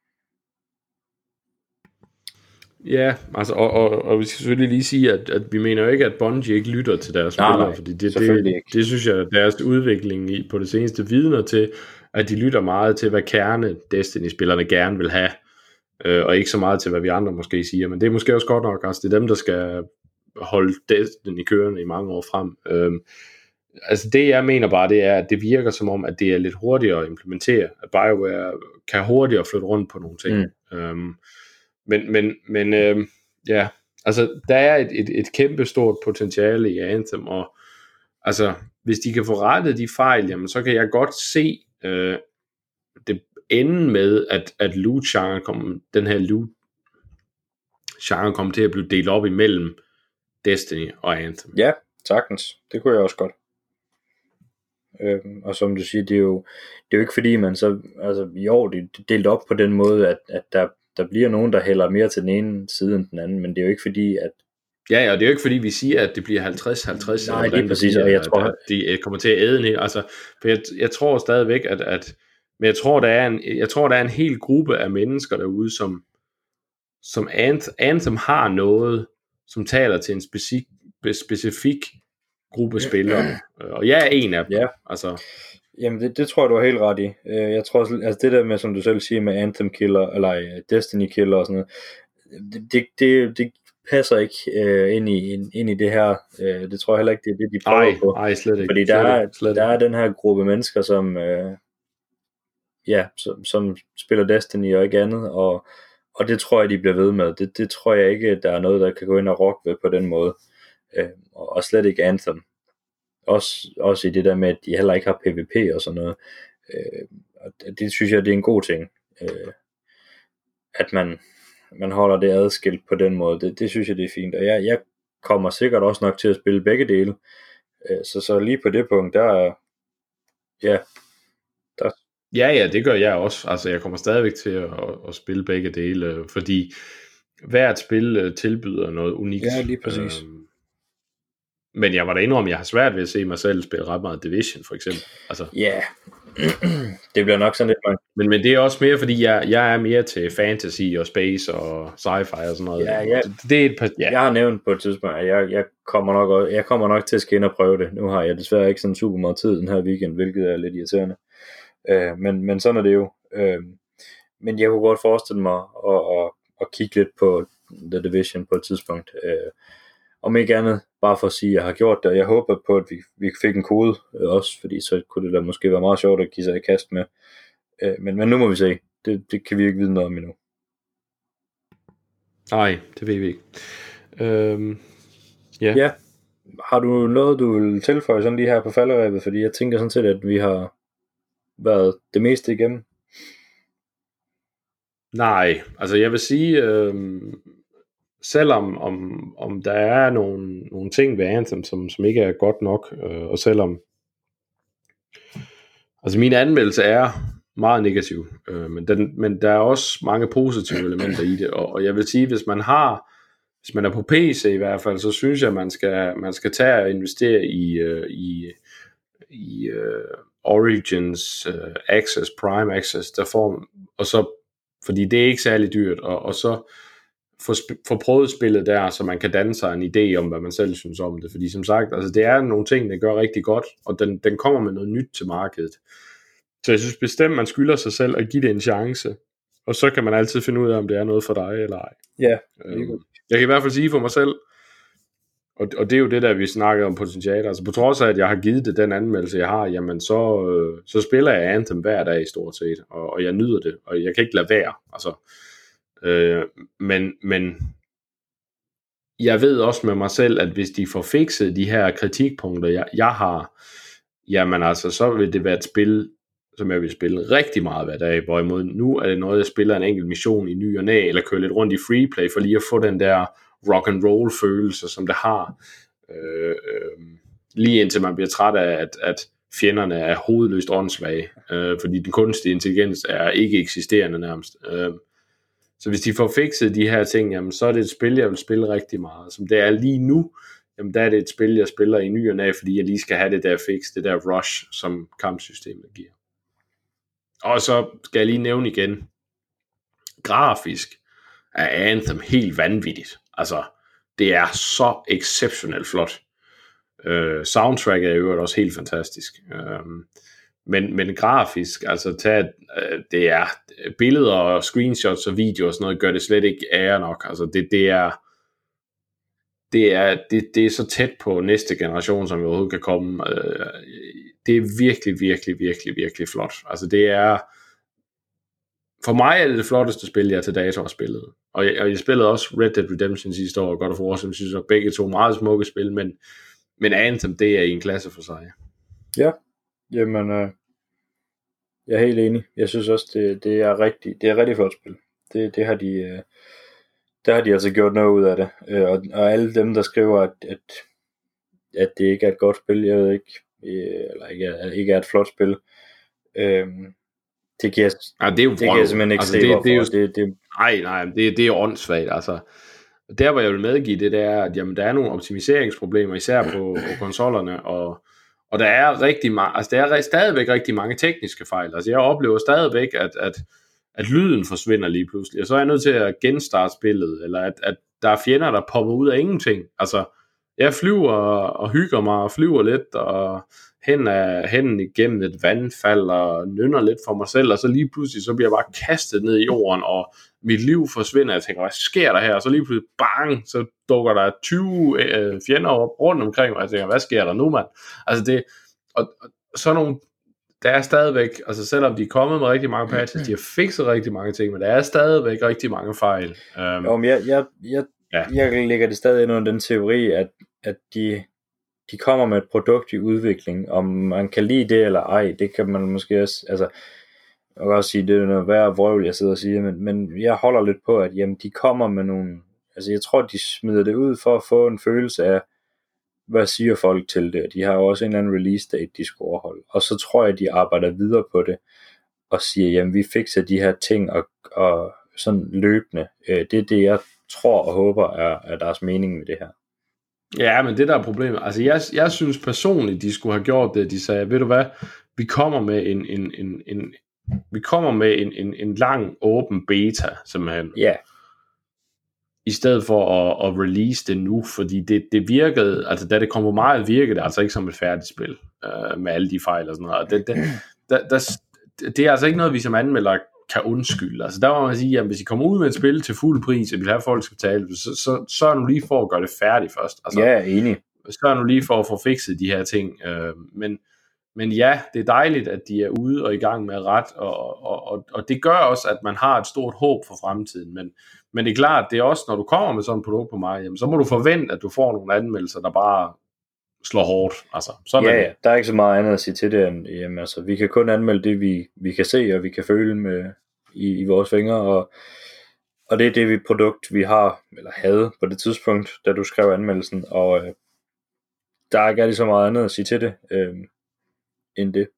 Ja, altså, og, og, og vi skal selvfølgelig lige sige, at, at vi mener jo ikke, at Bungie ikke lytter til deres nej, spillere, nej, fordi det, det, det, det synes jeg, at deres udvikling i, på det seneste vidner til, at de lytter meget til, hvad kerne Destiny-spillerne gerne vil have, øh, og ikke så meget til, hvad vi andre måske siger, men det er måske også godt nok, altså det er dem, der skal holde Destiny kørende i mange år frem. Øhm, altså det jeg mener bare, det er, at det virker som om, at det er lidt hurtigere at implementere, at BioWare kan hurtigere flytte rundt på nogle ting. Mm. Øhm, Men, men, men øh, ja, altså der er et, et, et kæmpe stort potentiale i Anthem, og altså hvis de kan få rettet de fejl, jamen så kan jeg godt se øh, det ende med, at, at loot-genren kom, den her loot-genre kommer til at blive delt op imellem Destiny og Anthem. Ja, sagtens. Det kunne jeg også godt. Øhm, og som du siger, det er jo, det er jo ikke fordi man så, altså jo, det er delt op på den måde, at, at der der bliver nogen, der hælder mere til den ene side end den anden, men det er jo ikke fordi, at... Ja, ja, og det er jo ikke fordi, vi siger, at det bliver halvtreds halvtreds. Nej, det er præcis, og jeg tror... At de kommer til at æde ned. Altså, for jeg, jeg tror stadigvæk, at... at men jeg tror, der er en, jeg tror, der er en hel gruppe af mennesker derude, som, som Anthem har noget, som taler til en specifik, specifik gruppe spillere. Og jeg er en af dem. Ja. Altså... Jamen, det, det tror jeg, du har helt ret i. Øh, jeg tror også, altså det der med, som du selv siger, med Anthem Killer, eller uh, Destiny Killer og sådan noget, det, det, det, det passer ikke uh, ind, i, ind, ind i det her. Uh, det tror jeg heller ikke, det er det, de prøver ej, på. Ej, slet ikke. Fordi der, slet er, ikke, slet der ikke. er den her gruppe mennesker, som, uh, ja, som, som spiller Destiny og ikke andet, og, og det tror jeg, de bliver ved med. Det, det tror jeg ikke, der er noget, der kan gå ind og rokke ved på den måde. Uh, og, og slet ikke Anthem. Også, også i det der med, at de heller ikke har PvP og sådan noget. Øh, og det synes jeg, det er en god ting. Øh, at man, man holder det adskilt på den måde. Det, det synes jeg, det er fint. Og jeg, jeg kommer sikkert også nok til at spille begge dele. Øh, så, så lige på det punkt, der er... Ja, der... Ja, ja, det gør jeg også. Altså, jeg kommer stadigvæk til at, at spille begge dele, fordi hvert spil tilbyder noget unikt. Ja, lige præcis. Øhm, Men jeg var da indrømme, at jeg har svært ved at se mig selv spille ret meget Division, for eksempel. Altså. Ja, det bliver nok sådan lidt mange. Men, men det er også mere, fordi jeg, jeg er mere til fantasy og space og sci-fi og sådan noget. Ja, ja. Det, det er et par, ja. Jeg har nævnt på et tidspunkt, at jeg, jeg, kommer nok, også, jeg kommer nok til at skal ind og prøve det. Nu har jeg desværre ikke sådan super meget tid den her weekend, hvilket er lidt irriterende. Øh, men, men sådan er det jo. Øh, men jeg kunne godt forestille mig at, at, at kigge lidt på The Division på et tidspunkt. Øh, Om ikke andet, bare for at sige, at jeg har gjort det, og jeg håber på, at vi, vi fik en kode øh, også, fordi så kunne det da måske være meget sjovt at give sig i kast med. Øh, men, men nu må vi se. Det, det kan vi ikke vide noget om endnu. Nej, det ved vi ikke. Øhm, yeah. Ja. Har du noget, du vil tilføje sådan lige her på falderæbet? Fordi jeg tænker sådan set, at vi har været det meste igennem. Nej, altså jeg vil sige... Øhm selvom om, om der er nogle, nogle ting ved Anthem, som, som ikke er godt nok, øh, og selvom altså min anmeldelse er meget negativ, øh, men, den, men der er også mange positive elementer i det, og, og jeg vil sige, hvis man har, hvis man er på P C i hvert fald, så synes jeg, man skal, man skal tage og investere i, øh, i, i uh, Origins uh, Access, Prime Access, der får, og så, fordi det er ikke særlig dyrt, og, og så få, sp- få prøvet spillet der, så man kan danne sig en idé om, hvad man selv synes om det, fordi som sagt, altså det er nogle ting, der gør rigtig godt, og den, den kommer med noget nyt til markedet. Så jeg synes bestemt, man skylder sig selv at give det en chance, og så kan man altid finde ud af, om det er noget for dig eller ej. Ja, øhm, jeg kan i hvert fald sige for mig selv, og, og det er jo det der, vi snakkede om potentiale, altså på trods af, at jeg har givet det den anmeldelse, jeg har, jamen så, øh, så spiller jeg Anthem hver dag i stort set, og, og jeg nyder det, og jeg kan ikke lade være, altså, øh, men, men jeg ved også med mig selv, at hvis de får fikset de her kritikpunkter, jeg, jeg har, jamen altså, så vil det være et spil, som jeg vil spille rigtig meget hver dag, hvorimod nu er det noget, jeg spiller en enkelt mission i ny og næ, eller kører lidt rundt i freeplay, for lige at få den der rock and roll følelse, som det har, øh, øh, lige indtil man bliver træt af, at, at fjenderne er hovedløst åndssvage, øh, fordi den kunstige intelligens er ikke eksisterende nærmest. Øh, så hvis de får fikset de her ting, jamen, så er det et spil, jeg vil spille rigtig meget. Som det er lige nu, jamen, der er det et spil, jeg spiller i ny og næ, fordi jeg lige skal have det der fix, det der rush, som kampsystemet giver. Og så skal jeg lige nævne igen, grafisk er Anthem helt vanvittigt. Altså, det er så exceptionelt flot. Uh, soundtrack er jo også helt fantastisk. Uh, men, men grafisk, altså tage, uh, det er billeder og screenshots og videoer og sådan noget, gør det slet ikke ære nok. Altså, det, det er det er, det, det er så tæt på næste generation, som vi overhovedet kan komme. Uh, det er virkelig, virkelig, virkelig, virkelig flot. Altså, det er for mig er det det flotteste spil, jeg til dato har spillet. Og jeg, og jeg spillede også Red Dead Redemption sidste år, og God of War, som synes, at begge to meget smukke spil, men, men Anthem, det er i en klasse for sig. Ja, jamen, øh, jeg er helt enig. Jeg synes også, det, det er rigtig, det er rigtig flot spil. Det, det har de, øh, der har de altså gjort noget ud af det. Øh, og, og alle dem, der skriver, at, at, at det ikke er et godt spil, jeg ved ikke, øh, eller ikke er, ikke er et flot spil, øh, Det giver, ja, det er jo det giver simpelthen ikke altså, det, det, det er jo, det, det, nej, nej, det, det er åndssvagt. Altså, der hvor jeg vil medgive det, det er, at jamen, der er nogle optimeringsproblemer, især på, på konsollerne, og, og der er rigtig ma- altså, der er stadigvæk rigtig mange tekniske fejl. Altså, jeg oplever stadigvæk, at, at, at lyden forsvinder lige pludselig, og så er jeg nødt til at genstarte spillet, eller at, at der er fjender, der popper ud af ingenting. Altså, jeg flyver og hygger mig og flyver lidt og hen, af, hen igennem et vandfald og nynner lidt for mig selv, og så lige pludselig så bliver jeg bare kastet ned i jorden, og mit liv forsvinder. Jeg tænker, hvad sker der her? Og så lige pludselig, bang, så dukker der tyve øh, fjender op rundt omkring mig, og jeg tænker, hvad sker der nu, mand? Altså det, og, og sådan nogle, der er stadigvæk, altså selvom de er kommet med rigtig mange patches, de har fikset rigtig mange ting, men der er stadigvæk rigtig mange fejl. Um, jo, men jeg, jeg, jeg, ja. jeg lægger det stadig ind under den teori, at, at de, de kommer med et produkt i udvikling, om man kan lide det eller ej, det kan man måske også, altså, jeg kan også sige, det er noget værre vrøvl, jeg sidder og siger, men, men jeg holder lidt på, at jamen, de kommer med nogle, altså jeg tror, de smider det ud for at få en følelse af, hvad siger folk til det? De har jo også en eller anden release date, de skal overholde. Og så tror jeg, de arbejder videre på det, og siger, jamen vi fikser de her ting, og, og sådan løbende. Det er det, jeg tror og håber, er, er deres mening med det her. Ja, men det der er problemet, altså jeg, jeg synes personligt, de skulle have gjort det, de sagde, ved du hvad, vi kommer med en, en, en, en vi kommer med en, en, en lang åben beta, simpelthen. Ja. Yeah. I stedet for at, at release det nu, fordi det, det virkede, altså da det kom på meget, virkede det altså ikke som et færdigt spil, øh, med alle de fejl og sådan noget. Det, det, der, der, det er altså ikke noget, vi som anmelder kan undskylde. Altså der må man sige, at hvis I kommer ud med et spil til fuld pris, og vil have folk skal betale, så, så, så er du lige for at gøre det færdigt først. Altså, ja, enig. Så er du lige for at få fikset de her ting. Øh, men, men ja, det er dejligt, at de er ude og i gang med ret, og, og, og, og det gør også, at man har et stort håb for fremtiden. Men, men det er klart, det er også, når du kommer med sådan et produkt på mig, jamen, så må du forvente, at du får nogle anmeldelser, der bare slår hårdt. Altså, sådan ja, er det. Ja, der er ikke så meget andet at sige til det, end jamen, altså, vi kan kun anmelde det, vi, vi kan se, og vi kan føle med i, i vores fingre, og, og det er det vi produkt, vi har, eller havde på det tidspunkt, da du skrev anmeldelsen, og øh, der er ikke rigtig så meget andet at sige til det, øh, end det.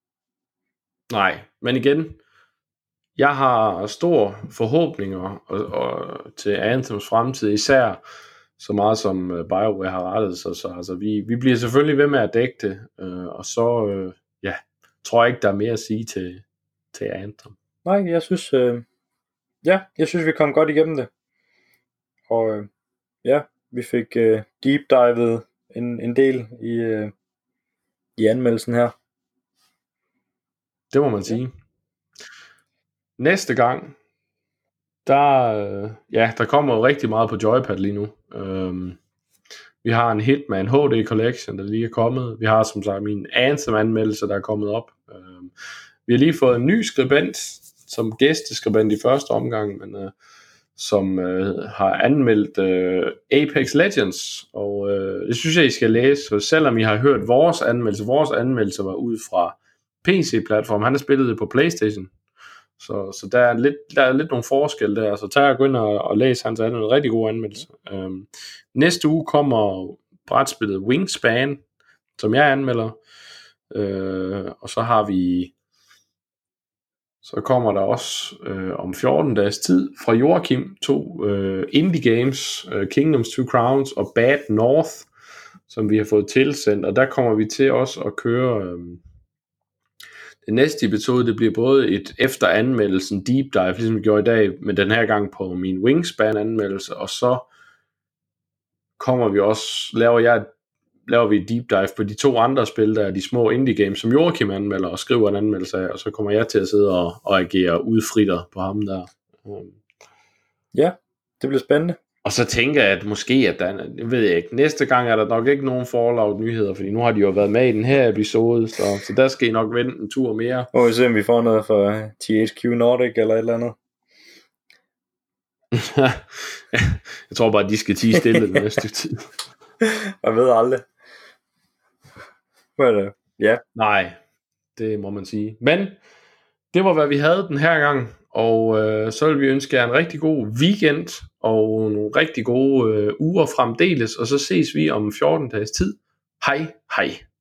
Nej, men igen, jeg har store forhåbninger og, og til Anthems fremtid, især så meget som BioWare har rettet sig, så altså, vi, vi bliver selvfølgelig ved med at dække det, øh, og så øh, ja, tror jeg ikke, der er mere at sige til, til Anthem. Nej, jeg synes, øh, ja, jeg synes, vi kom godt igennem det, og øh, ja, vi fik øh, deep divet en, en del i, øh, i anmeldelsen her. Det må man sige. Næste gang, der, øh, ja, der kommer jo rigtig meget på Joypad lige nu. Øhm, vi har en Hitman H D Collection, der lige er kommet. Vi har som sagt min Anthem-anmeldelse, der er kommet op. Øhm, vi har lige fået en ny skribent, som gæsteskribent i første omgang, men øh, som øh, har anmeldt øh, Apex Legends, og øh, det synes jeg, I skal læse, for selvom I har hørt vores anmeldelse, vores anmeldelse var ud fra P C-platform, han har spillet det på PlayStation, så, så der, er lidt, der er lidt nogle forskelle der, så tag og gå ind og, og læs hans anmeldelse, rigtig god anmeldelse. Øhm, næste uge kommer brætspillet Wingspan, som jeg anmelder, øh, og så har vi så kommer der også øh, om fjorten dages tid fra Joachim to øh, indie games, øh, Kingdoms Two Crowns og Bad North, som vi har fået tilsendt, og der kommer vi til også at køre øh, det næste episode, det bliver både et efter anmeldelsen deep dive, ligesom vi gjorde i dag, men den her gang på min Wingspan anmeldelse, og så kommer vi også, laver jeg et laver vi et deep dive på de to andre spil, der er de små indie games, som Joachim anmelder og skriver en anmeldelse af, og så kommer jeg til at sidde og, og agere udfritter på ham der. Um. Ja, det bliver spændende. Og så tænker jeg, at måske, at der, jeg ved jeg ikke, næste gang er der nok ikke nogen Fallout nyheder, fordi nu har de jo været med i den her episode, så, så der skal I nok vente en tur mere. Må vi se, om vi får noget for T H Q Nordic eller et eller andet. Jeg tror bare, at de skal tie stille den næste tid. Jeg ved aldrig. Men, uh, ja. Nej, det må man sige. Men det var, hvad vi havde den her gang. Og øh, så vil vi ønske jer en rigtig god weekend og nogle rigtig gode øh, uger fremdeles. Og så ses vi om fjorten dages tid. Hej, hej.